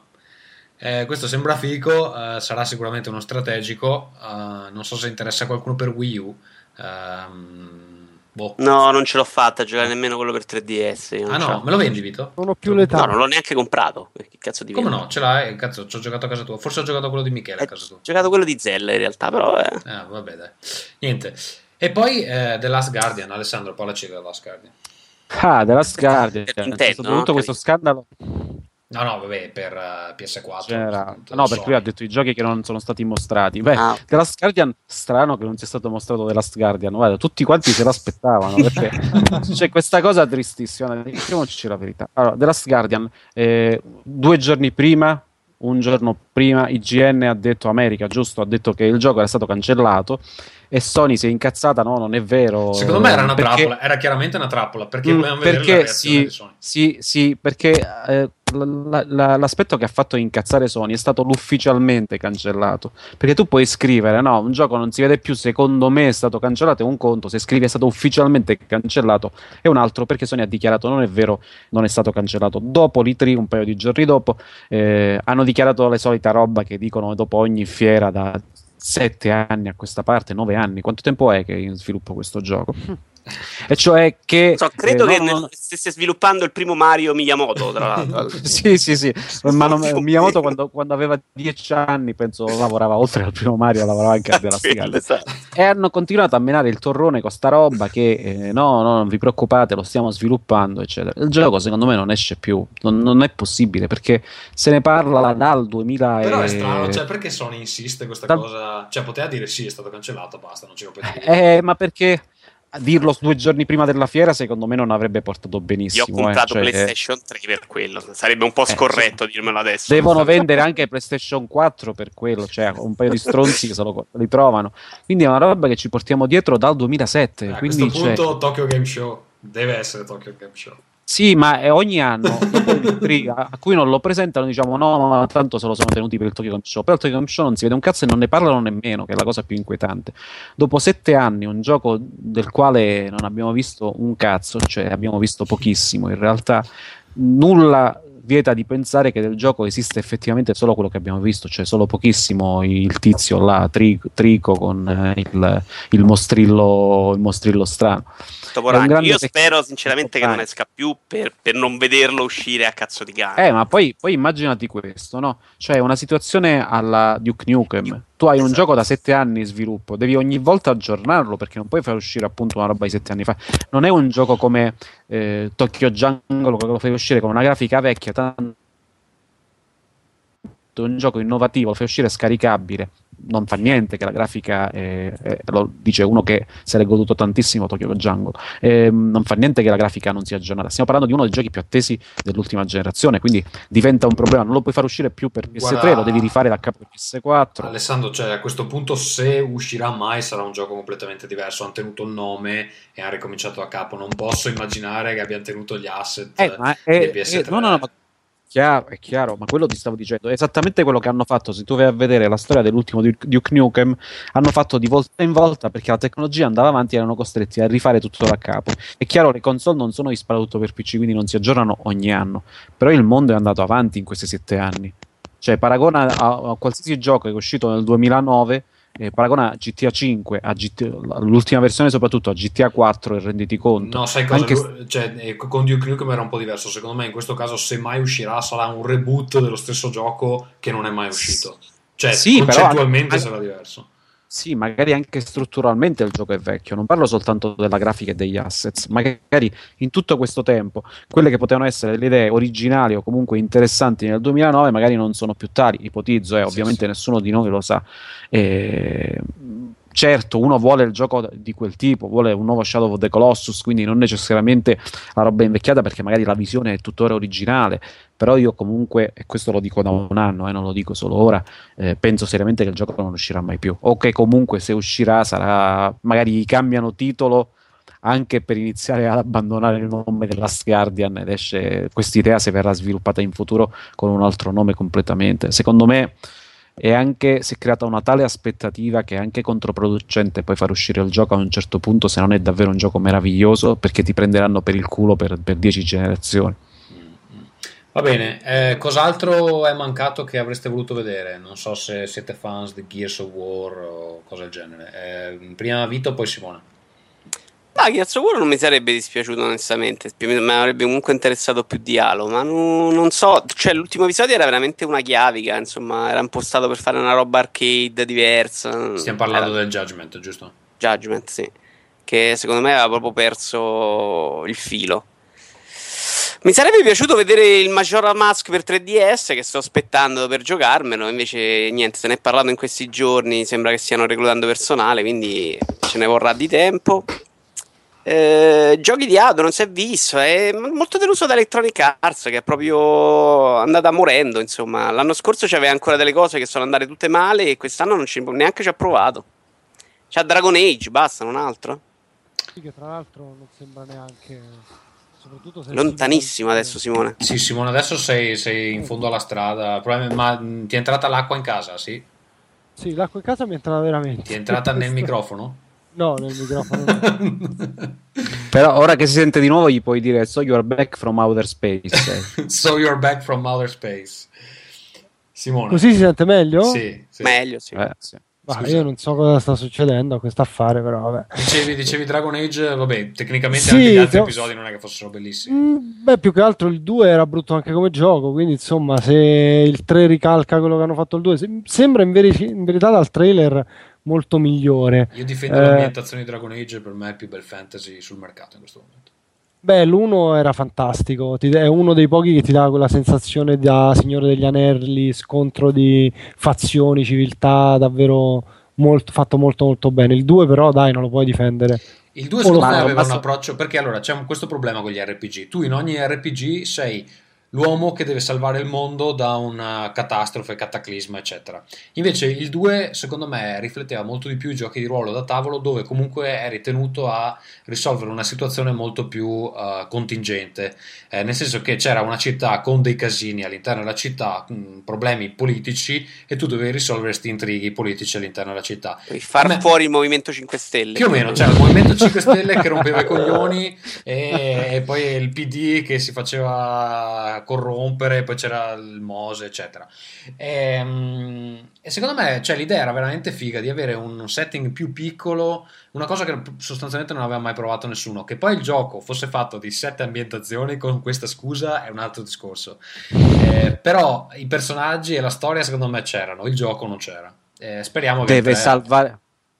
Eh, questo sembra figo, eh, sarà sicuramente uno strategico. eh, non so se interessa a qualcuno per Wii U. Ehm, boh. No, non ce l'ho fatta a giocare nemmeno quello per tre D S. io non Ah ce no, l'ho. me lo vendi, Vito? Non ho più No, l'età. non l'ho neanche comprato. Che cazzo di Come vendo? no? Ce l'hai? Cazzo, ci ho giocato a casa tua. Forse ho giocato quello di Michele a Ho casa tua. giocato quello di Zella in realtà, però eh. Ah, vabbè, dai. Niente. E poi eh, The Last Guardian. Alessandro, parlaci The Last Guardian. Ah, The Last Guardian. Per C'è Nintendo, stato tutto no? questo scandalo No, no, vabbè, per uh, P S quattro. generale. tutto, No, perché Sony. lui ha detto i giochi che non sono stati mostrati. Beh, Ah. The Last Guardian, strano che non sia stato mostrato The Last Guardian. Guarda, tutti quanti se l'aspettavano, perché c'è questa cosa tristissima. Diciamoci la verità. Allora, The Last Guardian, eh, due giorni prima, un giorno prima, I G N ha detto, America, giusto, ha detto che il gioco era stato cancellato e Sony si è incazzata, no, non è vero. Secondo me era una perché- trappola, era chiaramente una trappola, perché Mm, volevamo vedere la perché reazione sì, di Sony. sì, sì, perché eh, la- la- l'aspetto che ha fatto incazzare Sony è stato l'ufficialmente cancellato. Perché tu puoi scrivere, no, un gioco non si vede più, secondo me è stato cancellato, è un conto, se scrivi è stato ufficialmente cancellato è un altro, perché Sony ha dichiarato non è vero, non è stato cancellato. Dopo l'E tre, un paio di giorni dopo, eh, hanno dichiarato la solita roba che dicono dopo ogni fiera da sette anni a questa parte, nove anni. Quanto tempo è che è in sviluppo questo gioco? E cioè che so, credo eh, che no, nel, no, stesse sviluppando il primo Mario Miyamoto, tra l'altro. sì, sì, sì. Ma non- Miyamoto quando, quando aveva dieci anni, penso lavorava oltre al primo Mario, lavorava anche a The Last Quello, Guardian. esatto. E hanno continuato a menare il torrone con sta roba che eh, no, no, non vi preoccupate, lo stiamo sviluppando, eccetera. Il gioco secondo me non esce più, non, non è possibile perché se ne parla dal duemila Però è e... strano, cioè perché Sony insiste questa dal- cosa? Cioè poteva dire sì, è stato cancellato, basta, non ci rompete più. Eh, ma perché a dirlo due giorni prima della fiera secondo me non avrebbe portato Io ho benissimo. eh. comprato Cioè, PlayStation tre per quello. Sarebbe un po' eh, scorretto sì. dirmelo adesso. Devono vendere anche PlayStation quattro per quello, cioè un paio di stronzi che se lo li trovano. Quindi è una roba che ci portiamo dietro dal duemilasette. Eh, a quindi questo c'è- punto Tokyo Game Show deve essere Tokyo Game Show. Sì, ma è ogni anno dopo il tre a a cui non lo presentano, diciamo no, ma tanto se lo sono tenuti per il Tokyo Game Show. Però il Tokyo Game Show non si vede un cazzo e non ne parlano nemmeno, che è la cosa più inquietante. Dopo sette anni, un gioco del quale non abbiamo visto un cazzo, cioè abbiamo visto pochissimo, in realtà nulla vieta di pensare che del gioco esiste effettivamente solo quello che abbiamo visto, cioè solo pochissimo il tizio là, Tri- Trico con eh, il, il mostrillo, il mostrillo strano. È un Toporanchi. grande Io peccato. spero sinceramente che non Dai. esca più per, per non vederlo uscire a cazzo di cane. Eh, ma poi, poi immaginati questo, no? Cioè, una situazione alla Duke Nukem. Tu hai un Esatto. gioco da sette anni in sviluppo, devi ogni volta aggiornarlo perché non puoi far uscire appunto una roba di sette anni fa. Non è un gioco come eh, Tokyo Jungle che lo fai uscire con una grafica vecchia, tanto è un gioco innovativo, lo fai uscire scaricabile. Non fa niente che la grafica è, è- lo dice uno che se l'è goduto tantissimo Tokyo Jungle. Ehm, non fa niente che la grafica non sia aggiornata. Stiamo parlando di uno dei giochi più attesi dell'ultima generazione, quindi diventa un problema. Non lo puoi far uscire più per P S tre, Guarda- lo devi rifare da capo per P S quattro. Alessandro, cioè a questo punto se uscirà mai sarà un gioco completamente diverso. Hanno tenuto il nome e hanno ricominciato da capo. Non posso immaginare che abbiano tenuto gli asset Eh, ma dei è, P S tre. è- no, no, no, ma chiaro, è chiaro, ma quello ti stavo dicendo, è esattamente quello che hanno fatto. Se tu vai a vedere la storia dell'ultimo Duke Duke Nukem, hanno fatto di volta in volta perché la tecnologia andava avanti e erano costretti a rifare tutto da capo. È chiaro, le console non sono di sparatutto per P C, quindi non si aggiornano ogni anno, però il mondo è andato avanti in questi sette anni. Cioè, paragona a, a qualsiasi gioco che è uscito nel duemilanove, eh, paragona G T A cinque, a G T l'ultima versione soprattutto a G T A quattro e renditi conto. No, sai cosa? Anche- Lu- cioè, eh, con Duke Nukem era un po' diverso. Secondo me in questo caso se mai uscirà sarà un reboot dello stesso gioco che non è mai uscito. Cioè, Sì, però concettualmente anche- sarà diverso. Sì, magari anche strutturalmente il gioco è vecchio, non parlo soltanto della grafica e degli assets, magari in tutto questo tempo quelle che potevano essere delle idee originali o comunque interessanti nel duemilanove magari non sono più tali, ipotizzo, eh, Sì, ovviamente sì. nessuno di noi lo sa. Eh, certo, uno vuole il gioco di quel tipo, vuole un nuovo Shadow of the Colossus, quindi non necessariamente la roba invecchiata perché magari la visione è tuttora originale, però io comunque, e questo lo dico da un anno, eh, non lo dico solo ora, eh, penso seriamente che il gioco non uscirà mai più, o che comunque se uscirà sarà, magari cambiano titolo anche per iniziare ad abbandonare il nome The Last Guardian ed esce quest'idea se verrà sviluppata in futuro con un altro nome completamente. Secondo me e anche si è creata una tale aspettativa che è anche controproducente poi far uscire il gioco a un certo punto se non è davvero un gioco meraviglioso perché ti prenderanno per il culo per, per dieci generazioni. Va bene, eh, cos'altro è mancato che avreste voluto vedere? Non so se siete fans di Gears of War o cose del genere. Eh, prima Vito, poi Simone. Ah, Gears of War non mi sarebbe dispiaciuto onestamente, più- mi avrebbe comunque interessato più di Halo, ma nu- non so, cioè l'ultimo episodio era veramente una chiavica, insomma, era impostato per fare una roba arcade diversa. Stiamo parlando Era del Judgment, giusto? Judgment, sì, che secondo me aveva proprio perso il filo. Mi sarebbe piaciuto vedere il Majora Mask per tre D S che sto aspettando per giocarmelo, invece niente, se ne è parlato in questi giorni, sembra che stiano reclutando personale, quindi ce ne vorrà di tempo. Eh, giochi di Halo non si è visto, è molto deluso da Electronic Arts che è proprio andata morendo, insomma. L'anno scorso c'aveva ancora delle cose che sono andate tutte male e quest'anno non ci, neanche ci ha provato. C'ha Dragon Age, basta, non altro. Sì, che tra l'altro non sembra neanche, soprattutto se Lontanissimo si- adesso, Simone. Sì, Simone, adesso sei, sei in fondo alla strada. Probabilmente- Ma mh, ti è entrata l'acqua in casa, sì? Sì, l'acqua in casa mi è entrata veramente. Ti è entrata nel microfono? No, nel microfono no. Però ora che si sente di nuovo gli puoi dire so you're back from outer space. eh. So you're back from outer space. Simone. Così si sente meglio? Sì, sì. Meglio, sì. Eh, sì. Ma io non so cosa sta succedendo a questo affare, però vabbè. Dicevi, dicevi Dragon Age, vabbè, tecnicamente sì, anche gli altri no, episodi non è che fossero bellissimi. Mm, beh, più che altro il due era brutto anche come gioco, quindi insomma, se il tre ricalca quello che hanno fatto il due, se- sembra in, veri- in verità dal trailer molto migliore. Io difendo Eh, l'ambientazione di Dragon Age, per me è il più bel fantasy sul mercato in questo momento. Beh, l'uno era fantastico, ti- è uno dei pochi che ti dà quella sensazione da Signore degli Anelli, scontro di fazioni, civiltà, davvero molto, fatto molto molto bene. Il due però, dai, non lo puoi difendere. Il due O lo secondo me fai, aveva un basta- approccio, perché allora c'è un- questo problema con gli R P G. Tu in ogni R P G sei l'uomo che deve salvare il mondo da una catastrofe, cataclisma, eccetera. Invece il due, secondo me, rifletteva molto di più i giochi di ruolo da tavolo, dove comunque eri tenuto a risolvere una situazione molto più eh, contingente. Eh, nel senso che c'era una città con dei casini all'interno della città, mh, problemi politici, e tu dovevi risolvere questi intrighi politici all'interno della città. Devi far A me- fuori il Movimento cinque Stelle. Più o meno, c'era il Movimento cinque Stelle che rompeva i coglioni e, e poi il P D che si faceva corrompere, poi c'era il Mose, eccetera. E, mm, e secondo me, cioè, l'idea era veramente figa di avere un setting più piccolo, una cosa che sostanzialmente non aveva mai provato nessuno. Che poi il gioco fosse fatto di sette ambientazioni con questa scusa è un altro discorso. Eh, però i personaggi e la storia secondo me c'erano, il gioco non c'era. Eh, speriamo che Deve il tre- salvare.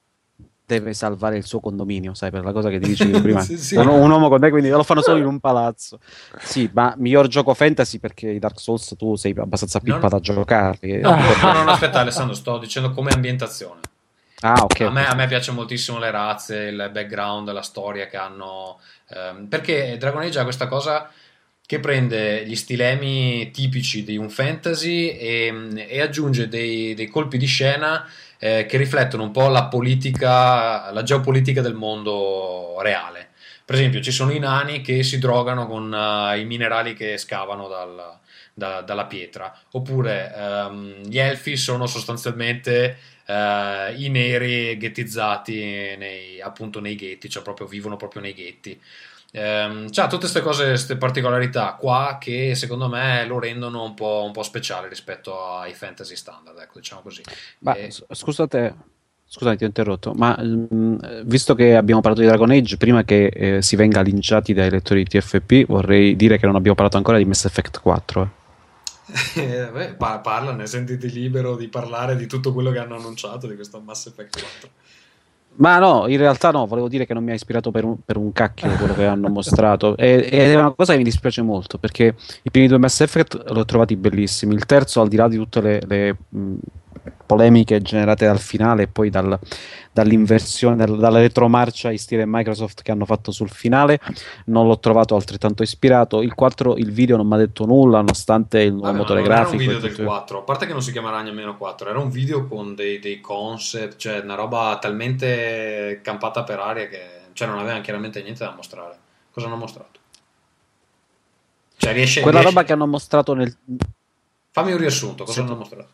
Deve salvare il suo condominio, sai, per la cosa che ti dicevi prima. Sì, sì. Un, un uomo con te, quindi lo fanno solo in un palazzo. Sì, ma miglior gioco fantasy perché i Dark Souls tu sei abbastanza Non- pippato a giocare. No, no, no, no, aspetta Alessandro, sto dicendo come ambientazione. Ah, ok. A me, a me piace moltissimo le razze, il background, la storia che hanno. Ehm, perché Dragon Age ha questa cosa che prende gli stilemi tipici di un fantasy e, e aggiunge dei, dei colpi di scena eh, che riflettono un po' la politica, la geopolitica del mondo reale. Per esempio, ci sono i nani che si drogano con eh, i minerali che scavano dal- da- dalla pietra, oppure ehm, gli elfi sono sostanzialmente eh, i neri ghettizzati nei, appunto nei ghetti, cioè proprio vivono proprio nei ghetti. Ehm, c'ha tutte queste cose, queste particolarità qua che secondo me lo rendono un po', un po' speciale rispetto ai fantasy standard, ecco, diciamo così. Ma E- s- scusate, scusate, ti ho interrotto, ma mm, visto che abbiamo parlato di Dragon Age, prima che eh, si venga linciati dai lettori di T F P, vorrei dire che non abbiamo parlato ancora di Mass Effect quattro. eh. Eh, beh, pa- parlane, sentiti libero di parlare di tutto quello che hanno annunciato di questo Mass Effect quattro. Ma no, in realtà no, volevo dire che non mi ha ispirato per un, per un cacchio quello che hanno mostrato. E- Ed è una cosa che mi dispiace molto, perché i primi due Mass Effect l'ho trovati bellissimi. Il terzo, al di là di tutte le, le, mh, polemiche generate dal finale e poi dal- dall'inversione, dal- dalla retromarcia in stile Microsoft che hanno fatto sul finale, non l'ho trovato altrettanto ispirato. Il quattro, il video non mi ha detto nulla, nonostante il nuovo Vabbè, ma motore non era un grafico. video e del tutto- quattro, a parte che non si chiamerà nemmeno quattro, era un video con dei, dei concept, cioè una roba talmente campata per aria che cioè non aveva chiaramente niente da mostrare. Cosa hanno mostrato? Cioè riesce, Quella riesce- roba che hanno mostrato nel... Fammi un riassunto, cosa Sì. hanno mostrato?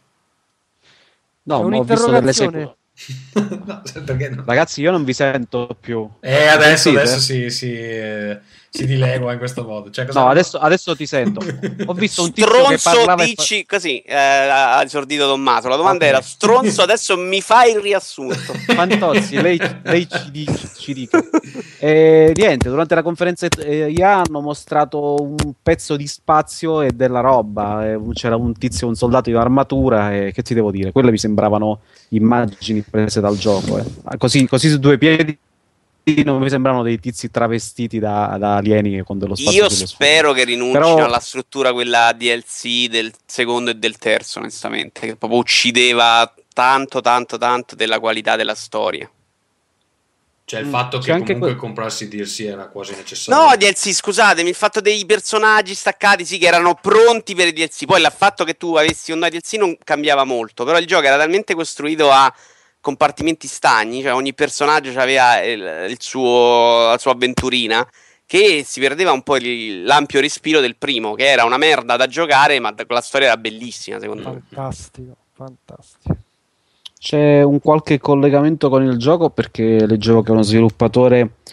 No, È ma ho visto delle un'interrogazione. sequenze. No, perché no? Ragazzi, io non vi sento più. Eh, adesso, Sentite? adesso si, si, eh, si dilegua in questo modo. Cioè, cosa No, hanno- adesso, adesso ti sento. Ho visto un tizio che Stronzo parlava e fa- dici così, eh, ha esordito Tommaso. La domanda Ok. era: stronzo, adesso mi fai il riassunto. Fantozzi, lei, lei ci, dice, ci dica. E niente, durante la conferenza eh, I A hanno mostrato un pezzo di spazio e della roba. eh, c'era un tizio, un soldato in armatura. E che ti devo dire? Quelle mi sembravano immagini prese dal gioco. eh. Così, così su due piedi non mi sembrano dei tizi travestiti da, da alieni con dello spazio Io sullo spero che rinuncino Però- alla struttura quella D L C del secondo e del terzo, onestamente, che proprio uccideva tanto, tanto, tanto della qualità della storia. Cioè il Mm, fatto c'è che anche comunque que- comprarsi D L C era quasi necessario. No, D L C, scusatemi, il fatto dei personaggi staccati, sì, che erano pronti per i D L C. Poi il fatto che tu avessi un D L C non cambiava molto, però il gioco era talmente costruito a compartimenti stagni, cioè ogni personaggio aveva il, il suo, la sua avventurina, che si perdeva un po' il- l'ampio respiro del primo, che era una merda da giocare, ma la storia era bellissima, secondo me. Fantastico, fantastico. C'è un qualche collegamento con il gioco perché leggevo che uno sviluppatore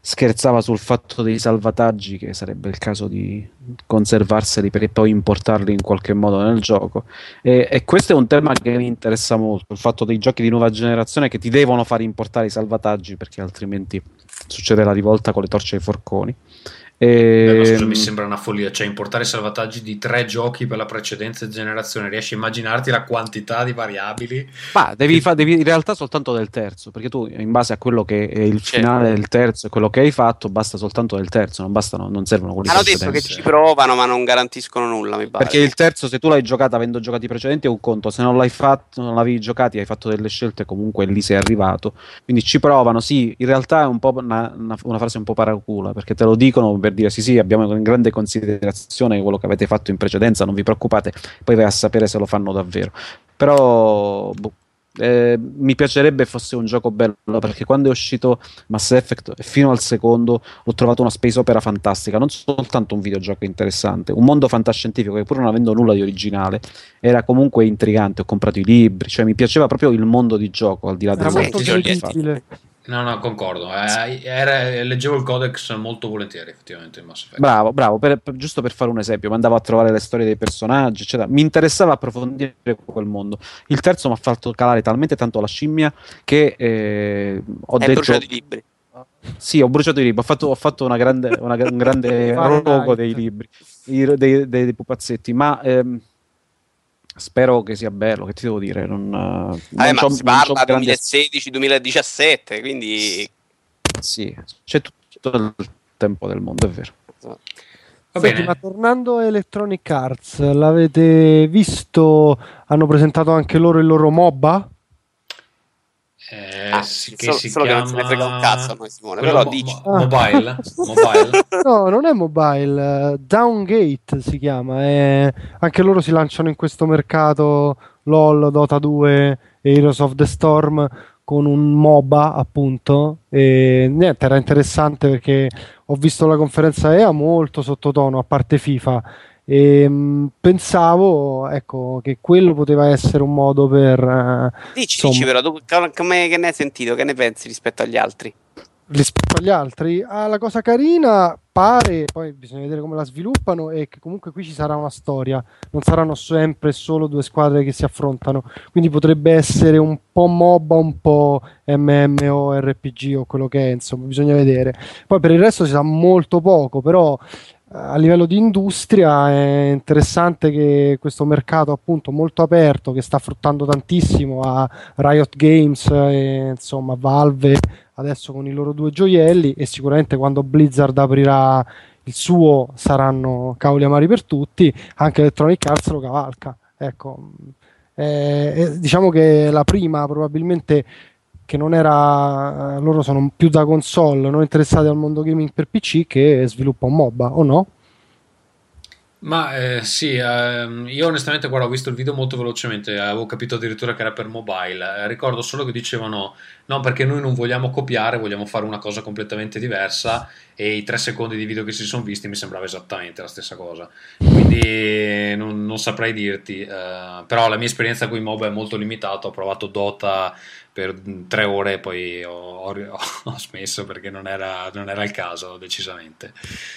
scherzava sul fatto dei salvataggi, che sarebbe il caso di conservarseli per poi importarli in qualche modo nel gioco. E, e questo è un tema che mi interessa molto, il fatto dei giochi di nuova generazione che ti devono far importare i salvataggi, perché altrimenti succede la rivolta con le torce ai forconi. Beh, ma E, scusa, mi sembra una follia, cioè importare salvataggi di tre giochi per la precedente generazione, riesci a immaginarti la quantità di variabili? ma devi, fa- devi in realtà soltanto del terzo, perché tu in base a quello che è il Certo. finale del terzo e quello che hai fatto, basta soltanto del terzo, non bastano, non servono quelli Hanno detto che precedenti. ci provano, ma non garantiscono nulla, mi pare. Perché il terzo, se tu l'hai giocato avendo giocato i precedenti, è un conto, se non l'hai fatto, non l'avevi giocati, hai fatto delle scelte, comunque lì sei arrivato. Quindi ci provano, sì, in realtà è un po' una, una- una frase un po' paracula, perché te lo dicono per dire sì, sì, abbiamo in grande considerazione quello che avete fatto in precedenza, non vi preoccupate, poi vai a sapere se lo fanno davvero. Però boh, eh, mi piacerebbe fosse un gioco bello, perché quando è uscito Mass Effect fino al secondo ho trovato una space opera fantastica, non soltanto un videogioco interessante, un mondo fantascientifico che pur non avendo nulla di originale era comunque intrigante. Ho comprato i libri, cioè mi piaceva proprio il mondo di gioco al di là Era del molto sì, credibile. No, no, concordo. Eh, era- leggevo il codex molto volentieri, effettivamente, in Mass Effect. Bravo, bravo, per- per- giusto per fare un esempio, mi andavo a trovare le storie dei personaggi, eccetera. Mi interessava approfondire quel mondo. Il terzo mi ha fatto calare talmente tanto la scimmia che eh, ho Hai detto bruciato i libri. sì, ho bruciato i libri, ho fatto, ho fatto una grande, una- un grande Fahrenheit. rogo dei libri, i- dei, dei- dei pupazzetti, ma ehm, spero che sia bello, che ti devo dire, non, eh, Vabbè, non ma c'ho, si non c'ho parla grandi aspettative. duemilasedici duemiladiciassette, quindi Sì, c'è tutto il tempo del mondo, è vero. Va Senti, bene. ma tornando a Electronic Arts, l'avete visto? Hanno presentato anche loro il loro MOBA? Eh, ah, sì, che solo, si solo che non se ne frega un cazzo a chiama noi, Simone. quello Però mo- dici. mo- Ah. mobile? Mobile? No, non è mobile, eh, Downgate si chiama. è- Anche loro si lanciano in questo mercato LOL, Dota due e Heroes of the Storm con un MOBA, appunto. E niente, era interessante perché ho visto la conferenza E A molto sottotono, a parte FIFA. E mh, pensavo, ecco, che quello poteva essere un modo per, eh, Dici, dici insomma, però, tu co- come che ne hai sentito? Che ne pensi rispetto agli altri? rispetto agli altri. Ah, la cosa carina pare, poi bisogna vedere come la sviluppano, è che comunque qui ci sarà una storia, non saranno sempre solo due squadre che si affrontano, quindi potrebbe essere un po' MOBA, un po' MMORPG o quello che è, insomma, bisogna vedere. Poi per il resto si sa molto poco, però eh, a livello di industria è interessante che questo mercato appunto molto aperto, che sta fruttando tantissimo a Riot Games e insomma Valve adesso con i loro due gioielli, e sicuramente quando Blizzard aprirà il suo saranno cavoli amari per tutti, anche Electronic Arts lo cavalca. Ecco, eh, eh, diciamo che la prima probabilmente che non era, loro sono più da console, non interessati al mondo gaming per P C, che sviluppa un MOBA, o no? Ma eh, sì, ehm, io onestamente guarda, ho visto il video molto velocemente, avevo capito addirittura che era per mobile. Eh, ricordo solo che dicevano no, perché noi non vogliamo copiare, vogliamo fare una cosa completamente diversa, e i tre secondi di video che si sono visti mi sembrava esattamente la stessa cosa. Quindi non, non saprei dirti, eh, però la mia esperienza con i MOBA è molto limitata. Ho provato Dota per tre ore e poi ho, ho- ho smesso perché non era, non era il caso, decisamente.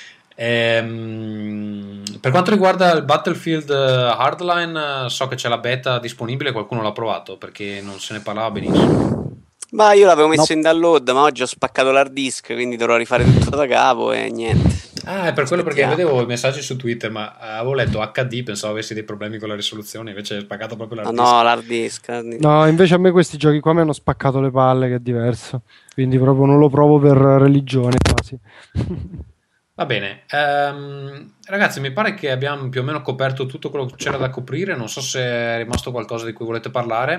Ehm, per quanto riguarda il Battlefield eh, Hardline, eh, so che c'è la beta disponibile, qualcuno l'ha provato perché non se ne parlava benissimo. Ma io l'avevo messo No. in download, ma oggi ho spaccato l'hard disk, quindi dovrò rifare tutto da capo e niente. Ah, è per quello, perché Aspettiamo. vedevo i messaggi su Twitter, ma eh, avevo letto acca di, pensavo avessi dei problemi con la risoluzione, invece è spaccato proprio No, l'hard disk. no, l'hard disk. l'hard disk. No, invece a me questi giochi qua mi hanno spaccato le palle, che è diverso. Quindi proprio non lo provo per religione quasi. Va bene, ehm, ragazzi, mi pare che abbiamo più o meno coperto tutto quello che c'era da coprire. Non so se è rimasto qualcosa di cui volete parlare.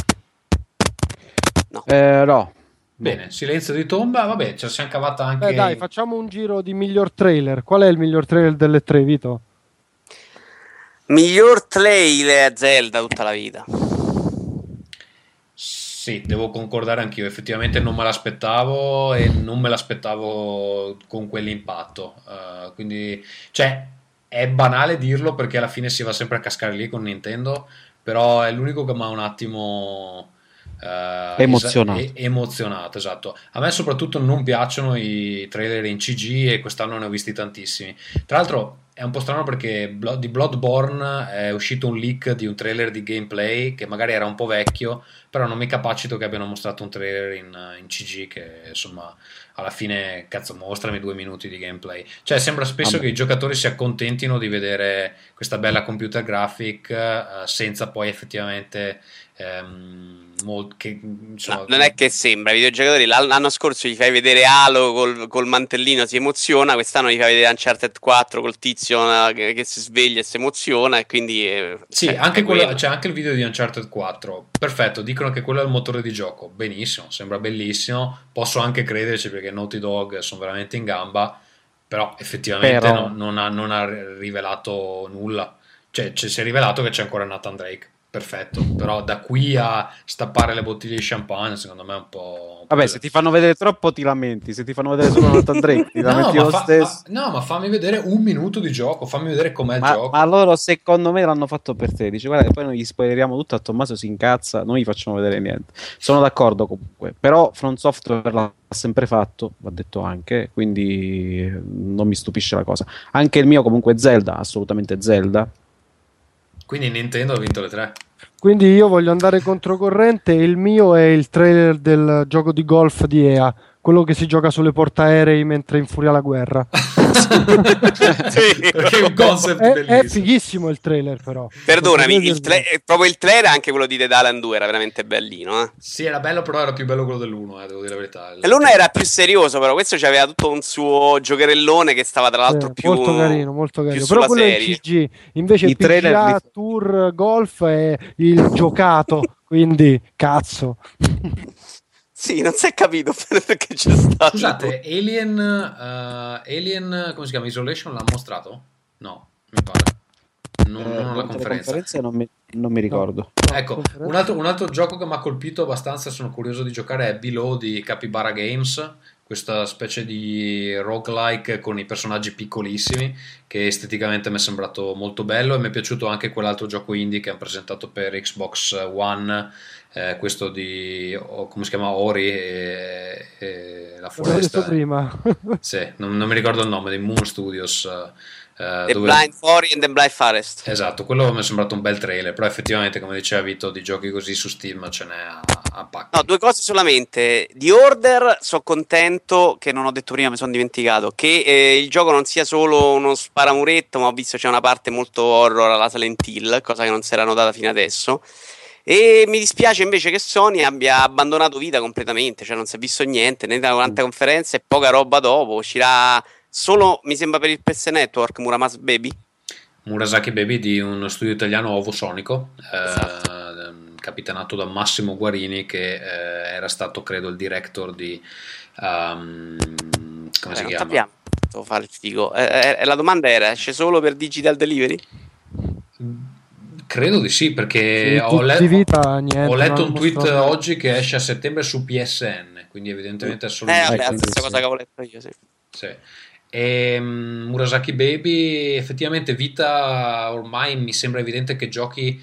No. Eh, no. Bene, silenzio di tomba. Vabbè, ce la siamo cavata anche. Beh, dai, facciamo un giro di miglior trailer. Qual è il miglior trailer delle tre, Vito? Miglior trailer Zelda tutta la vita. Sì, devo concordare anch'io. Effettivamente non me l'aspettavo, e non me l'aspettavo con quell'impatto. Eh, quindi, cioè, è banale dirlo perché alla fine si va sempre a cascare lì con Nintendo, però è l'unico che mi ha un attimo Uh, emozionato. Es- emozionato, esatto. A me soprattutto non piacciono i trailer in C G e quest'anno ne ho visti tantissimi. Tra l'altro è un po' strano perché Blo- di Bloodborne è uscito un leak di un trailer di gameplay che magari era un po' vecchio, però non mi capacito che abbiano mostrato un trailer in, in C G che insomma alla fine, cazzo, mostrami due minuti di gameplay. Cioè sembra spesso Vabbè. che i giocatori si accontentino di vedere questa bella computer graphic uh, senza poi effettivamente ehm, molt- che, insomma, No, non è che sembra, i videogiocatori l'anno l'anno scorso gli fai vedere Halo col, col mantellino, si emoziona, quest'anno gli fai vedere Uncharted quattro col tizio eh, che, che si sveglia e si emoziona e quindi eh, sì, cioè, anche è quello, quello. c'è anche il video di Uncharted quattro. Perfetto, dicono che quello è il motore di gioco. Benissimo, sembra bellissimo. Posso anche crederci perché Naughty Dog sono veramente in gamba, però effettivamente Però- no- non ha, non ha rivelato nulla. Cioè, ci si è rivelato che c'è ancora Nathan Drake. Perfetto, però da qui a stappare le bottiglie di champagne, secondo me è un po'. un po' Vabbè, se ti fanno vedere troppo ti lamenti, se ti fanno vedere solo Nathan Drake ti No, lamenti ma lo fa- stesso. ma- no, ma fammi vedere un minuto di gioco, fammi vedere com'è il Ma, gioco. ma loro secondo me l'hanno fatto per te. Dice, guarda, poi noi gli spoileriamo tutto, a Tommaso si incazza, non gli facciamo vedere niente. Sono d'accordo comunque, però From Software l'ha sempre fatto, va detto anche, quindi eh, non mi stupisce la cosa. Anche il mio comunque è Zelda, assolutamente Zelda. Quindi Nintendo ha vinto le tre. Quindi io voglio andare controcorrente. Il mio è il trailer del gioco di golf di E A, quello che si gioca sulle portaerei mentre infuria la guerra. Sì. Perché è un concept È, bellissimo. è fighissimo il trailer, però. Perdonami, Questo il tra- eh, proprio il trailer, anche quello di Dead Island due era veramente bellino. Eh. Sì, era bello, però era più bello quello dell'uno, eh, devo dire la verità. E l'uno era più serioso, però questo c'aveva tutto un suo giocherellone che stava tra l'altro Sì, più molto carino, molto carino. più Però sulla quello è serie. il C G, invece I il P G trailer A li- Tour Golf è il giocato, quindi cazzo. Eh, Sì, non si è capito perché c'è stato. Scusate, Alien, eh, Alien, come si chiama? Isolation l'ha mostrato? No, mi pare. Non, Eh, non alla durante le conferenza. conferenze non mi, non mi ricordo. No, Ecco, conferenza. un altro, un altro gioco che mi ha colpito abbastanza, sono curioso di giocare, è Below di Capybara Games, questa specie di roguelike con i personaggi piccolissimi, che esteticamente mi è sembrato molto bello, e mi è piaciuto anche quell'altro gioco indie che hanno presentato per Xbox One, eh, questo di, oh, come si chiama, Ori e, e la L'avevo detto foresta. prima. Sì, non, non mi ricordo il nome, dei Moon Studios. eh, The dove- Blind Forest and the Blind Forest. Esatto, quello mi è sembrato un bel trailer, però effettivamente, come diceva Vito, di giochi così su Steam ce n'è a, a pacchi. No, due cose solamente. Di Order, sono contento, che non ho detto prima, mi sono dimenticato, che eh, il gioco non sia solo uno sparamuretto, ma ho visto c'è una parte molto horror alla Silent Hill, cosa che non si era notata fino adesso. E mi dispiace invece che Sony abbia abbandonato Vita completamente, cioè non si è visto niente, né da quaranta conferenze e poca roba dopo. Uscirà solo, mi sembra, per il P S Network, Muramas Baby. Murasaki Baby di uno studio italiano Ovo Sonico, eh, Esatto. capitanato da Massimo Guarini, che eh, era stato, credo, il director di um, come Eh, si non chiama? sappiamo. Devo fare il figo. Eh, eh, la domanda era: esce solo per Digital Delivery? Credo di sì, perché Sì, ho, di- le- di Vita, niente, ho letto non un tweet mostrato. oggi che esce a settembre su P S N, quindi evidentemente è solo Eh, in vabbè, Eh, la quindi stessa sì. cosa che avevo letto io, sì. Sì. E mm, Murasaki Baby, effettivamente Vita, ormai mi sembra evidente che giochi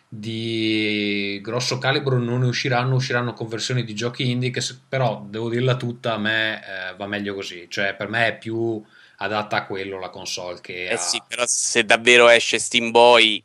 di grosso calibro non ne usciranno, usciranno con versioni di giochi indie che se- però, devo dirla tutta, a me eh, va meglio così, cioè per me è più adatta a quello la console che Eh a... sì, però se davvero esce Steam Boy,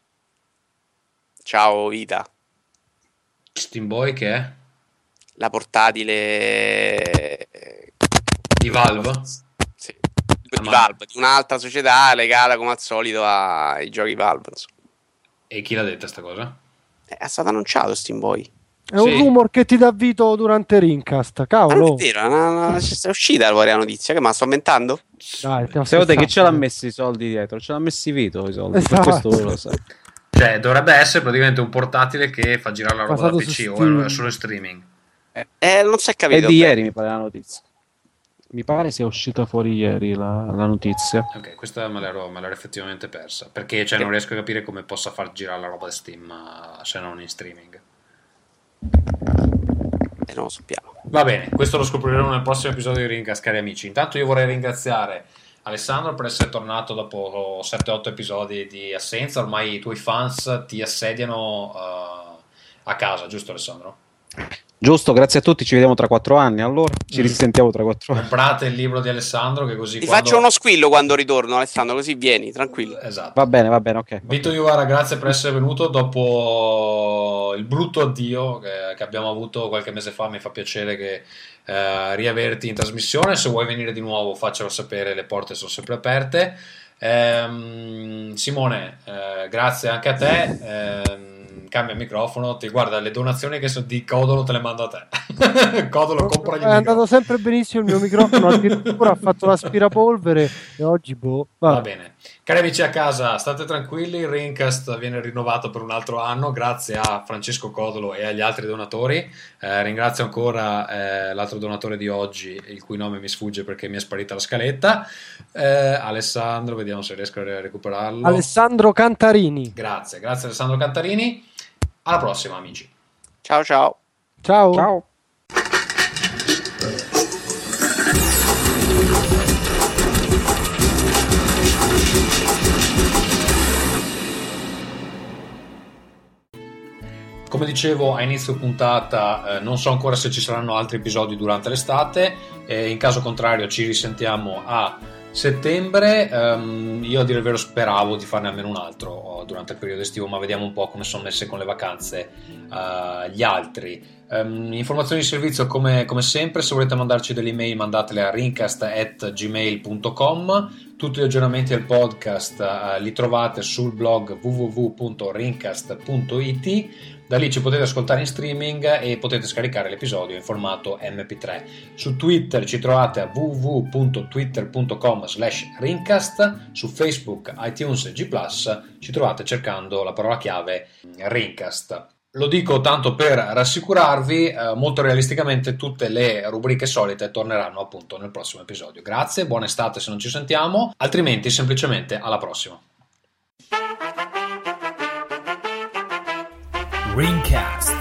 ciao Vita, Steam Boy, che è? la portatile Di Valve? sì, Ah, di ma- Valve, di un'altra società legata come al solito ai giochi Valve, insomma. E chi l'ha detta sta cosa? Eh, è stato annunciato Steam Boy. È un Sì. rumor che ti dà Vito durante Rincast. Ma Cavolo. non è vero, è una- una- è uscita la vera notizia, che ma sto inventando? Dai, stiamo Secondo te chi scherzando. ce l'ha messi i soldi dietro? Ce l'ha messi Vito i soldi, per Esatto. questo voi lo sai. Cioè dovrebbe essere praticamente un portatile che fa girare la roba da Basato P su C o Steam. è solo in streaming. Eh, non si è È capito. di bene. ieri mi pare la notizia. Mi pare sia uscita fuori ieri la, la notizia. Ok, questa me l'ero, me l'ero effettivamente persa, perché cioè, non riesco a capire come possa far girare la roba da Steam eh, se non in streaming. Eh, non lo sappiamo. Va bene, questo lo scopriremo nel prossimo episodio di Rincast, cari amici. Intanto io vorrei ringraziare Alessandro per essere tornato dopo sette otto episodi di assenza. Ormai i tuoi fans ti assediano eh, a casa, giusto Alessandro? Giusto, grazie a tutti, ci vediamo tra quattro anni, allora ci risentiamo tra quattro anni. Comprate il libro di Alessandro che così Ti quando... faccio uno squillo quando ritorno, Alessandro, così vieni, tranquillo. Esatto. Va bene, va bene, ok. Vito Iuvara, grazie per essere venuto dopo il brutto addio che, che abbiamo avuto qualche mese fa. Mi fa piacere che eh, riaverti in trasmissione. Se vuoi venire di nuovo faccelo sapere, le porte sono sempre aperte. ehm, Simone, eh, grazie anche a te. ehm, Cambia il microfono, ti guarda, le donazioni che sono di Codolo te le mando a te. Codolo, compra gli È andato sempre benissimo il mio microfono, addirittura ha fatto l'aspirapolvere e oggi boh. Va. Va bene. Cari amici a casa, state tranquilli, il Rincast viene rinnovato per un altro anno grazie a Francesco Codolo e agli altri donatori. Eh, ringrazio ancora eh, l'altro donatore di oggi, il cui nome mi sfugge perché mi è sparita la scaletta. Eh, Alessandro, vediamo se riesco a recuperarlo. Alessandro Cantarini. Grazie, grazie Alessandro Cantarini. Alla prossima, amici. Ciao ciao. Ciao. Ciao. Come dicevo a inizio puntata, eh, non so ancora se ci saranno altri episodi durante l'estate, eh, in caso contrario ci risentiamo a settembre. um, io a dire il vero speravo di farne almeno un altro durante il periodo estivo, ma vediamo un po' come sono messe con le vacanze uh, gli altri. Um, informazioni di servizio come, come sempre, se volete mandarci delle email mandatele a rincast at gmail punto com. Tutti gli aggiornamenti del podcast uh, li trovate sul blog w w w punto rincast punto i t. Da lì ci potete ascoltare in streaming e potete scaricare l'episodio in formato emme pi tre. Su Twitter ci trovate a w w w punto twitter punto com slash rincast. Su Facebook, iTunes e G plus ci trovate cercando la parola chiave Rincast. Lo dico tanto per rassicurarvi, eh, molto realisticamente tutte le rubriche solite torneranno appunto nel prossimo episodio. Grazie, buona estate se non ci sentiamo, altrimenti semplicemente alla prossima. Rincast.